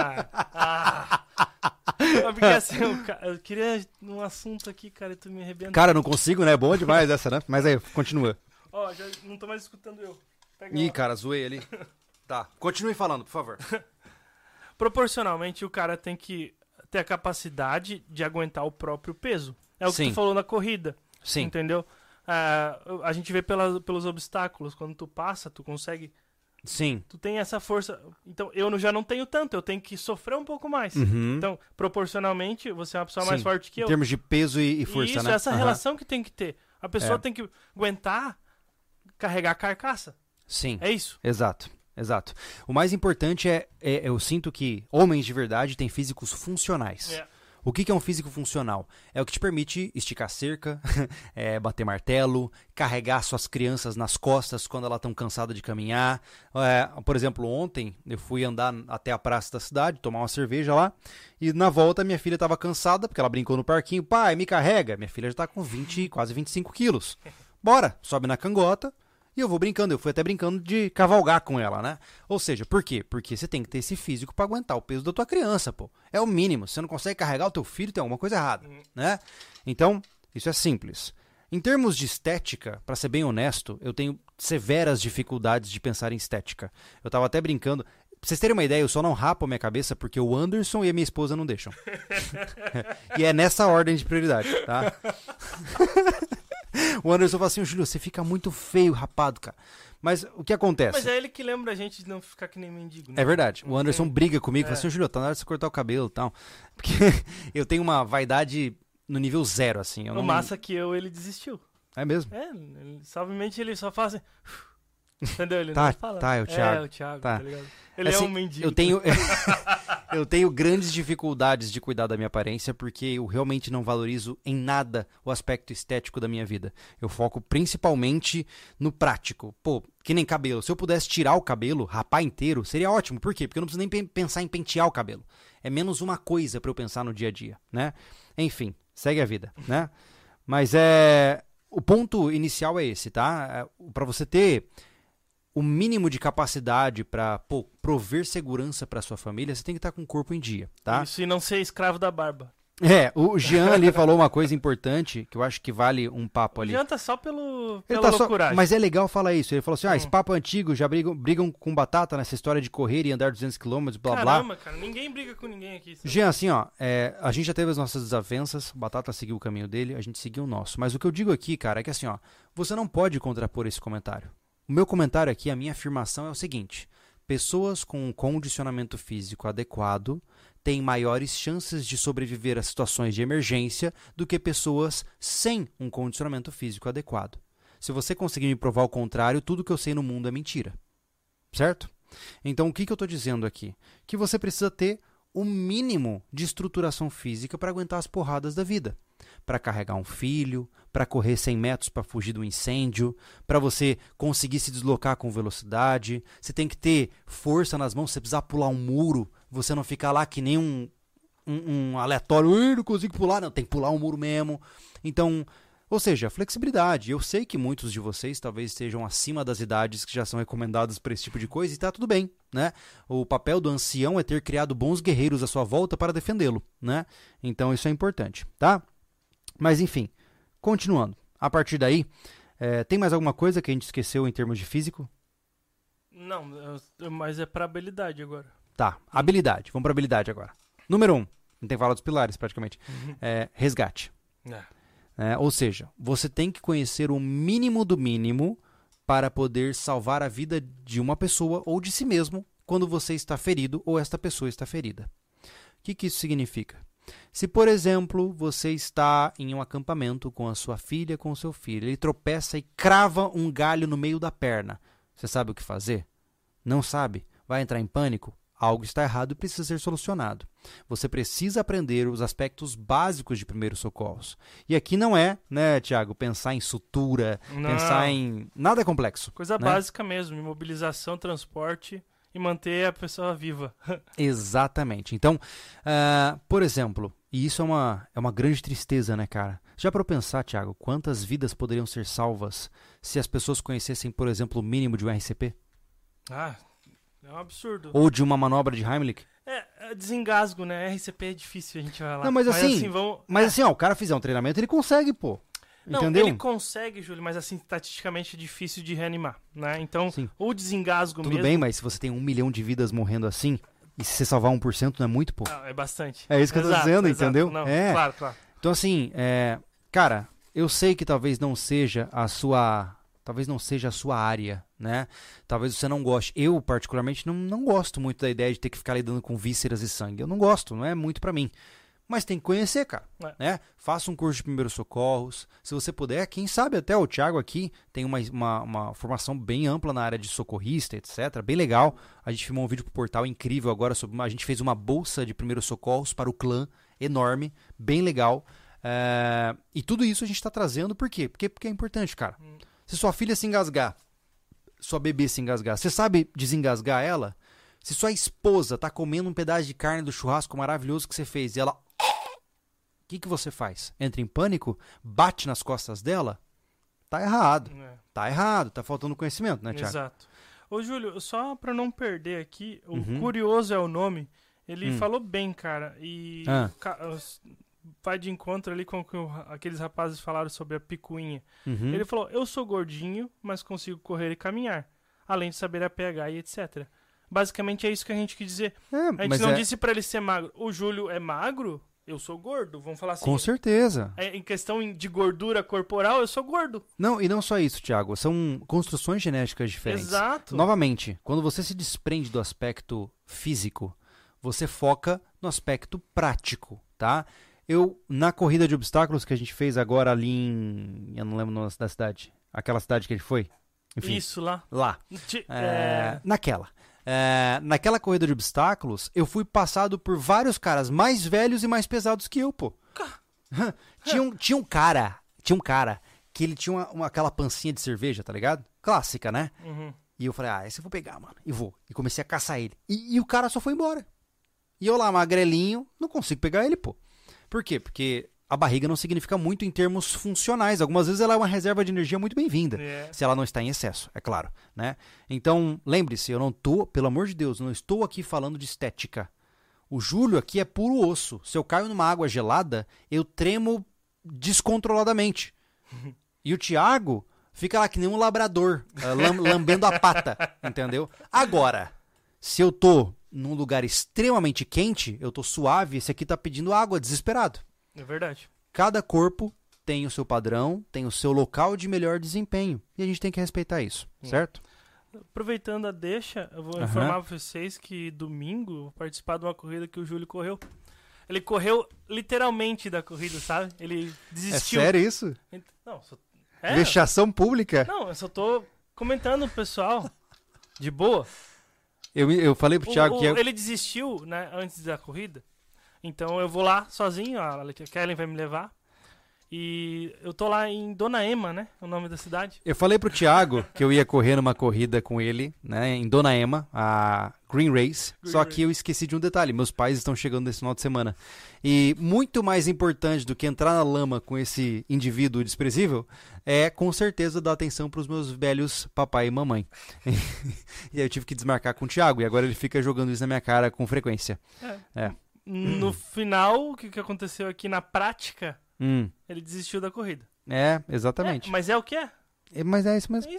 porque assim, eu queria um assunto aqui, cara, e tu me arrebenta. Cara, não consigo, né? É bom demais essa, né? Mas aí, continua. Ó, já não tô mais escutando eu. Ih, cara, zoei ali. Tá, continue falando, por favor. Proporcionalmente, o cara tem que ter a capacidade de aguentar o próprio peso. É o que Sim. tu falou na corrida. Sim. Entendeu? A gente vê pelos obstáculos. Quando tu passa, tu consegue... Sim. Tu tem essa força. Então, eu já não tenho tanto. Eu tenho que sofrer um pouco mais. Então, proporcionalmente, você é uma pessoa mais forte que eu. Em termos de peso e força, Isso, né? essa relação que tem que ter. A pessoa tem que aguentar carregar a carcaça. Sim. É isso. Exato. O mais importante eu sinto que homens de verdade têm físicos funcionais. O que é um físico funcional? É o que te permite esticar cerca, bater martelo, carregar suas crianças nas costas quando elas estão cansadas de caminhar. Por exemplo, ontem eu fui andar até a praça da cidade, tomar uma cerveja lá, e na volta minha filha estava cansada, porque ela brincou no parquinho. Pai, me carrega. Minha filha já está com 20, quase 25 quilos. Bora, sobe na cangota. E eu vou brincando, eu fui até brincando de cavalgar com ela, né? Ou seja, por quê? Porque você tem que ter esse físico para aguentar o peso da tua criança, pô. É o mínimo. Se você não consegue carregar o teu filho, tem alguma coisa errada, né? Então, isso é simples. Em termos de estética, para ser bem honesto, eu tenho severas dificuldades de pensar em estética. Eu tava até brincando. Pra vocês terem uma ideia, eu só não rapo a minha cabeça porque o Anderson e a minha esposa não deixam. E é nessa ordem de prioridade, tá? O Anderson fala assim, Júlio, você fica muito feio, rapado, cara. Mas o que acontece? Mas é ele que lembra a gente de não ficar que nem mendigo, né? É verdade. O Anderson briga comigo, fala assim, Júlio, tá na hora de você cortar o cabelo e tal. Porque eu tenho uma vaidade no nível 0, assim. O massa que ele desistiu. É mesmo? Suavemente ele só faz assim... Entendeu? Ele não fala. Tá, é o Thiago. É, o Thiago, tá ligado? Ele assim, é um mendigo. Eu tenho grandes dificuldades de cuidar da minha aparência porque eu realmente não valorizo em nada o aspecto estético da minha vida. Eu foco principalmente no prático. Pô, que nem cabelo. Se eu pudesse tirar o cabelo, rapar inteiro, seria ótimo. Por quê? Porque eu não preciso nem pensar em pentear o cabelo. É menos uma coisa pra eu pensar no dia a dia, né? Enfim, segue a vida, né? Mas o ponto inicial é esse, tá? Pra você ter o mínimo de capacidade para prover segurança para sua família, você tem que estar com o corpo em dia, tá? Isso, e não ser escravo da barba. O Jean ali falou uma coisa importante, que eu acho que vale um papo ali. O Jean tá só pela loucuragem. Mas é legal falar isso. Ele falou assim, esse papo antigo, já brigam com batata nessa história de correr e andar 200 km, blá, blá. Caramba, cara, ninguém briga com ninguém aqui. Sabe? Jean, assim, a gente já teve as nossas desavenças, o Batata seguiu o caminho dele, a gente seguiu o nosso. Mas o que eu digo aqui, cara, é que assim, você não pode contrapor esse comentário. O meu comentário aqui, a minha afirmação é o seguinte: pessoas com um condicionamento físico adequado têm maiores chances de sobreviver a situações de emergência do que pessoas sem um condicionamento físico adequado. Se você conseguir me provar o contrário, tudo que eu sei no mundo é mentira. Certo? Então, o que eu estou dizendo aqui? Que você precisa ter o mínimo de estruturação física para aguentar as porradas da vida. Para carregar um filho, para correr 100 metros para fugir do incêndio, para você conseguir se deslocar com velocidade. Você tem que ter força nas mãos, se você precisar pular um muro, você não ficar lá que nem um aleatório, não consigo pular, não, tem que pular um muro mesmo. Então, ou seja, flexibilidade. Eu sei que muitos de vocês talvez estejam acima das idades que já são recomendadas para esse tipo de coisa e tá tudo bem, né? O papel do ancião é ter criado bons guerreiros à sua volta para defendê-lo, né? Então isso é importante, tá? Mas enfim, continuando. A partir daí, tem mais alguma coisa que a gente esqueceu em termos de físico? Não, mas é pra habilidade agora. Tá, habilidade. Vamos pra habilidade agora. Número 1, não tem que falar dos pilares praticamente. Resgate. Ou seja, você tem que conhecer o mínimo do mínimo para poder salvar a vida de uma pessoa ou de si mesmo quando você está ferido ou esta pessoa está ferida. O que isso significa? Se, por exemplo, você está em um acampamento com a sua filha, com o seu filho, ele tropeça e crava um galho no meio da perna. Você sabe o que fazer? Não sabe? Vai entrar em pânico? Algo está errado e precisa ser solucionado. Você precisa aprender os aspectos básicos de primeiros socorros. E aqui não é, né, Tiago, pensar em sutura, pensar em... Nada complexo. Coisa né? básica mesmo, imobilização, transporte e manter a pessoa viva. Exatamente. Então, por exemplo, e isso é uma grande tristeza, né, cara? Já para pensar, Tiago, quantas vidas poderiam ser salvas se as pessoas conhecessem, por exemplo, o mínimo de um RCP? É um absurdo. Ou de uma manobra de Heimlich? Desengasgo, né? RCP é difícil, a gente vai lá. Não, mas assim, vamos... ó, o cara fizer um treinamento, ele consegue, pô. Não, entendeu? ele consegue, Júlio, mas assim, estatisticamente é difícil de reanimar, né? Então, Sim. o desengasgo Tudo mesmo... bem, mas se você tem 1 milhão de vidas morrendo assim, e se você salvar 1% não é muito, pô? Não, é bastante. É isso que eu tô dizendo, entendeu? Não, É. Claro. Então, assim, cara, eu sei que talvez não seja a sua área, né? Talvez você não goste. Eu, particularmente, não gosto muito da ideia de ter que ficar lidando com vísceras e sangue. Eu não gosto, não é muito pra mim. Mas tem que conhecer, cara. Né? Faça um curso de primeiros socorros. Se você puder, quem sabe até o Thiago aqui tem uma formação bem ampla na área de socorrista, etc. Bem legal. A gente filmou um vídeo pro portal incrível agora. A gente fez uma bolsa de primeiros socorros para o clã, enorme, bem legal. E tudo isso a gente está trazendo por quê? Porque é importante, cara. Se sua filha se engasgar, sua bebê se engasgar, você sabe desengasgar ela? Se sua esposa tá comendo um pedaço de carne do churrasco maravilhoso que você fez e ela... O que você faz? Entra em pânico? Bate nas costas dela? Tá errado. Tá errado. Tá faltando conhecimento, né, Thiago? Exato. Ô, Júlio, só pra não perder aqui, o Curioso é o nome. Ele falou bem, cara. E vai de encontro ali com o que aqueles rapazes falaram sobre a picuinha. Ele falou, eu sou gordinho, mas consigo correr e caminhar. Além de saber a pH e etc. Basicamente é isso que a gente quis dizer. A gente não disse pra ele ser magro. O Júlio é magro? Eu sou gordo, vamos falar assim. Com certeza. Em questão de gordura corporal, eu sou gordo. Não, e não só isso, Thiago. São construções genéticas diferentes. Exato. Novamente, quando você se desprende do aspecto físico, você foca no aspecto prático, tá? Na corrida de obstáculos que a gente fez agora ali eu não lembro o nome da cidade. Aquela cidade que ele foi. Enfim, isso lá. Lá. Naquela corrida de obstáculos, eu fui passado por vários caras mais velhos e mais pesados que eu, pô. Tinha um cara que ele tinha aquela pancinha de cerveja, tá ligado? Clássica, né? E eu falei, esse eu vou pegar, mano. E vou. E comecei a caçar ele. E o cara só foi embora. E eu lá, magrelinho, não consigo pegar ele, pô. Por quê? Porque a barriga não significa muito em termos funcionais. Algumas vezes ela é uma reserva de energia muito bem-vinda, se ela não está em excesso, é claro, né? Então, lembre-se, eu não tô, pelo amor de Deus, não estou aqui falando de estética. O Júlio aqui é puro osso. Se eu caio numa água gelada, eu tremo descontroladamente. E o Thiago fica lá que nem um labrador, lambendo a pata, entendeu? Agora, se eu tô num lugar extremamente quente, eu tô suave, esse aqui tá pedindo água, desesperado. É verdade. Cada corpo tem o seu padrão, tem o seu local de melhor desempenho. E a gente tem que respeitar isso, certo? Aproveitando a deixa, eu vou informar pra vocês que domingo eu vou participar de uma corrida que o Júlio correu. Ele correu literalmente da corrida, sabe? Ele desistiu. É sério isso? Não, Vexação pública? Não, eu só tô comentando pro pessoal. De boa. Eu falei pro Thiago que... Ele desistiu, né, antes da corrida. Então eu vou lá sozinho, a Kellen vai me levar. E eu tô lá em Dona Ema, né? O nome da cidade. Eu falei pro Thiago que eu ia correr numa corrida com ele, né? Em Dona Ema, a Green Race. Só que eu esqueci de um detalhe. Meus pais estão chegando nesse final de semana. E muito mais importante do que entrar na lama com esse indivíduo desprezível é, com certeza, dar atenção pros meus velhos papai e mamãe. E aí eu tive que desmarcar com o Thiago. E agora ele fica jogando isso na minha cara com frequência. No final, o que aconteceu aqui na prática... Ele desistiu da corrida. Exatamente. Mas é o que é? Mas é isso mesmo. É isso.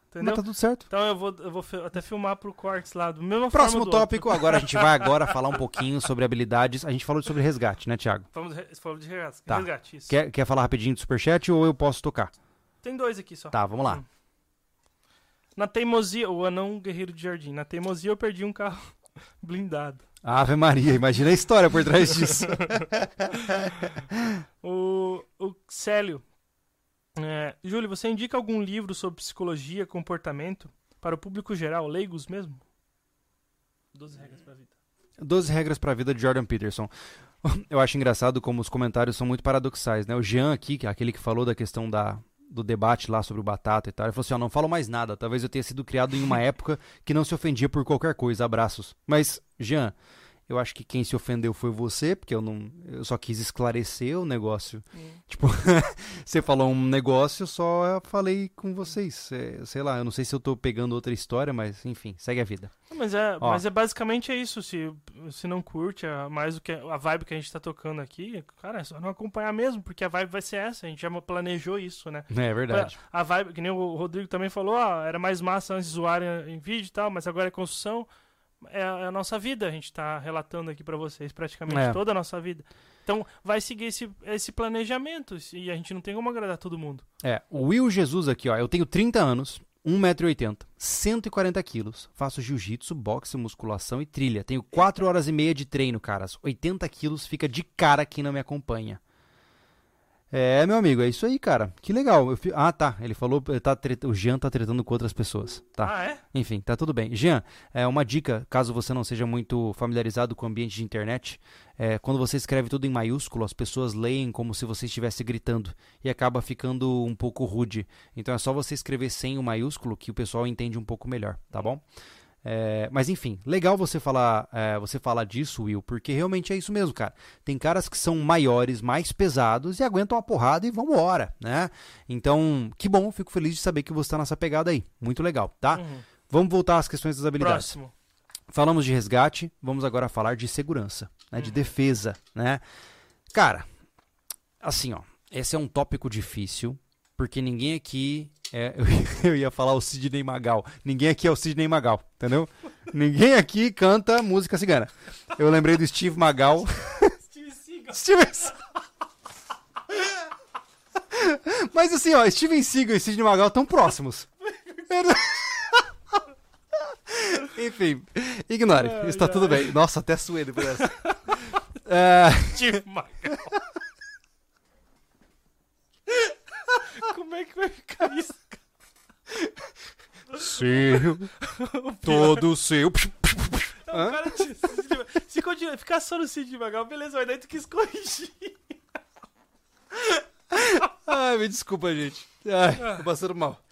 entendeu? Mas tá tudo certo. Então eu vou até filmar pro Quartz lá, do mesmo Próximo tópico, agora a gente vai falar um pouquinho sobre habilidades. A gente falou sobre resgate, né, Thiago? Falamos de resgate, Tá. resgate, isso. Quer falar rapidinho do superchat ou eu posso tocar? Tem 2 aqui só. Tá, vamos lá. Na teimosia, o anão guerreiro de jardim. Na teimosia eu perdi um carro blindado. Ave Maria, imagina a história por trás disso. O Célio. Júlio, você indica algum livro sobre psicologia, comportamento para o público geral, leigos mesmo? 12 regras pra vida. 12 regras pra vida de Jordan Peterson. Eu acho engraçado como os comentários são muito paradoxais, né? O Jean aqui, que é aquele que falou da questão do debate lá sobre o Batata e tal, ele falou assim, não falo mais nada, talvez eu tenha sido criado em uma época que não se ofendia por qualquer coisa, abraços. Mas, Jean, eu acho que quem se ofendeu foi você, porque eu só quis esclarecer o negócio. Tipo, você falou um negócio, eu só falei com vocês. Sei lá, eu não sei se eu tô pegando outra história, mas enfim, segue a vida. Mas basicamente é isso. Se não curte mais do que a vibe que a gente tá tocando aqui, cara, é só não acompanhar mesmo, porque a vibe vai ser essa. A gente já planejou isso, né? É verdade. A vibe, que nem o Rodrigo também falou, era mais massa antes zoarem em vídeo e tal, mas agora é construção. É a nossa vida, a gente tá relatando aqui pra vocês praticamente toda a nossa vida. Então vai seguir esse planejamento e a gente não tem como agradar todo mundo. O Will Jesus aqui, ó, eu tenho 30 anos, 1,80 m, 140 quilos, faço jiu-jitsu, boxe, musculação e trilha. Tenho 4 horas e meia de treino, caras. 80 quilos fica de cara quem não me acompanha. Meu amigo, é isso aí, cara. Que legal. Tá. Ele falou, o Jean tá tretando com outras pessoas. Tá. Enfim, tá tudo bem. Jean, uma dica, caso você não seja muito familiarizado com o ambiente de internet, quando você escreve tudo em maiúsculo, as pessoas leem como se você estivesse gritando e acaba ficando um pouco rude. Então é só você escrever sem o maiúsculo que o pessoal entende um pouco melhor, tá bom? Mas enfim, legal você falar disso, Will, porque realmente é isso mesmo, cara. Tem caras que são maiores, mais pesados e aguentam a porrada e vambora, né? Então, que bom, fico feliz de saber que você tá nessa pegada aí. Muito legal, tá? Vamos voltar às questões das habilidades. Próximo. Falamos de resgate, vamos agora falar de segurança, né? De defesa, né? Cara, assim, ó, esse é um tópico difícil, porque ninguém aqui... eu ia falar o Sidney Magal. Ninguém aqui é o Sidney Magal, entendeu? Ninguém aqui canta música cigana. Eu lembrei do Steve Magal. Steven Seagal. Mas assim, ó, Steven Seagal e Sidney Magal estão próximos. Enfim, ignore. Está tudo bem. Nossa, até suei depois dessa. Steve Magal. Como é que vai ficar isso, cara? Seu, todo seu. O cara se continuar, ficar só no Sidney Magal, beleza, mas daí tu quis corrigir. Ai, me desculpa, gente. Tô passando mal.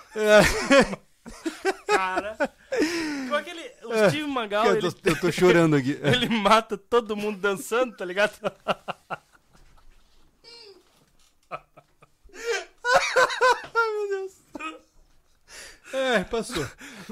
Cara, com o Steve Magal, eu tô chorando aqui. Ele mata todo mundo dançando, tá ligado? Ai, meu Deus. Passou.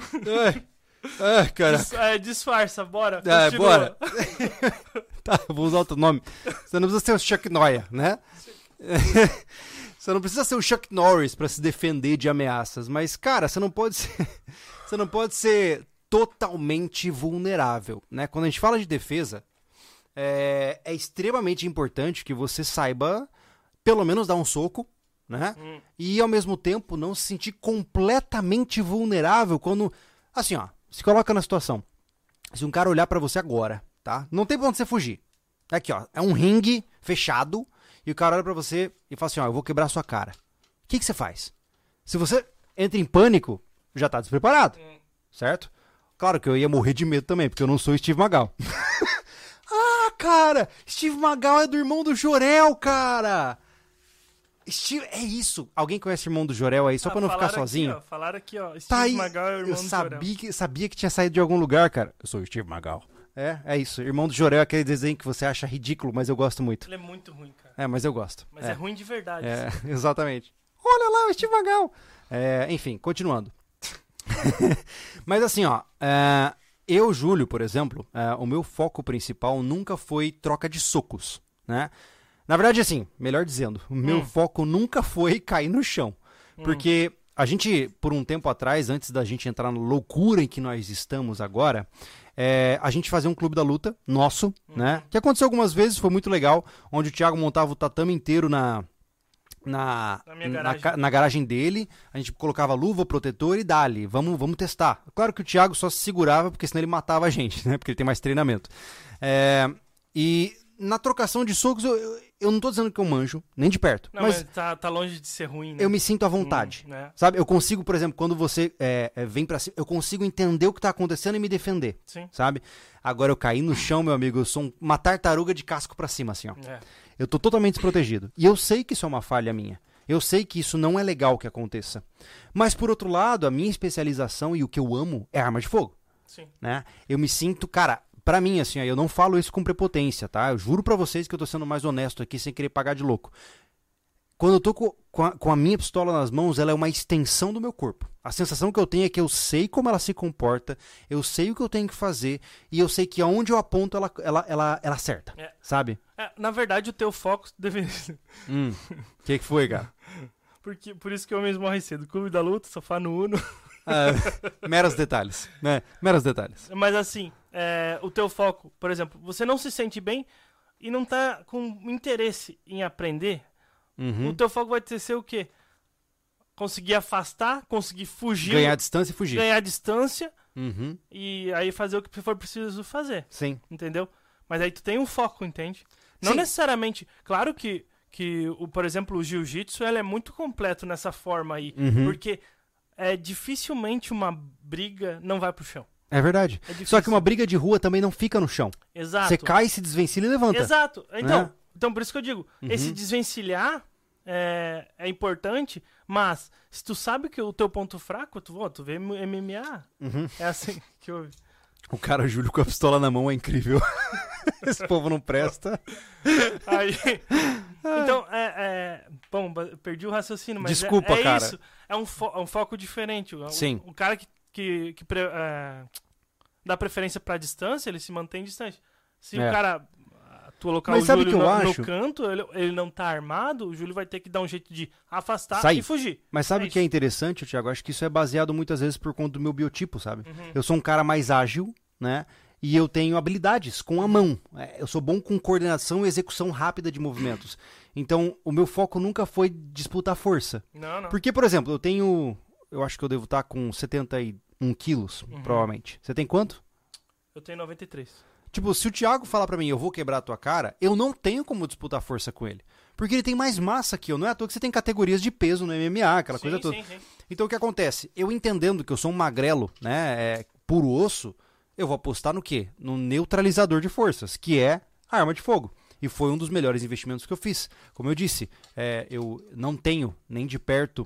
Cara. Disfarça, bora. Bora. Tá, eu vou usar outro nome. Você não precisa ser o Chuck Norris, né? Você não precisa ser o Chuck Norris pra se defender de ameaças, mas, cara, você não pode ser totalmente vulnerável, né? Quando a gente fala de defesa, é extremamente importante que você saiba, pelo menos, dar um soco, né? E, ao mesmo tempo, não se sentir completamente vulnerável quando... Assim, ó, se coloca na situação. Se um cara olhar pra você agora, tá? Não tem pra onde você fugir. Aqui, ó, é um ringue fechado e o cara olha pra você e fala assim, ó, eu vou quebrar sua cara. O que você faz? Se você entra em pânico, já tá despreparado, certo? Claro que eu ia morrer de medo também, porque eu não sou Steve Magal. Cara, Steve Magal é do irmão do Jor-El, cara! É isso. Alguém conhece o irmão do Jor-El aí, só pra não ficar sozinho? Falaram aqui, ó. Steve tá aí. Magal é o irmão do Jor-El. Sabia que tinha saído de algum lugar, cara. Eu sou o Steve Magal. É isso. Irmão do Jor-El é aquele desenho que você acha ridículo, mas eu gosto muito. Ele é muito ruim, cara. Mas eu gosto. Mas é ruim de verdade. Exatamente. Olha lá, o Steve Magal. Enfim, continuando. Mas assim, ó. Eu, Júlio, por exemplo, o meu foco principal nunca foi troca de socos, né? Na verdade, assim, melhor dizendo, o meu foco nunca foi cair no chão. Porque A gente, por um tempo atrás, antes da gente entrar na loucura em que nós estamos agora, a gente fazia um clube da luta, nosso, né? Que aconteceu algumas vezes, foi muito legal, onde o Thiago montava o tatame inteiro na garagem dele, a gente colocava luva, protetor e dali, vamos testar. Claro que o Thiago só se segurava, porque senão ele matava a gente, né? Porque ele tem mais treinamento. E na trocação de socos, eu não tô dizendo que eu manjo, nem de perto. Não, mas tá longe de ser ruim, né? Eu me sinto à vontade, né? sabe? Eu consigo, por exemplo, quando você vem pra cima, eu consigo entender o que tá acontecendo e me defender, sabe? Agora eu caí no chão, meu amigo, eu sou uma tartaruga de casco pra cima, assim, ó. Eu tô totalmente desprotegido. E eu sei que isso é uma falha minha. Eu sei que isso não é legal que aconteça. Mas, por outro lado, a minha especialização e o que eu amo é arma de fogo. Sim. Né? Eu me sinto, cara, pra mim, assim, eu não falo isso com prepotência, tá? Eu juro pra vocês que eu tô sendo mais honesto aqui, sem querer pagar de louco. Quando eu tô com a minha pistola nas mãos, ela é uma extensão do meu corpo. A sensação que eu tenho é que eu sei como ela se comporta, eu sei o que eu tenho que fazer, e eu sei que aonde eu aponto, ela acerta, sabe? Na verdade, o teu foco deveria... Que foi, cara? Por isso que eu mesmo morri cedo. Clube da luta, sofá no Uno... meros detalhes, né? Meros detalhes. Mas assim, o teu foco, por exemplo, você não se sente bem e não tá com interesse em aprender, o teu foco vai ser o quê? Conseguir afastar, conseguir fugir. Ganhar distância e fugir. Ganhar distância e aí fazer o que for preciso fazer. Sim. Entendeu? Mas aí tu tem um foco, entende? Não necessariamente... Claro que por exemplo, o jiu-jitsu ele é muito completo nessa forma aí. Porque... dificilmente uma briga não vai pro chão. É verdade. Só que uma briga de rua também não fica no chão. Exato. Você cai, se desvencilha e levanta. Exato. Então por isso que eu digo, esse desvencilhar é importante, mas se tu sabe que o teu ponto fraco, tu vê MMA, é assim que eu... O cara Júlio com a pistola na mão é incrível. Esse povo não presta. Aí, então, bom, perdi o raciocínio, mas desculpa, cara. Isso. É um foco diferente. Sim. O cara que dá preferência pra distância, ele se mantém distante. Se o cara... Tu colocar o Júlio no canto, ele não tá armado, o Júlio vai ter que dar um jeito de afastar e fugir. Mas sabe o que é interessante, Thiago? Acho que isso é baseado muitas vezes por conta do meu biotipo, sabe? Eu sou um cara mais ágil, né? E eu tenho habilidades com a mão. Eu sou bom com coordenação e execução rápida de movimentos. Então, o meu foco nunca foi disputar força. Não. Porque, por exemplo, eu acho que eu devo estar com 71 quilos, provavelmente. Você tem quanto? Eu tenho 93. Tipo, se o Thiago falar pra mim, eu vou quebrar a tua cara, eu não tenho como disputar força com ele. Porque ele tem mais massa que eu. Não é à toa que você tem categorias de peso no MMA, aquela coisa toda. Sim. Então o que acontece? Eu entendendo que eu sou um magrelo, né, puro osso, eu vou apostar no quê? No neutralizador de forças, que é a arma de fogo. E foi um dos melhores investimentos que eu fiz. Como eu disse, eu não tenho nem de perto...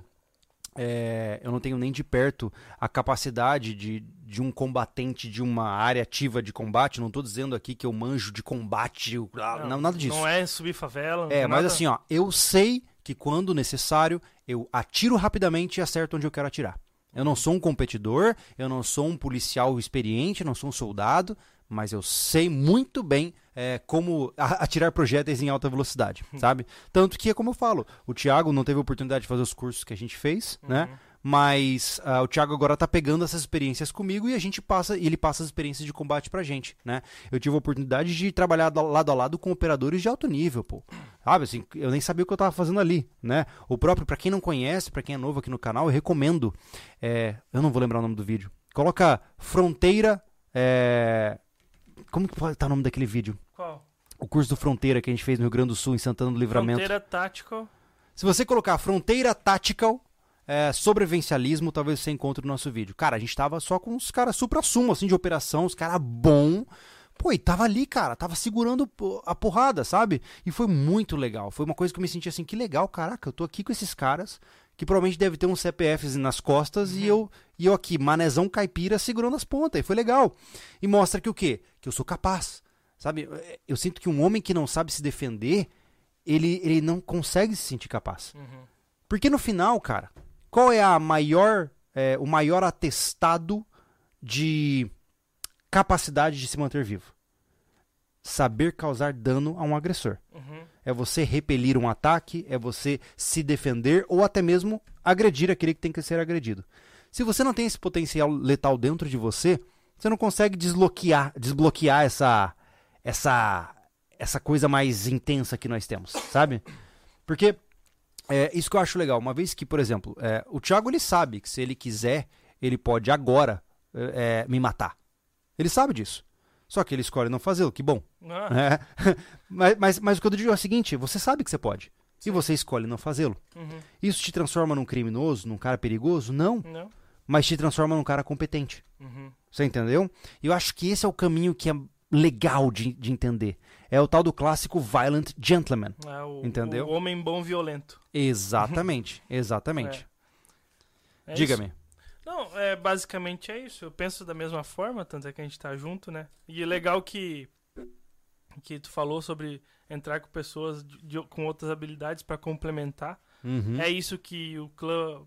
a capacidade de um combatente de uma área ativa de combate. Não estou dizendo aqui que eu manjo de combate, não, nada disso. Não é subir favela. Mas nada... assim, ó, eu sei que quando necessário eu atiro rapidamente e acerto onde eu quero atirar. Eu não sou um competidor, eu não sou um policial experiente, eu não sou um soldado, mas eu sei muito bem como atirar projéteis em alta velocidade, sabe? Tanto que, como eu falo, o Thiago não teve a oportunidade de fazer os cursos que a gente fez, né? Mas o Thiago agora tá pegando essas experiências comigo e ele passa as experiências de combate pra gente, né? Eu tive a oportunidade de trabalhar lado a lado com operadores de alto nível, pô. Sabe, assim, eu nem sabia o que eu tava fazendo ali, né? O próprio, pra quem não conhece, pra quem é novo aqui no canal, eu recomendo, eu não vou lembrar o nome do vídeo. Coloca Fronteira, como que pode estar o nome daquele vídeo? Qual? O curso do Fronteira que a gente fez no Rio Grande do Sul, em Santana do Livramento. Fronteira Tactical. Se você colocar Fronteira Tactical, sobrevivencialismo, talvez você encontre o nosso vídeo. Cara, a gente tava só com os caras supra-sumo, assim, de operação, os caras bom. Pô, e tava ali, cara, tava segurando a porrada, sabe? E foi muito legal. Foi uma coisa que eu me senti assim, que legal, caraca, eu tô aqui com esses caras, que provavelmente deve ter uns CPFs nas costas, e eu aqui, manezão caipira, segurando as pontas, e foi legal. E mostra que o quê? Que eu sou capaz, sabe? Eu sinto que um homem que não sabe se defender, ele não consegue se sentir capaz. Porque no final, cara, qual é o maior atestado de capacidade de se manter vivo? saber causar dano a um agressor. Uhum. É você repelir um ataque, é você se defender ou até mesmo agredir aquele que tem que ser agredido. Se você não tem esse potencial letal dentro de você, você não consegue desbloquear essa coisa mais intensa que nós temos, sabe? Porque isso que eu acho legal. Uma vez que, por exemplo, o Thiago ele sabe que se ele quiser, ele pode agora me matar. Ele sabe disso. Só que ele escolhe não fazê-lo, que bom. Mas o que eu digo é o seguinte, você sabe que você pode. Sim. E você escolhe não fazê-lo. Uhum. Isso te transforma num criminoso, num cara perigoso? Não. Mas te transforma num cara competente. Uhum. Você entendeu? E eu acho que esse é o caminho que é legal de entender. É o tal do clássico violent gentleman. Entendeu? O homem bom violento. Exatamente. Diga-me. Isso. Não, basicamente é isso. Eu penso da mesma forma, tanto é que a gente tá junto, né? E é legal que tu falou sobre entrar com pessoas com outras habilidades para complementar. Uhum. É isso que o clã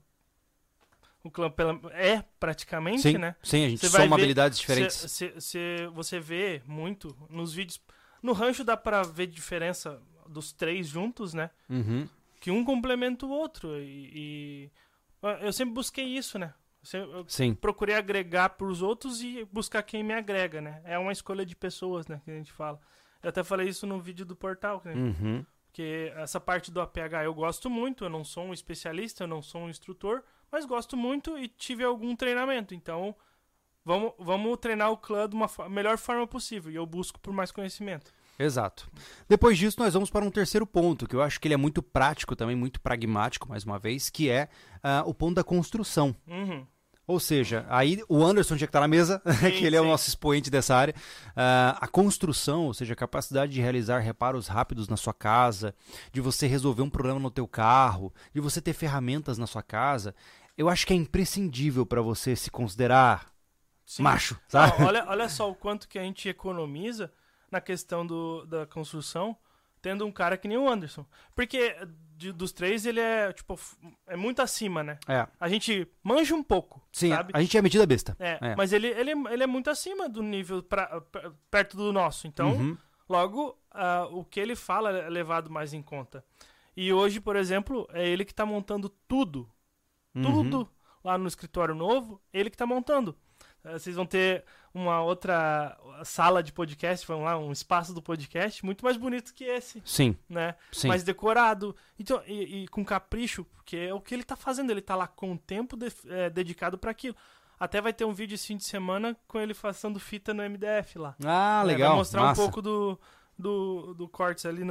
é praticamente, sim, né? Sim, a gente soma habilidades diferentes. Você vê muito nos vídeos. No rancho dá pra ver diferença dos 3 juntos, né? Uhum. Que um complementa o outro. E eu sempre busquei isso, né? Eu procurei agregar pros outros e buscar quem me agrega, né? É uma escolha de pessoas, né? Que a gente fala. Eu até falei isso no vídeo do portal, né? Uhum. Porque essa parte do APH eu gosto muito. Eu não sou um especialista, eu não sou um instrutor, mas gosto muito e tive algum treinamento. Então, vamos treinar o clã de uma melhor forma possível. E eu busco por mais conhecimento. Exato. Depois disso, nós vamos para um terceiro ponto, que eu acho que ele é muito prático também, muito pragmático, mais uma vez, que é o ponto da construção. Uhum. Ou seja, aí o Anderson tinha que estar na mesa, que ele é o nosso expoente dessa área. A construção, ou seja, a capacidade de realizar reparos rápidos na sua casa, de você resolver um problema no teu carro, de você ter ferramentas na sua casa, eu acho que é imprescindível para você se considerar macho, sabe? Não, olha só o quanto que a gente economiza na questão da construção, tendo um cara que nem o Anderson. Porque dos 3 ele é muito acima, né? A gente manja um pouco, sim, sabe? A gente é metida besta. Mas ele é muito acima do nível perto do nosso. Então, logo, o que ele fala é levado mais em conta. E hoje, por exemplo, é ele que está montando tudo. Tudo lá no escritório novo, ele que está montando. Vocês vão ter uma outra sala de podcast, vamos lá, um espaço do podcast muito mais bonito que esse. Sim. Né? Sim. Mais decorado. Então, e com capricho, porque é o que ele tá fazendo. Ele tá lá com o tempo dedicado para aquilo. Até vai ter um vídeo esse fim de semana com ele fazendo fita no MDF lá. Ah, legal. Vai mostrar massa. um pouco do cortes ali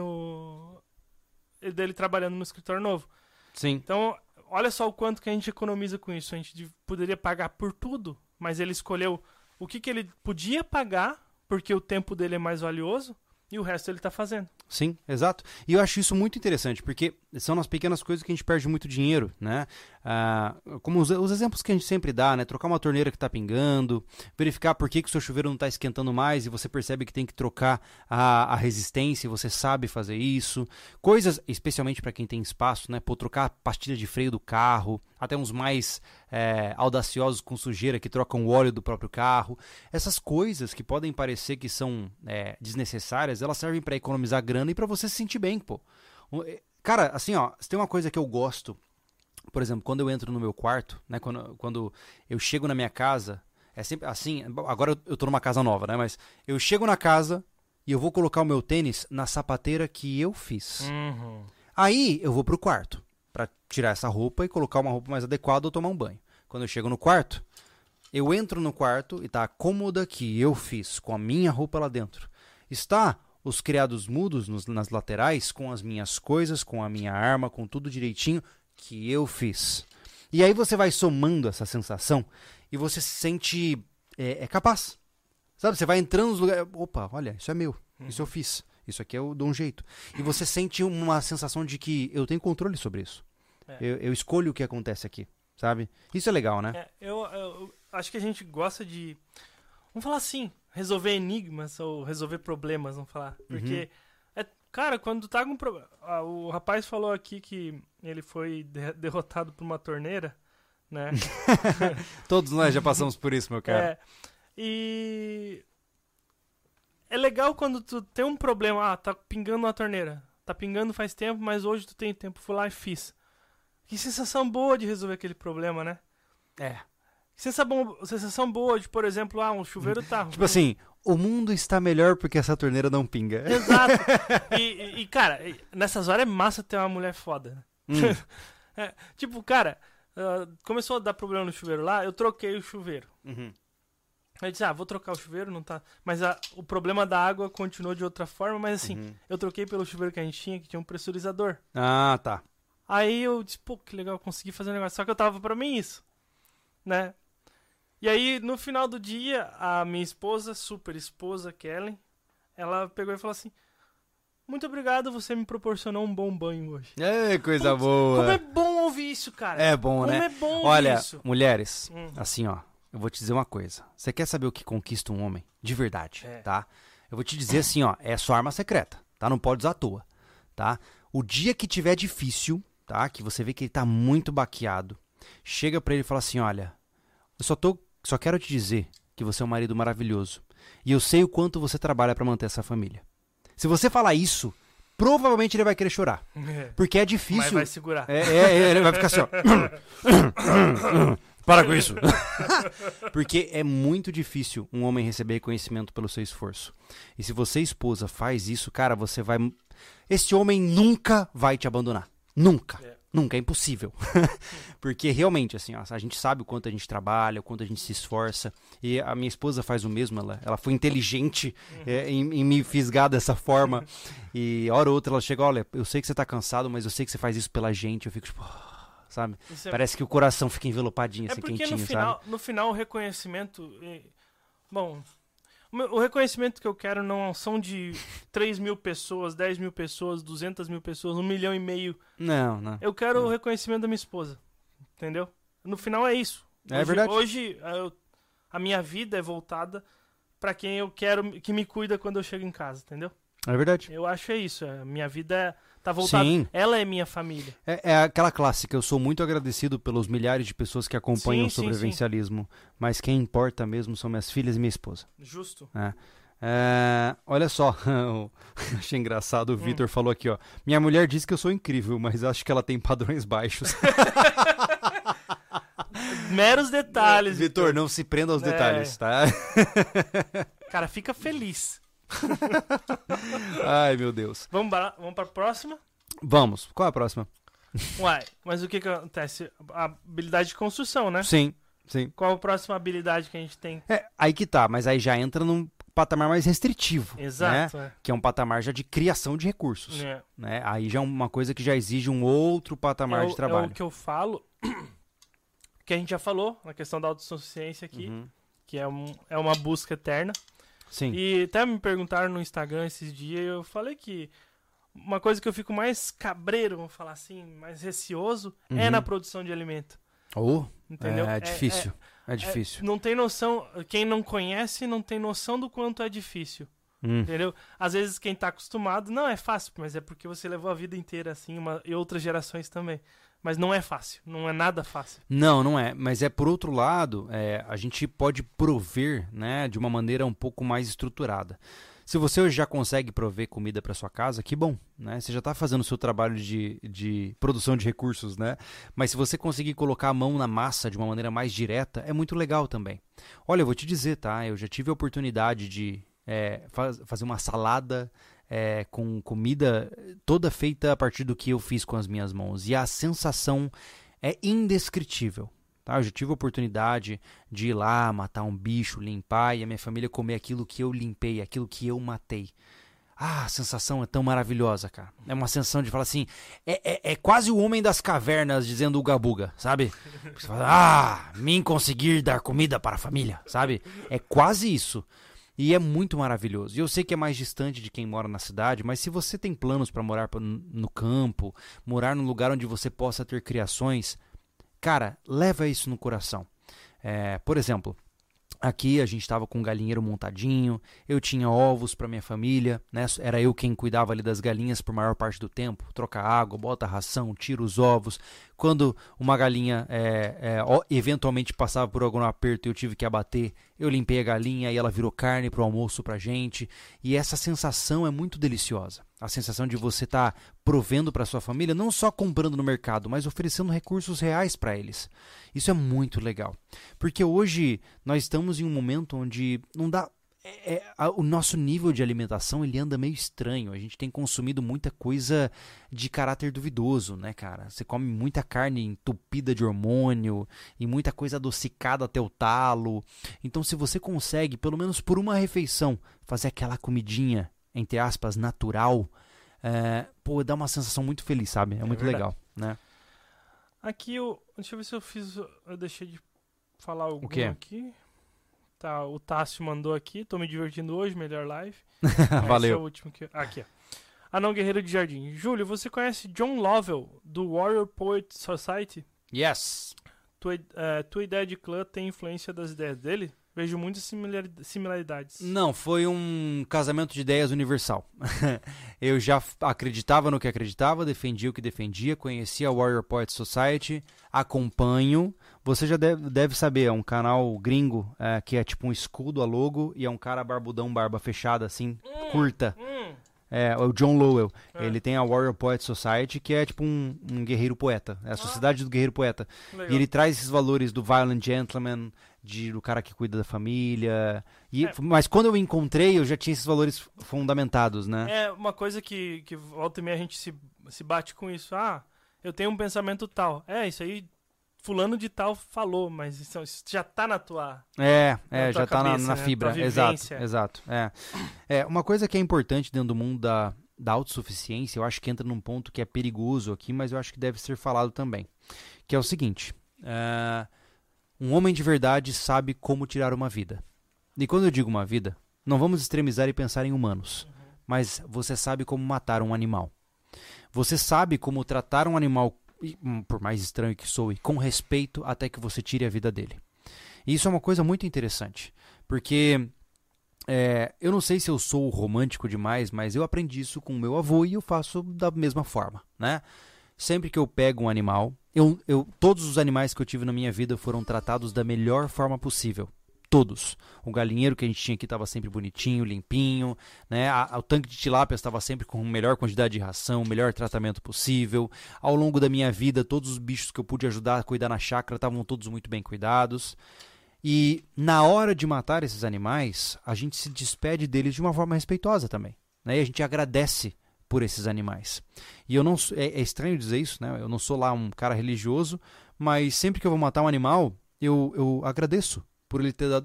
dele trabalhando no escritório novo. Sim. Então, olha só o quanto que a gente economiza com isso. A gente poderia pagar por tudo, mas ele escolheu o que ele podia pagar, porque o tempo dele é mais valioso, e o resto ele tá fazendo. Sim, exato. E eu acho isso muito interessante, porque são nas pequenas coisas que a gente perde muito dinheiro, né? Como os exemplos que a gente sempre dá, né? Trocar uma torneira que está pingando, verificar por que o seu chuveiro não está esquentando mais e você percebe que tem que trocar a resistência e você sabe fazer isso. Coisas, especialmente para quem tem espaço, né? Pô, trocar a pastilha de freio do carro, até uns mais audaciosos com sujeira que trocam o óleo do próprio carro. Essas coisas que podem parecer que são desnecessárias, elas servem para economizar grana e para você se sentir bem, pô. Cara, assim, ó, se tem uma coisa que eu gosto, por exemplo, quando eu entro no meu quarto, né, quando eu chego na minha casa, é sempre assim, agora eu tô numa casa nova, né, mas eu chego na casa e eu vou colocar o meu tênis na sapateira que eu fiz. Uhum. Aí eu vou pro quarto pra tirar essa roupa e colocar uma roupa mais adequada ou tomar um banho. Quando eu chego no quarto, eu entro no quarto e tá a cômoda que eu fiz, com a minha roupa lá dentro. Está os criados mudos nas laterais, com as minhas coisas, com a minha arma, com tudo direitinho que eu fiz. E aí você vai somando essa sensação e você se sente capaz. Sabe, você vai entrando nos lugares, opa, olha, isso é meu, isso eu fiz, isso aqui eu dou um jeito. E você sente uma sensação de que eu tenho controle sobre isso. Eu escolho o que acontece aqui, sabe? Isso é legal, né? Eu acho que a gente gosta de, vamos falar assim, resolver enigmas ou resolver problemas, vamos falar. Porque, cara, quando tu tá com um problema... o rapaz falou aqui que ele foi derrotado por uma torneira, né? Todos nós já passamos por isso, meu cara. E é legal quando tu tem um problema. Tá pingando na torneira. Tá pingando faz tempo, mas hoje tu tem tempo. Fui lá e fiz. Que sensação boa de resolver aquele problema, né? É. Sensação boa de, por exemplo, um chuveiro tá... Tipo assim, o mundo está melhor porque essa torneira não pinga. Exato. E cara, nessas horas é massa ter uma mulher foda, né? Tipo, cara, começou a dar problema no chuveiro lá, eu troquei o chuveiro. Uhum. Aí eu disse, vou trocar o chuveiro, não tá... Mas o problema da água continuou de outra forma, mas assim, eu troquei pelo chuveiro que a gente tinha, que tinha um pressurizador. Ah, tá. Aí eu disse, pô, que legal, consegui fazer um negócio. Só que eu tava pra mim isso, né? E aí, no final do dia, a minha esposa, super esposa, Kellen, ela pegou e falou assim, muito obrigado, você me proporcionou um bom banho hoje. É, coisa boa. Como é bom ouvir isso, cara. É bom, como né? Como é bom ouvir Olha, isso. mulheres, assim, ó, eu vou te dizer uma coisa. Você quer saber o que conquista um homem? De verdade, tá? Eu vou te dizer assim, ó, é sua arma secreta, tá? Não pode usar à toa, tá? O dia que tiver difícil, tá? Que você vê que ele tá muito baqueado, chega pra ele e fala assim, olha, eu só quero te dizer que você é um marido maravilhoso. E eu sei o quanto você trabalha pra manter essa família. Se você falar isso, provavelmente ele vai querer chorar. Porque é difícil. Mas vai segurar. Ele vai ficar assim, ó. Para com isso. Porque é muito difícil um homem receber reconhecimento pelo seu esforço. E se você, esposa, faz isso, cara, você vai... Esse homem nunca vai te abandonar. Nunca. Nunca, é impossível. Porque realmente, assim, ó, a gente sabe o quanto a gente trabalha, o quanto a gente se esforça. E a minha esposa faz o mesmo, ela foi inteligente em me fisgar dessa forma. E hora ou outra ela chega, olha, eu sei que você tá cansado, mas eu sei que você faz isso pela gente. Eu fico tipo, sabe? Parece que o coração fica envelopadinho, assim, quentinho, sabe? No final, o reconhecimento... Bom... O reconhecimento que eu quero não são de 3 mil pessoas, 10 mil pessoas, 200 mil pessoas, 1,5 milhão. Não. Eu quero o reconhecimento da minha esposa. Entendeu? No final é isso. É verdade. Hoje a minha vida é voltada pra quem eu quero que me cuida quando eu chego em casa, entendeu? É verdade. Eu acho isso. A minha vida tá voltada. Sim. Ela é minha família. É aquela clássica, eu sou muito agradecido pelos milhares de pessoas que acompanham o sobrevivencialismo, mas quem importa mesmo são minhas filhas e minha esposa. Justo. Olha só, achei engraçado, o Vitor falou aqui, ó. Minha mulher diz que eu sou incrível, mas acho que ela tem padrões baixos. Meros detalhes. Vitor, não se prenda aos detalhes, tá? Cara, fica feliz. Ai, meu Deus. Vamos pra próxima? Vamos. Qual é a próxima? Mas o que acontece? A habilidade de construção, né? Sim. Qual a próxima habilidade que a gente tem? Aí que tá, mas aí já entra num patamar mais restritivo. Exato. Né? Que é um patamar já de criação de recursos. Né? Aí já é uma coisa que já exige um outro patamar de trabalho. É o que eu falo, que a gente já falou, na questão da autossuficiência aqui, que é uma busca eterna. Sim. E até me perguntaram no Instagram esses dias, eu falei que uma coisa que eu fico mais cabreiro, vamos falar assim, mais receoso, é na produção de alimento. Entendeu? É difícil. É difícil. Não tem noção, quem não conhece não tem noção do quanto é difícil. Entendeu? Às vezes quem tá acostumado, não é fácil, mas é porque você levou a vida inteira assim, e outras gerações também. Mas não é fácil, não é nada fácil. Não é. Mas por outro lado, a gente pode prover, né, de uma maneira um pouco mais estruturada. Se você hoje já consegue prover comida para sua casa, que bom, né? Você já está fazendo o seu trabalho de produção de recursos, né? Mas se você conseguir colocar a mão na massa de uma maneira mais direta, é muito legal também. Olha, eu vou te dizer, tá? Eu já tive a oportunidade de fazer uma salada com comida toda feita a partir do que eu fiz com as minhas mãos. E a sensação é indescritível. Tá? Eu já tive a oportunidade de ir lá, matar um bicho, limpar, e a minha família comer aquilo que eu limpei, aquilo que eu matei. A sensação é tão maravilhosa, cara. É uma sensação de falar assim, é quase o homem das cavernas dizendo uga buga, sabe? Você fala, mim conseguir dar comida para a família, sabe? É quase isso. E é muito maravilhoso. E eu sei que é mais distante de quem mora na cidade, mas se você tem planos para morar no campo, morar num lugar onde você possa ter criações, cara, leva isso no coração. Por exemplo, aqui a gente estava com um galinheiro montadinho, eu tinha ovos para minha família, né? Era eu quem cuidava ali das galinhas por maior parte do tempo, troca água, bota ração, tira os ovos. Quando uma galinha eventualmente passava por algum aperto e eu tive que abater, eu limpei a galinha e ela virou carne pro almoço pra gente. E essa sensação é muito deliciosa. A sensação de você estar provendo para sua família, não só comprando no mercado, mas oferecendo recursos reais para eles. Isso é muito legal. Porque hoje nós estamos em um momento onde não dá... o nosso nível de alimentação ele anda meio estranho. A gente tem consumido muita coisa de caráter duvidoso, né, cara? Você come muita carne entupida de hormônio e muita coisa adocicada até o talo. Então, se você consegue, pelo menos por uma refeição, fazer aquela comidinha, entre aspas, natural, dá uma sensação muito feliz, sabe? É muito legal, né? Aqui, deixa eu ver se eu deixei de falar algum aqui. Tá, o Tássio mandou aqui, tô me divertindo hoje, melhor live. Valeu. Esse é o último que... Aqui, ó. Anão Guerreiro de Jardim. Júlio, você conhece John Lovell, do Warrior Poet Society? Yes. Tua ideia de clã tem influência das ideias dele? Vejo muitas similaridades. Não, foi um casamento de ideias universal. Eu já acreditava no que acreditava, defendia o que defendia, conhecia a Warrior Poet Society, acompanho. Você já deve saber, é um canal gringo que é tipo um escudo a logo e é um cara barbudão, barba fechada assim, curta. É o John Lowell. Ele tem a Warrior Poet Society, que é tipo um guerreiro poeta. É a Sociedade do Guerreiro Poeta. Legal. E ele traz esses valores do Violent Gentleman, do cara que cuida da família. Mas quando eu encontrei, eu já tinha esses valores fundamentados, né? É uma coisa que volta e meia a gente se bate com isso. Eu tenho um pensamento tal. Isso aí fulano de tal falou, mas isso já tá na tua já tá cabeça, na fibra, exato. Uma coisa que é importante dentro do mundo da autossuficiência, eu acho que entra num ponto que é perigoso aqui, mas eu acho que deve ser falado também, que é o seguinte, um homem de verdade sabe como tirar uma vida. E quando eu digo uma vida, não vamos extremizar e pensar em humanos, mas você sabe como matar um animal. Você sabe como tratar um animal, por mais estranho que soe, com respeito até que você tire a vida dele. E isso é uma coisa muito interessante, porque eu não sei se eu sou romântico demais, mas eu aprendi isso com o meu avô e eu faço da mesma forma, né? Sempre que eu pego um animal, todos os animais que eu tive na minha vida foram tratados da melhor forma possível. Todos. O galinheiro que a gente tinha aqui estava sempre bonitinho, limpinho, né? O tanque de tilápia estava sempre com a melhor quantidade de ração, o melhor tratamento possível. Ao longo da minha vida, todos os bichos que eu pude ajudar a cuidar na chácara estavam todos muito bem cuidados. E na hora de matar esses animais, a gente se despede deles de uma forma respeitosa também, né? E a gente agradece por esses animais. E eu não é estranho dizer isso, né? Eu não sou lá um cara religioso, mas sempre que eu vou matar um animal, eu agradeço por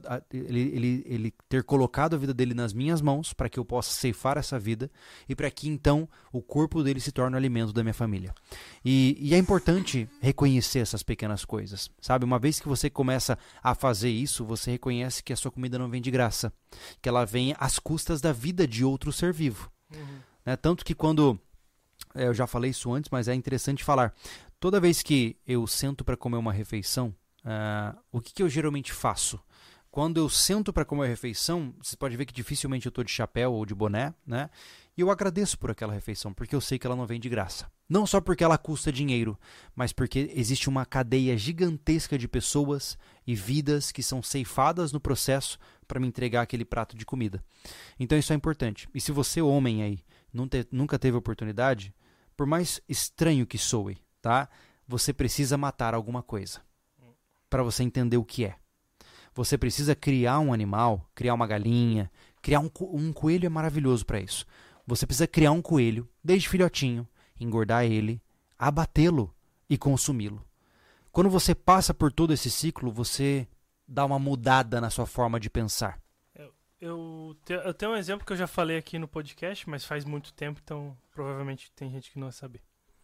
ele ter colocado a vida dele nas minhas mãos para que eu possa ceifar essa vida e para que então o corpo dele se torne o alimento da minha família. E é importante reconhecer essas pequenas coisas, sabe? Uma vez que você começa a fazer isso, você reconhece que a sua comida não vem de graça, que ela vem às custas da vida de outro ser vivo. Né? Tanto que quando... eu já falei isso antes, mas é interessante falar. Toda vez que eu sento para comer uma refeição, o que eu geralmente faço? Quando eu sento para comer a refeição, você pode ver que dificilmente eu estou de chapéu ou de boné, né? E eu agradeço por aquela refeição, porque eu sei que ela não vem de graça. Não só porque ela custa dinheiro, mas porque existe uma cadeia gigantesca de pessoas e vidas que são ceifadas no processo para me entregar aquele prato de comida. Então isso é importante. E se você, homem aí, nunca teve oportunidade, por mais estranho que soe, tá? Você precisa matar alguma coisa para você entender o que é. Você precisa criar um animal, criar uma galinha, criar um coelho é maravilhoso para isso. Você precisa criar um coelho, desde filhotinho, engordar ele, abatê-lo e consumi-lo. Quando você passa por todo esse ciclo, você dá uma mudada na sua forma de pensar. Eu tenho um exemplo que eu já falei aqui no podcast, mas faz muito tempo, então provavelmente tem gente que não vai saber.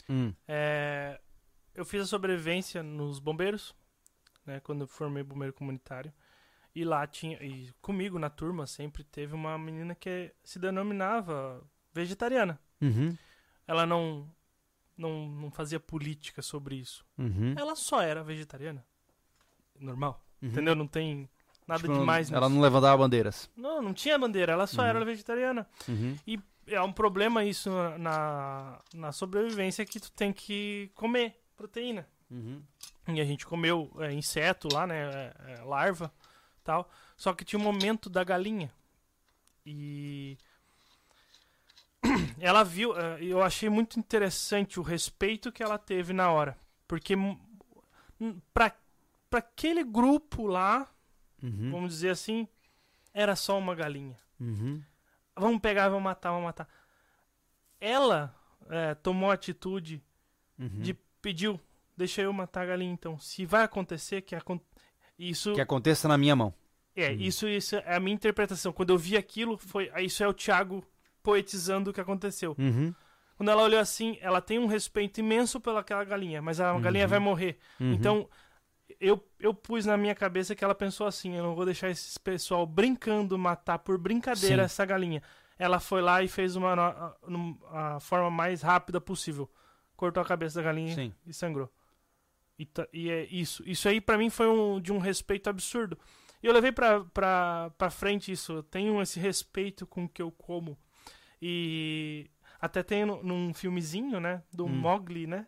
Eu fiz a sobrevivência nos bombeiros, né, quando eu formei bombeiro comunitário, e lá tinha, e comigo na turma sempre teve uma menina que se denominava vegetariana. Ela não fazia política sobre isso. Ela só era vegetariana. Normal. Entendeu? Não tem nada demais nisso. Ela não levantava bandeiras. Não tinha bandeira, ela só era vegetariana. E é um problema isso na sobrevivência, que tu tem que comer proteína. E a gente comeu inseto lá, né? Larva. tal. Só que tinha um momento da galinha. E ela viu, eu achei muito interessante o respeito que ela teve na hora. Porque pra aquele grupo lá, vamos dizer assim, era só uma galinha. Vamos pegar, vamos matar. Ela tomou a atitude de pediu, deixa eu matar a galinha então. Se vai acontecer, isso... Que aconteça na minha mão. Isso é a minha interpretação. Quando eu vi aquilo, isso é o Thiago poetizando o que aconteceu. Quando ela olhou assim, ela tem um respeito imenso pelaquela galinha, mas a galinha vai morrer. Então, eu pus na minha cabeça que ela pensou assim, eu não vou deixar esse pessoal brincando, matar por brincadeira essa galinha. Ela foi lá e fez a forma mais rápida possível. Cortou a cabeça da galinha e sangrou. E é isso. Isso aí pra mim foi de um respeito absurdo. E eu levei pra frente isso. Eu tenho esse respeito com o que eu como. E até tem num filmezinho, né? Do Mowgli, né?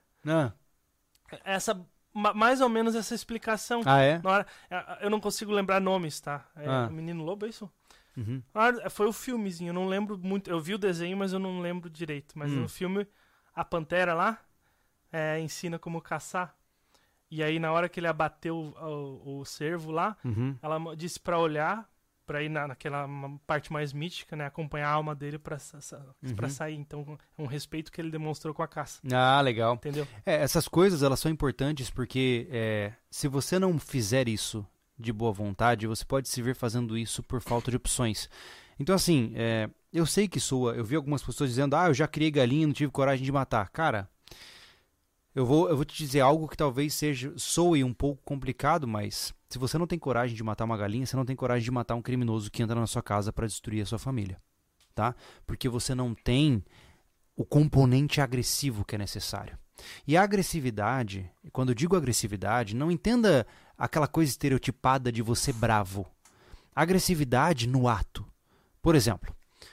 Mais ou menos essa explicação. Ah, é? Na hora, eu não consigo lembrar nomes, tá? O Menino Lobo, é isso? Foi o filmezinho, eu não lembro muito. Eu vi o desenho, mas eu não lembro direito. Mas no filme, a pantera lá ensina como caçar. E aí, na hora que ele abateu o cervo lá, ela disse pra olhar, pra ir naquela parte mais mística, né? Acompanhar a alma dele pra sair. Então, é um respeito que ele demonstrou com a caça. Ah, legal. Entendeu? Essas coisas, elas são importantes porque se você não fizer isso de boa vontade, você pode se ver fazendo isso por falta de opções. Então, assim, eu sei que eu vi algumas pessoas dizendo, eu já criei galinha e não tive coragem de matar. Cara, eu vou te dizer algo que talvez soe um pouco complicado, mas se você não tem coragem de matar uma galinha, você não tem coragem de matar um criminoso que entra na sua casa para destruir a sua família, tá? Porque você não tem o componente agressivo que é necessário. E a agressividade, quando eu digo agressividade, não entenda aquela coisa estereotipada de você bravo. Agressividade no ato. Por exemplo,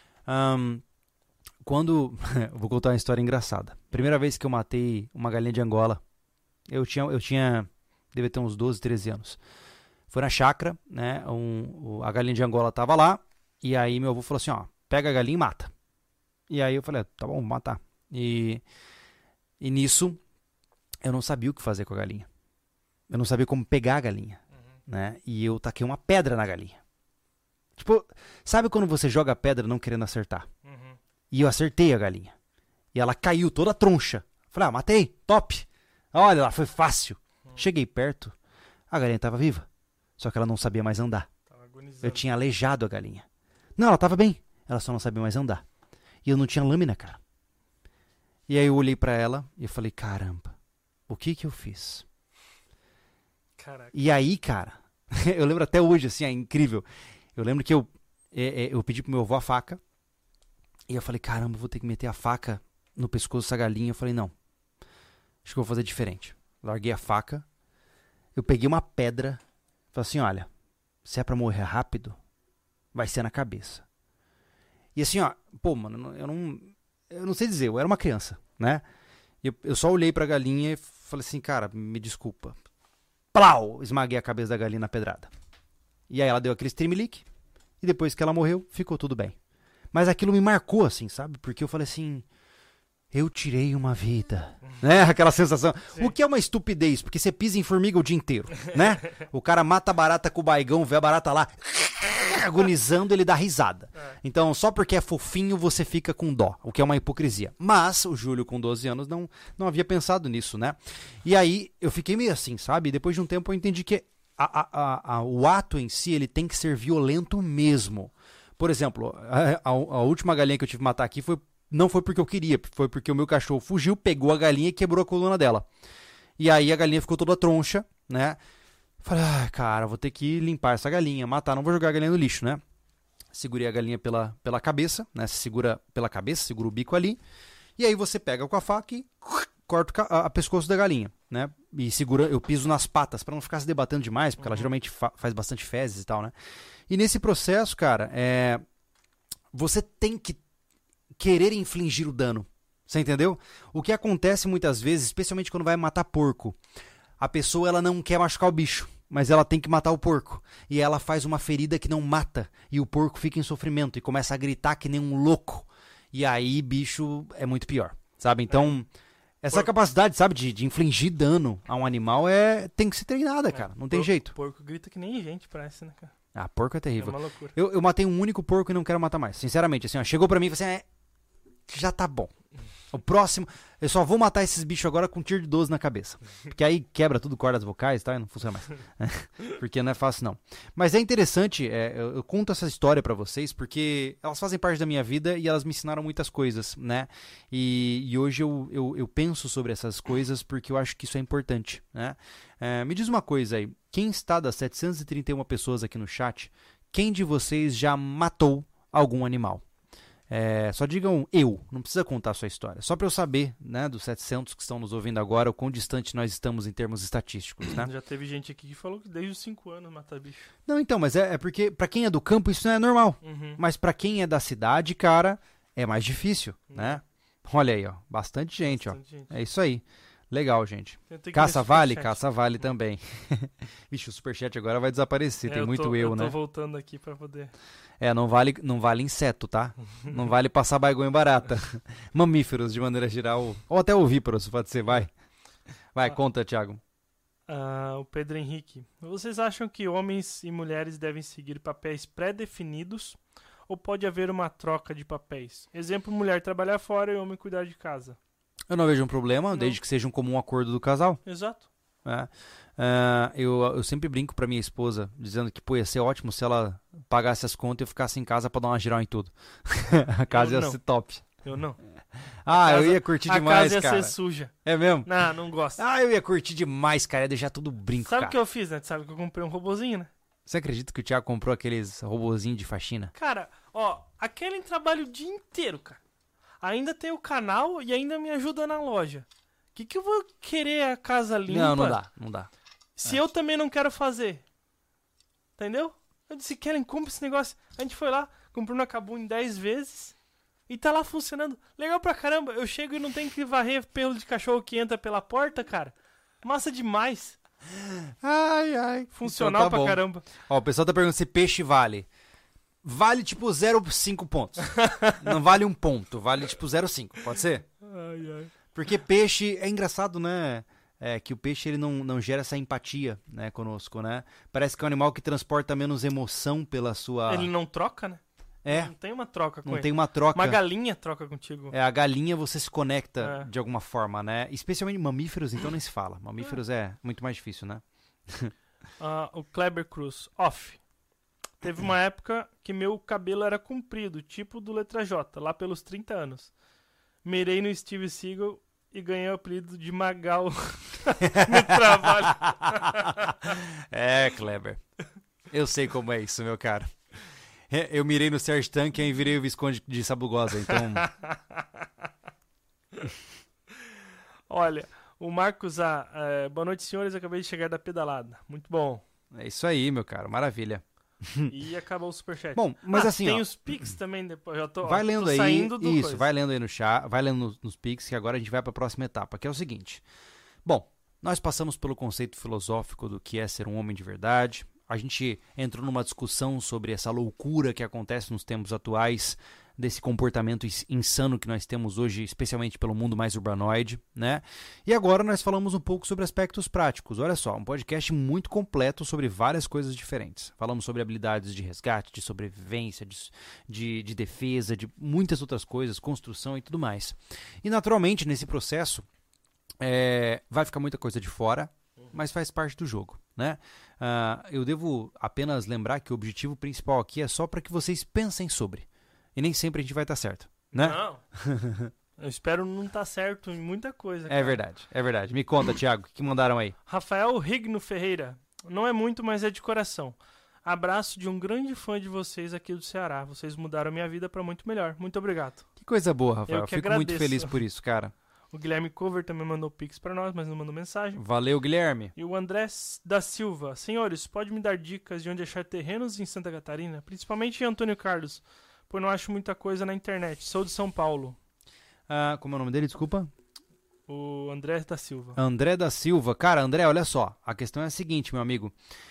vou contar uma história engraçada. Primeira vez que eu matei uma galinha de Angola, eu tinha devia ter uns 12, 13 anos. Foi na chácara, né? A galinha de Angola tava lá, e aí meu avô falou assim, pega a galinha e mata. E aí eu falei, tá bom, vou matar. E nisso, eu não sabia o que fazer com a galinha. Eu não sabia como pegar a galinha, né? E eu taquei uma pedra na galinha. Tipo, sabe quando você joga a pedra não querendo acertar? E eu acertei a galinha. E ela caiu toda troncha. Falei, matei, top. Olha lá, foi fácil. Cheguei perto, a galinha estava viva. Só que ela não sabia mais andar. Eu tinha aleijado a galinha. Não, ela estava bem. Ela só não sabia mais andar. E eu não tinha lâmina, cara. E aí eu olhei pra ela e eu falei, caramba, o que eu fiz? Caraca. E aí, cara, eu lembro até hoje, assim, é incrível. Eu lembro que eu pedi pro meu avô a faca. E eu falei, caramba, vou ter que meter a faca no pescoço dessa galinha. Eu falei, não, acho que eu vou fazer diferente. Larguei a faca, eu peguei uma pedra, falei assim, olha, se é pra morrer rápido, vai ser na cabeça. E assim, mano, eu não sei dizer, eu era uma criança, né? Eu só olhei pra galinha e falei assim, cara, me desculpa. Plau! Esmaguei a cabeça da galinha na pedrada. E aí ela deu aquele streamlink, e depois que ela morreu, ficou tudo bem. Mas aquilo me marcou, assim, sabe? Porque eu falei assim, eu tirei uma vida, né? Aquela sensação. Sim. O que é uma estupidez, porque você pisa em formiga o dia inteiro, né? O cara mata a barata com o baigão, vê a barata lá, agonizando, ele dá risada. Então, só porque é fofinho, você fica com dó, o que é uma hipocrisia. Mas o Júlio, com 12 anos, não havia pensado nisso, né? E aí, eu fiquei meio assim, sabe? Depois de um tempo, eu entendi que o ato em si, ele tem que ser violento mesmo. Por exemplo, a última galinha que eu tive que matar aqui não foi porque eu queria, foi porque o meu cachorro fugiu, pegou a galinha e quebrou a coluna dela. E aí a galinha ficou toda troncha, né? Falei, cara, vou ter que limpar essa galinha, matar, não vou jogar a galinha no lixo, né? Segurei a galinha pela cabeça, né? Você segura pela cabeça, segura o bico ali. E aí você pega com a faca e corta a pescoço da galinha, né? E eu piso nas patas pra não ficar se debatendo demais, porque ela geralmente faz bastante fezes e tal, né? E nesse processo, cara, você tem que querer infligir o dano. Você entendeu? O que acontece muitas vezes, especialmente quando vai matar porco, a pessoa ela não quer machucar o bicho. mas ela tem que matar o porco. E ela faz uma ferida que não mata, e o porco fica em sofrimento, e começa a gritar que nem um louco. E aí, bicho, é muito pior, sabe? Então, essa capacidade, sabe, de infligir dano a um animal tem que ser treinada, cara. Não tem jeito. Porco grita que nem gente, parece, né, cara? Ah, porco é terrível. É uma loucura. Eu matei um único porco e não quero matar mais. Sinceramente, assim, ó, chegou pra mim e falou assim, já tá bom. O próximo, eu só vou matar esses bichos agora com um tiro de 12 na cabeça. Porque aí quebra tudo, cordas vocais, tá? E não funciona mais. Porque não é fácil, não. Mas é interessante, eu conto essa história pra vocês, porque elas fazem parte da minha vida e elas me ensinaram muitas coisas, né? E hoje eu penso sobre essas coisas porque eu acho que isso é importante, né? Me diz uma coisa aí, quem está das 731 pessoas aqui no chat, quem de vocês já matou algum animal? Só digam não precisa contar a sua história. Só para eu saber, né, dos 700 que estão nos ouvindo agora, o quão distante nós estamos em termos estatísticos, né? Já teve gente aqui que falou que desde os 5 anos mata bicho. Não, então, mas é porque para quem é do campo isso não é normal. Mas para quem é da cidade, cara, é mais difícil, né? Olha aí, ó, bastante gente. É isso aí. Legal, gente. Caça vale também. Vixe, o superchat agora vai desaparecer, tem muito né? Eu tô voltando aqui pra poder... não vale inseto, tá? Não vale passar bagonha barata. Mamíferos, de maneira geral, ou até ovíparos, pode ser, vai. Vai, conta, Thiago. O Pedro Henrique. Vocês acham que homens e mulheres devem seguir papéis pré-definidos ou pode haver uma troca de papéis? Exemplo, mulher trabalhar fora e homem cuidar de casa. Eu não vejo um problema, desde que seja um comum acordo do casal. Exato. Eu sempre brinco pra minha esposa, dizendo que ia ser ótimo se ela pagasse as contas e eu ficasse em casa pra dar uma geral em tudo. A casa ia ser top. Eu não. Eu ia curtir demais, cara. A casa ia ser suja. É mesmo? Não gosto. Eu ia curtir demais, cara, ia deixar tudo brinco, Sabe o que eu fiz, né? Sabe que eu comprei um robozinho, né? Você acredita que o Thiago comprou aqueles robozinhos de faxina? Cara, aquele trabalha o dia inteiro, cara. Ainda tem o canal e ainda me ajuda na loja. O que eu vou querer a casa limpa? Não dá. Se eu também não quero fazer. Entendeu? Eu disse, Kellen, compra esse negócio. A gente foi lá, comprou na Kabum em 10 vezes e tá lá funcionando. Legal pra caramba. Eu chego e não tenho que varrer pelo de cachorro que entra pela porta, cara. Massa demais. Funcional então pra caramba. O pessoal tá perguntando se peixe vale. Vale tipo 0,5 pontos. Não vale 1 ponto, vale tipo 0,5, pode ser? Porque peixe, é engraçado, né? Que o peixe ele não gera essa empatia, né, conosco, né? Parece que é um animal que transporta menos emoção pela sua... Ele não troca, né? Não tem uma troca com ele. Não tem uma troca. Uma galinha troca contigo. A galinha você se conecta de alguma forma, né? Especialmente mamíferos, então nem se fala. Mamíferos é muito mais difícil, né? O Kleber Cruz, off. Teve uma época que meu cabelo era comprido, tipo do Letra J, lá pelos 30 anos. Mirei no Steve Seagal e ganhei o apelido de Magal no trabalho. Kleber. Eu sei como é isso, meu cara. Eu mirei no Serge Tank e virei o Visconde de Sabugosa, então... Olha, o Marcos boa noite, senhores, acabei de chegar da pedalada. Muito bom. É isso aí, meu cara, maravilha. E acabou o superchat. Bom, mas assim, tem os Pix também depois. Já tô, vai lendo aí, saindo do isso, coisa. vai lendo aí no chat, vai lendo nos Pix, que agora a gente vai para a próxima etapa, que é o seguinte. Bom, nós passamos pelo conceito filosófico do que é ser um homem de verdade. A gente entrou numa discussão sobre essa loucura que acontece nos tempos atuais, desse comportamento insano que nós temos hoje, especialmente pelo mundo mais urbanoide, né? E agora nós falamos um pouco sobre aspectos práticos. Olha só, um podcast muito completo sobre várias coisas diferentes. Falamos sobre habilidades de resgate, de sobrevivência, de defesa, de muitas outras coisas, construção e tudo mais. E naturalmente, nesse processo, vai ficar muita coisa de fora, mas faz parte do jogo, né? Eu devo apenas lembrar que o objetivo principal aqui é só para que vocês pensem sobre. E nem sempre a gente vai estar certo, né? Não. Eu espero não estar certo em muita coisa. Cara. É verdade. Me conta, Thiago, o que mandaram aí? Rafael Rigno Ferreira. Não é muito, mas é de coração. Abraço de um grande fã de vocês aqui do Ceará. Vocês mudaram minha vida para muito melhor. Muito obrigado. Que coisa boa, Rafael. Eu fico agradeço. Muito feliz por isso, cara. O Guilherme Cover também mandou pix para nós, mas não mandou mensagem. Valeu, Guilherme. E o André da Silva. Senhores, pode me dar dicas de onde achar terrenos em Santa Catarina? Principalmente em Antônio Carlos. Pois não acho muita coisa na internet. Sou de São Paulo. Como é o nome dele? Desculpa. O André da Silva. André da Silva. Cara, André, olha só. A questão é a seguinte, meu amigo.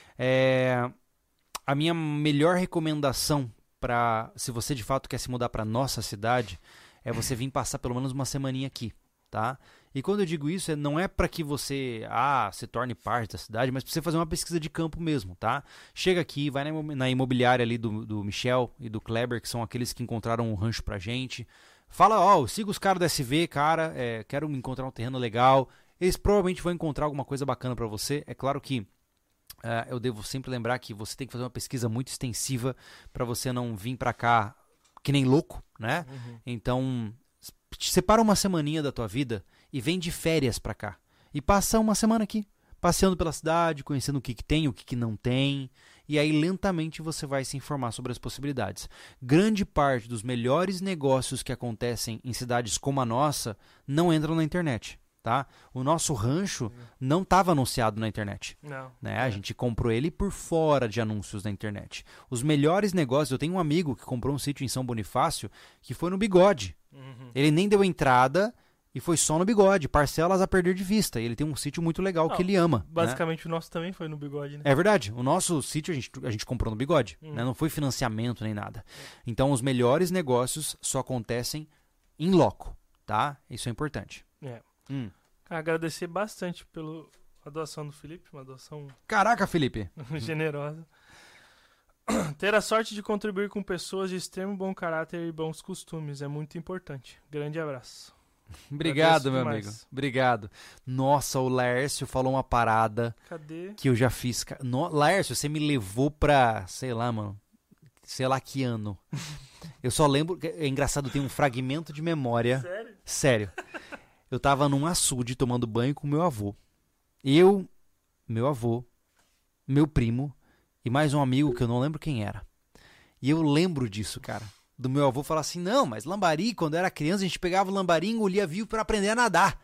A minha melhor recomendação se você de fato quer se mudar para nossa cidade, é você vir passar pelo menos uma semaninha aqui, tá? E quando eu digo isso, não é para que você se torne parte da cidade, mas para você fazer uma pesquisa de campo mesmo, tá? Chega aqui, vai na imobiliária ali do Michel e do Kleber, que são aqueles que encontraram um rancho pra gente. Fala, siga os caras da SV, cara, quero encontrar um terreno legal. Eles provavelmente vão encontrar alguma coisa bacana para você. É claro que eu devo sempre lembrar que você tem que fazer uma pesquisa muito extensiva para você não vir para cá que nem louco, né? Uhum. Então, separa uma semaninha da tua vida e vem de férias para cá. E passa uma semana aqui, passeando pela cidade, conhecendo o que tem, o que não tem. E aí, lentamente, você vai se informar sobre as possibilidades. Grande parte dos melhores negócios que acontecem em cidades como a nossa não entram na internet. Tá? O nosso rancho não estava anunciado na internet. Não. Né? A gente comprou ele por fora de anúncios na internet. Os melhores negócios... Eu tenho um amigo que comprou um sítio em São Bonifácio que foi no Bigode. Uhum. Ele nem deu entrada e foi só no Bigode. Parcelas a perder de vista. E ele tem um sítio muito legal que ele ama. Basicamente, né? O nosso também foi no Bigode, né? É verdade. O nosso sítio a gente comprou no Bigode. Né? Não foi financiamento nem nada. Então, os melhores negócios só acontecem em loco. Tá? Isso é importante. Agradecer bastante pela doação do Felipe, uma doação... Caraca, Felipe! generosa. Ter a sorte de contribuir com pessoas de extremo bom caráter e bons costumes é muito importante. Grande abraço. Obrigado, meu amigo. Obrigado. Nossa, o Laércio falou uma parada. Cadê? Que eu já fiz. Laércio, você me levou pra, sei lá, mano, sei lá que ano. Eu só lembro, é engraçado, tem um fragmento de memória. Sério? Sério. Eu tava num açude tomando banho com meu avô. Eu, meu avô, meu primo e mais um amigo que eu não lembro quem era. E eu lembro disso, cara. Do meu avô falar assim, não, mas lambari, quando eu era criança, a gente pegava o lambari e engolia vivo pra aprender a nadar.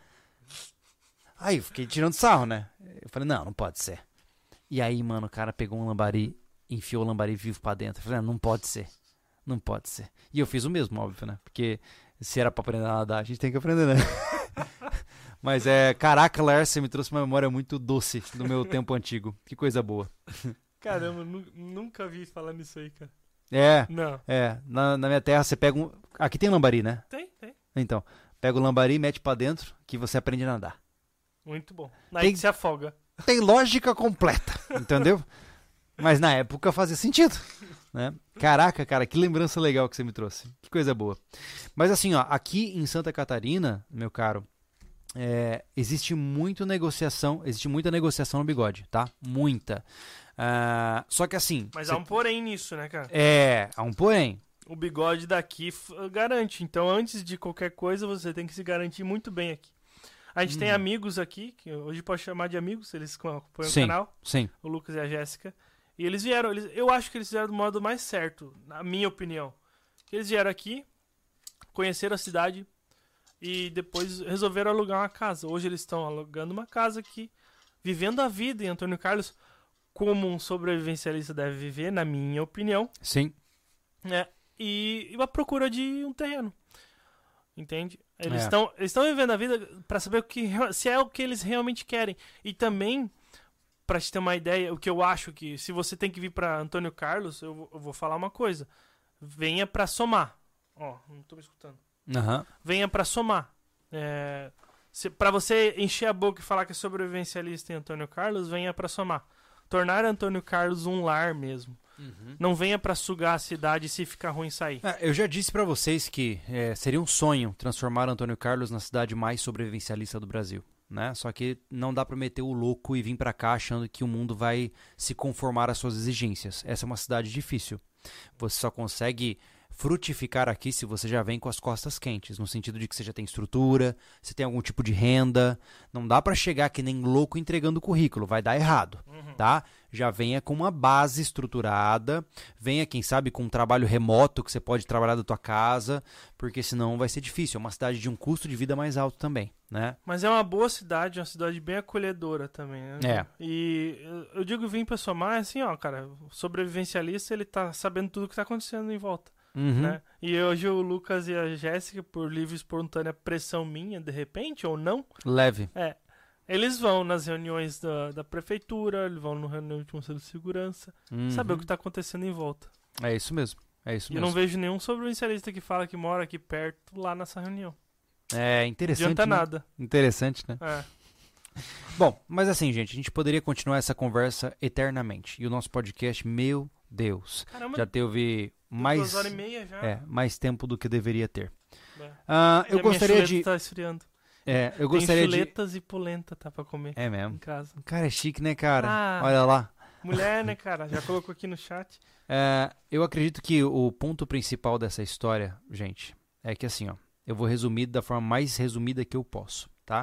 Aí eu fiquei tirando sarro, né? Eu falei, não pode ser. E aí, mano, o cara pegou um lambari, enfiou o lambari vivo pra dentro. Eu falei, não pode ser. Não pode ser. E eu fiz o mesmo, óbvio, né? Porque se era pra aprender a nadar, a gente tem que aprender, né? Mas caraca, Laércio, você me trouxe uma memória muito doce do meu tempo antigo. Que coisa boa. Caramba, nunca vi falar nisso aí, cara. Não. Na minha terra você pega um... Aqui tem lambari, né? Tem. Então, pega o lambari, mete pra dentro, que você aprende a nadar. Muito bom. Aí que se afoga. Tem lógica completa, entendeu? Mas na época fazia sentido, né? Caraca, cara, que lembrança legal que você me trouxe. Que coisa boa. Mas assim, ó, aqui em Santa Catarina, meu caro, existe muita negociação no Bigode, tá? Muita. Só que assim... Mas há um porém nisso, né, cara? Há um porém. O Bigode daqui garante. Então, antes de qualquer coisa, você tem que se garantir muito bem aqui. A gente tem amigos aqui, que hoje pode chamar de amigos, eles acompanham o canal. Sim. O Lucas e a Jéssica. E eles vieram, eu acho que eles vieram do modo mais certo, na minha opinião. Eles vieram aqui, conheceram a cidade e depois resolveram alugar uma casa. Hoje eles estão alugando uma casa aqui, vivendo a vida em Antônio Carlos, como um sobrevivencialista deve viver, na minha opinião. Sim. E a procura de um terreno. Entende? Eles estão vivendo a vida para saber se é o que eles realmente querem. E também, para te ter uma ideia, o que eu acho que se você tem que vir para Antônio Carlos, eu vou falar uma coisa. Venha para somar. Não tô me escutando. Uhum. Venha para somar. Para você encher a boca e falar que é sobrevivencialista em Antônio Carlos, venha para somar. Tornar Antônio Carlos um lar mesmo. Uhum. Não venha pra sugar a cidade e se ficar ruim sair. Eu já disse pra vocês que seria um sonho transformar Antônio Carlos na cidade mais sobrevivencialista do Brasil, né? Só que não dá pra meter o louco e vir pra cá achando que o mundo vai se conformar às suas exigências. Essa é uma cidade difícil. Você só consegue frutificar aqui se você já vem com as costas quentes, no sentido de que você já tem estrutura, você tem algum tipo de renda. Não dá pra chegar que nem louco entregando currículo, vai dar errado, tá? Já venha com uma base estruturada, venha, quem sabe, com um trabalho remoto que você pode trabalhar da tua casa, porque senão vai ser difícil. É uma cidade de um custo de vida mais alto também, né? Mas é uma boa cidade, uma cidade bem acolhedora também, né? E eu digo vir pra somar, assim, cara, o sobrevivencialista, ele tá sabendo tudo que tá acontecendo em volta. né? E hoje o Lucas e a Jéssica, por livre e espontânea pressão minha, de repente, ou não... Leve. Eles vão nas reuniões da prefeitura, eles vão no reunião de Conselho de Segurança, saber o que tá acontecendo em volta. É isso mesmo. E eu não vejo nenhum sobrevivencialista que fala que mora aqui perto, lá nessa reunião. É interessante, não adianta né? nada. Interessante, né? É. Bom, mas assim, gente, a gente poderia continuar essa conversa eternamente. E o nosso podcast, meu Deus, Caramba, já teve mais... 2h30 já. mais tempo do que deveria ter. E Eu a gostaria minha de... chuleta tá esfriando. eu gostaria Tem chuletas e polenta, tá, pra comer É mesmo. em casa. O cara é chique, né, cara? Ah. Olha lá. Mulher, né, cara? Já colocou aqui no chat. Eu acredito que o ponto principal dessa história, gente, é que assim, ó, eu vou resumir da forma mais resumida que eu posso, tá?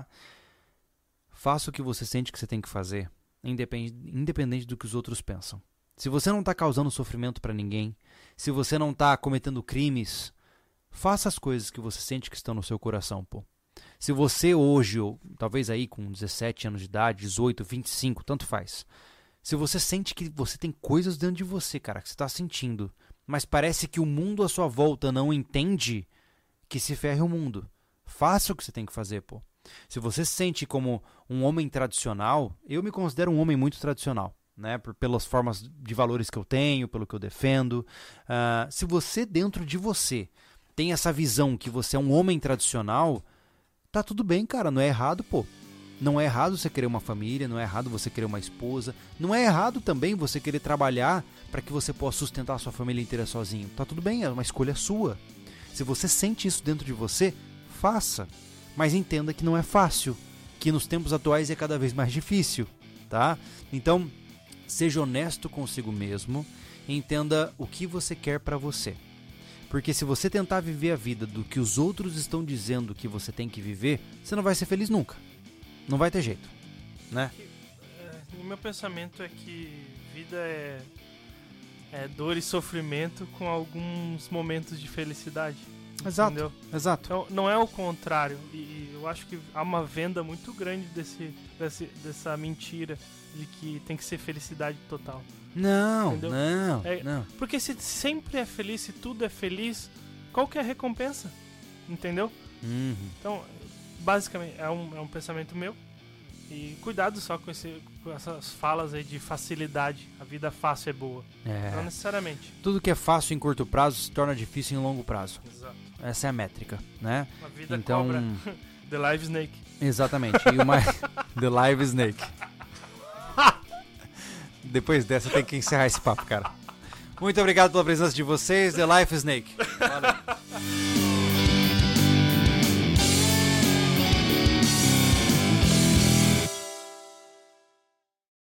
Faça o que você sente que você tem que fazer, independente do que os outros pensam. Se você não tá causando sofrimento pra ninguém, se você não tá cometendo crimes, faça as coisas que você sente que estão no seu coração, pô. Se você hoje, ou talvez aí com 17 anos de idade, 18, 25, tanto faz. Se você sente que você tem coisas dentro de você, cara, que você tá sentindo, mas parece que o mundo à sua volta não entende, que se ferre o mundo. Faça o que você tem que fazer, pô. Se você se sente como um homem tradicional, eu me considero um homem muito tradicional, né? Pelas formas de valores que eu tenho, pelo que eu defendo. Se você dentro de você tem essa visão que você é um homem tradicional, tá tudo bem, cara, não é errado, pô. Não é errado você querer uma família, não é errado você querer uma esposa, não é errado também você querer trabalhar para que você possa sustentar a sua família inteira sozinho. Tá tudo bem, é uma escolha sua. Se você sente isso dentro de você, faça. Mas entenda que não é fácil, que nos tempos atuais é cada vez mais difícil, tá? Então, seja honesto consigo mesmo e entenda o que você quer para você. Porque se você tentar viver a vida do que os outros estão dizendo que você tem que viver, você não vai ser feliz nunca. Não vai ter jeito, né? O meu pensamento é que vida é dor e sofrimento com alguns momentos de felicidade. Exato, entendeu? exato. Então, não é o contrário. E eu acho que há uma venda muito grande dessa mentira de que tem que ser felicidade total. Não, entendeu? não. Porque se sempre é feliz, se tudo é feliz, qual que é a recompensa? Entendeu? Então, basicamente, é um pensamento meu. E cuidado só com essas falas aí de facilidade. A vida fácil é boa. Não necessariamente. Tudo que é fácil em curto prazo se torna difícil em longo prazo. Exato. Essa é a métrica, né? A vida então... cobra. The Live Snake. Exatamente. E uma... The Live Snake. Depois dessa tem que encerrar esse papo, cara. Muito obrigado pela presença de vocês. The Life Snake. Valeu.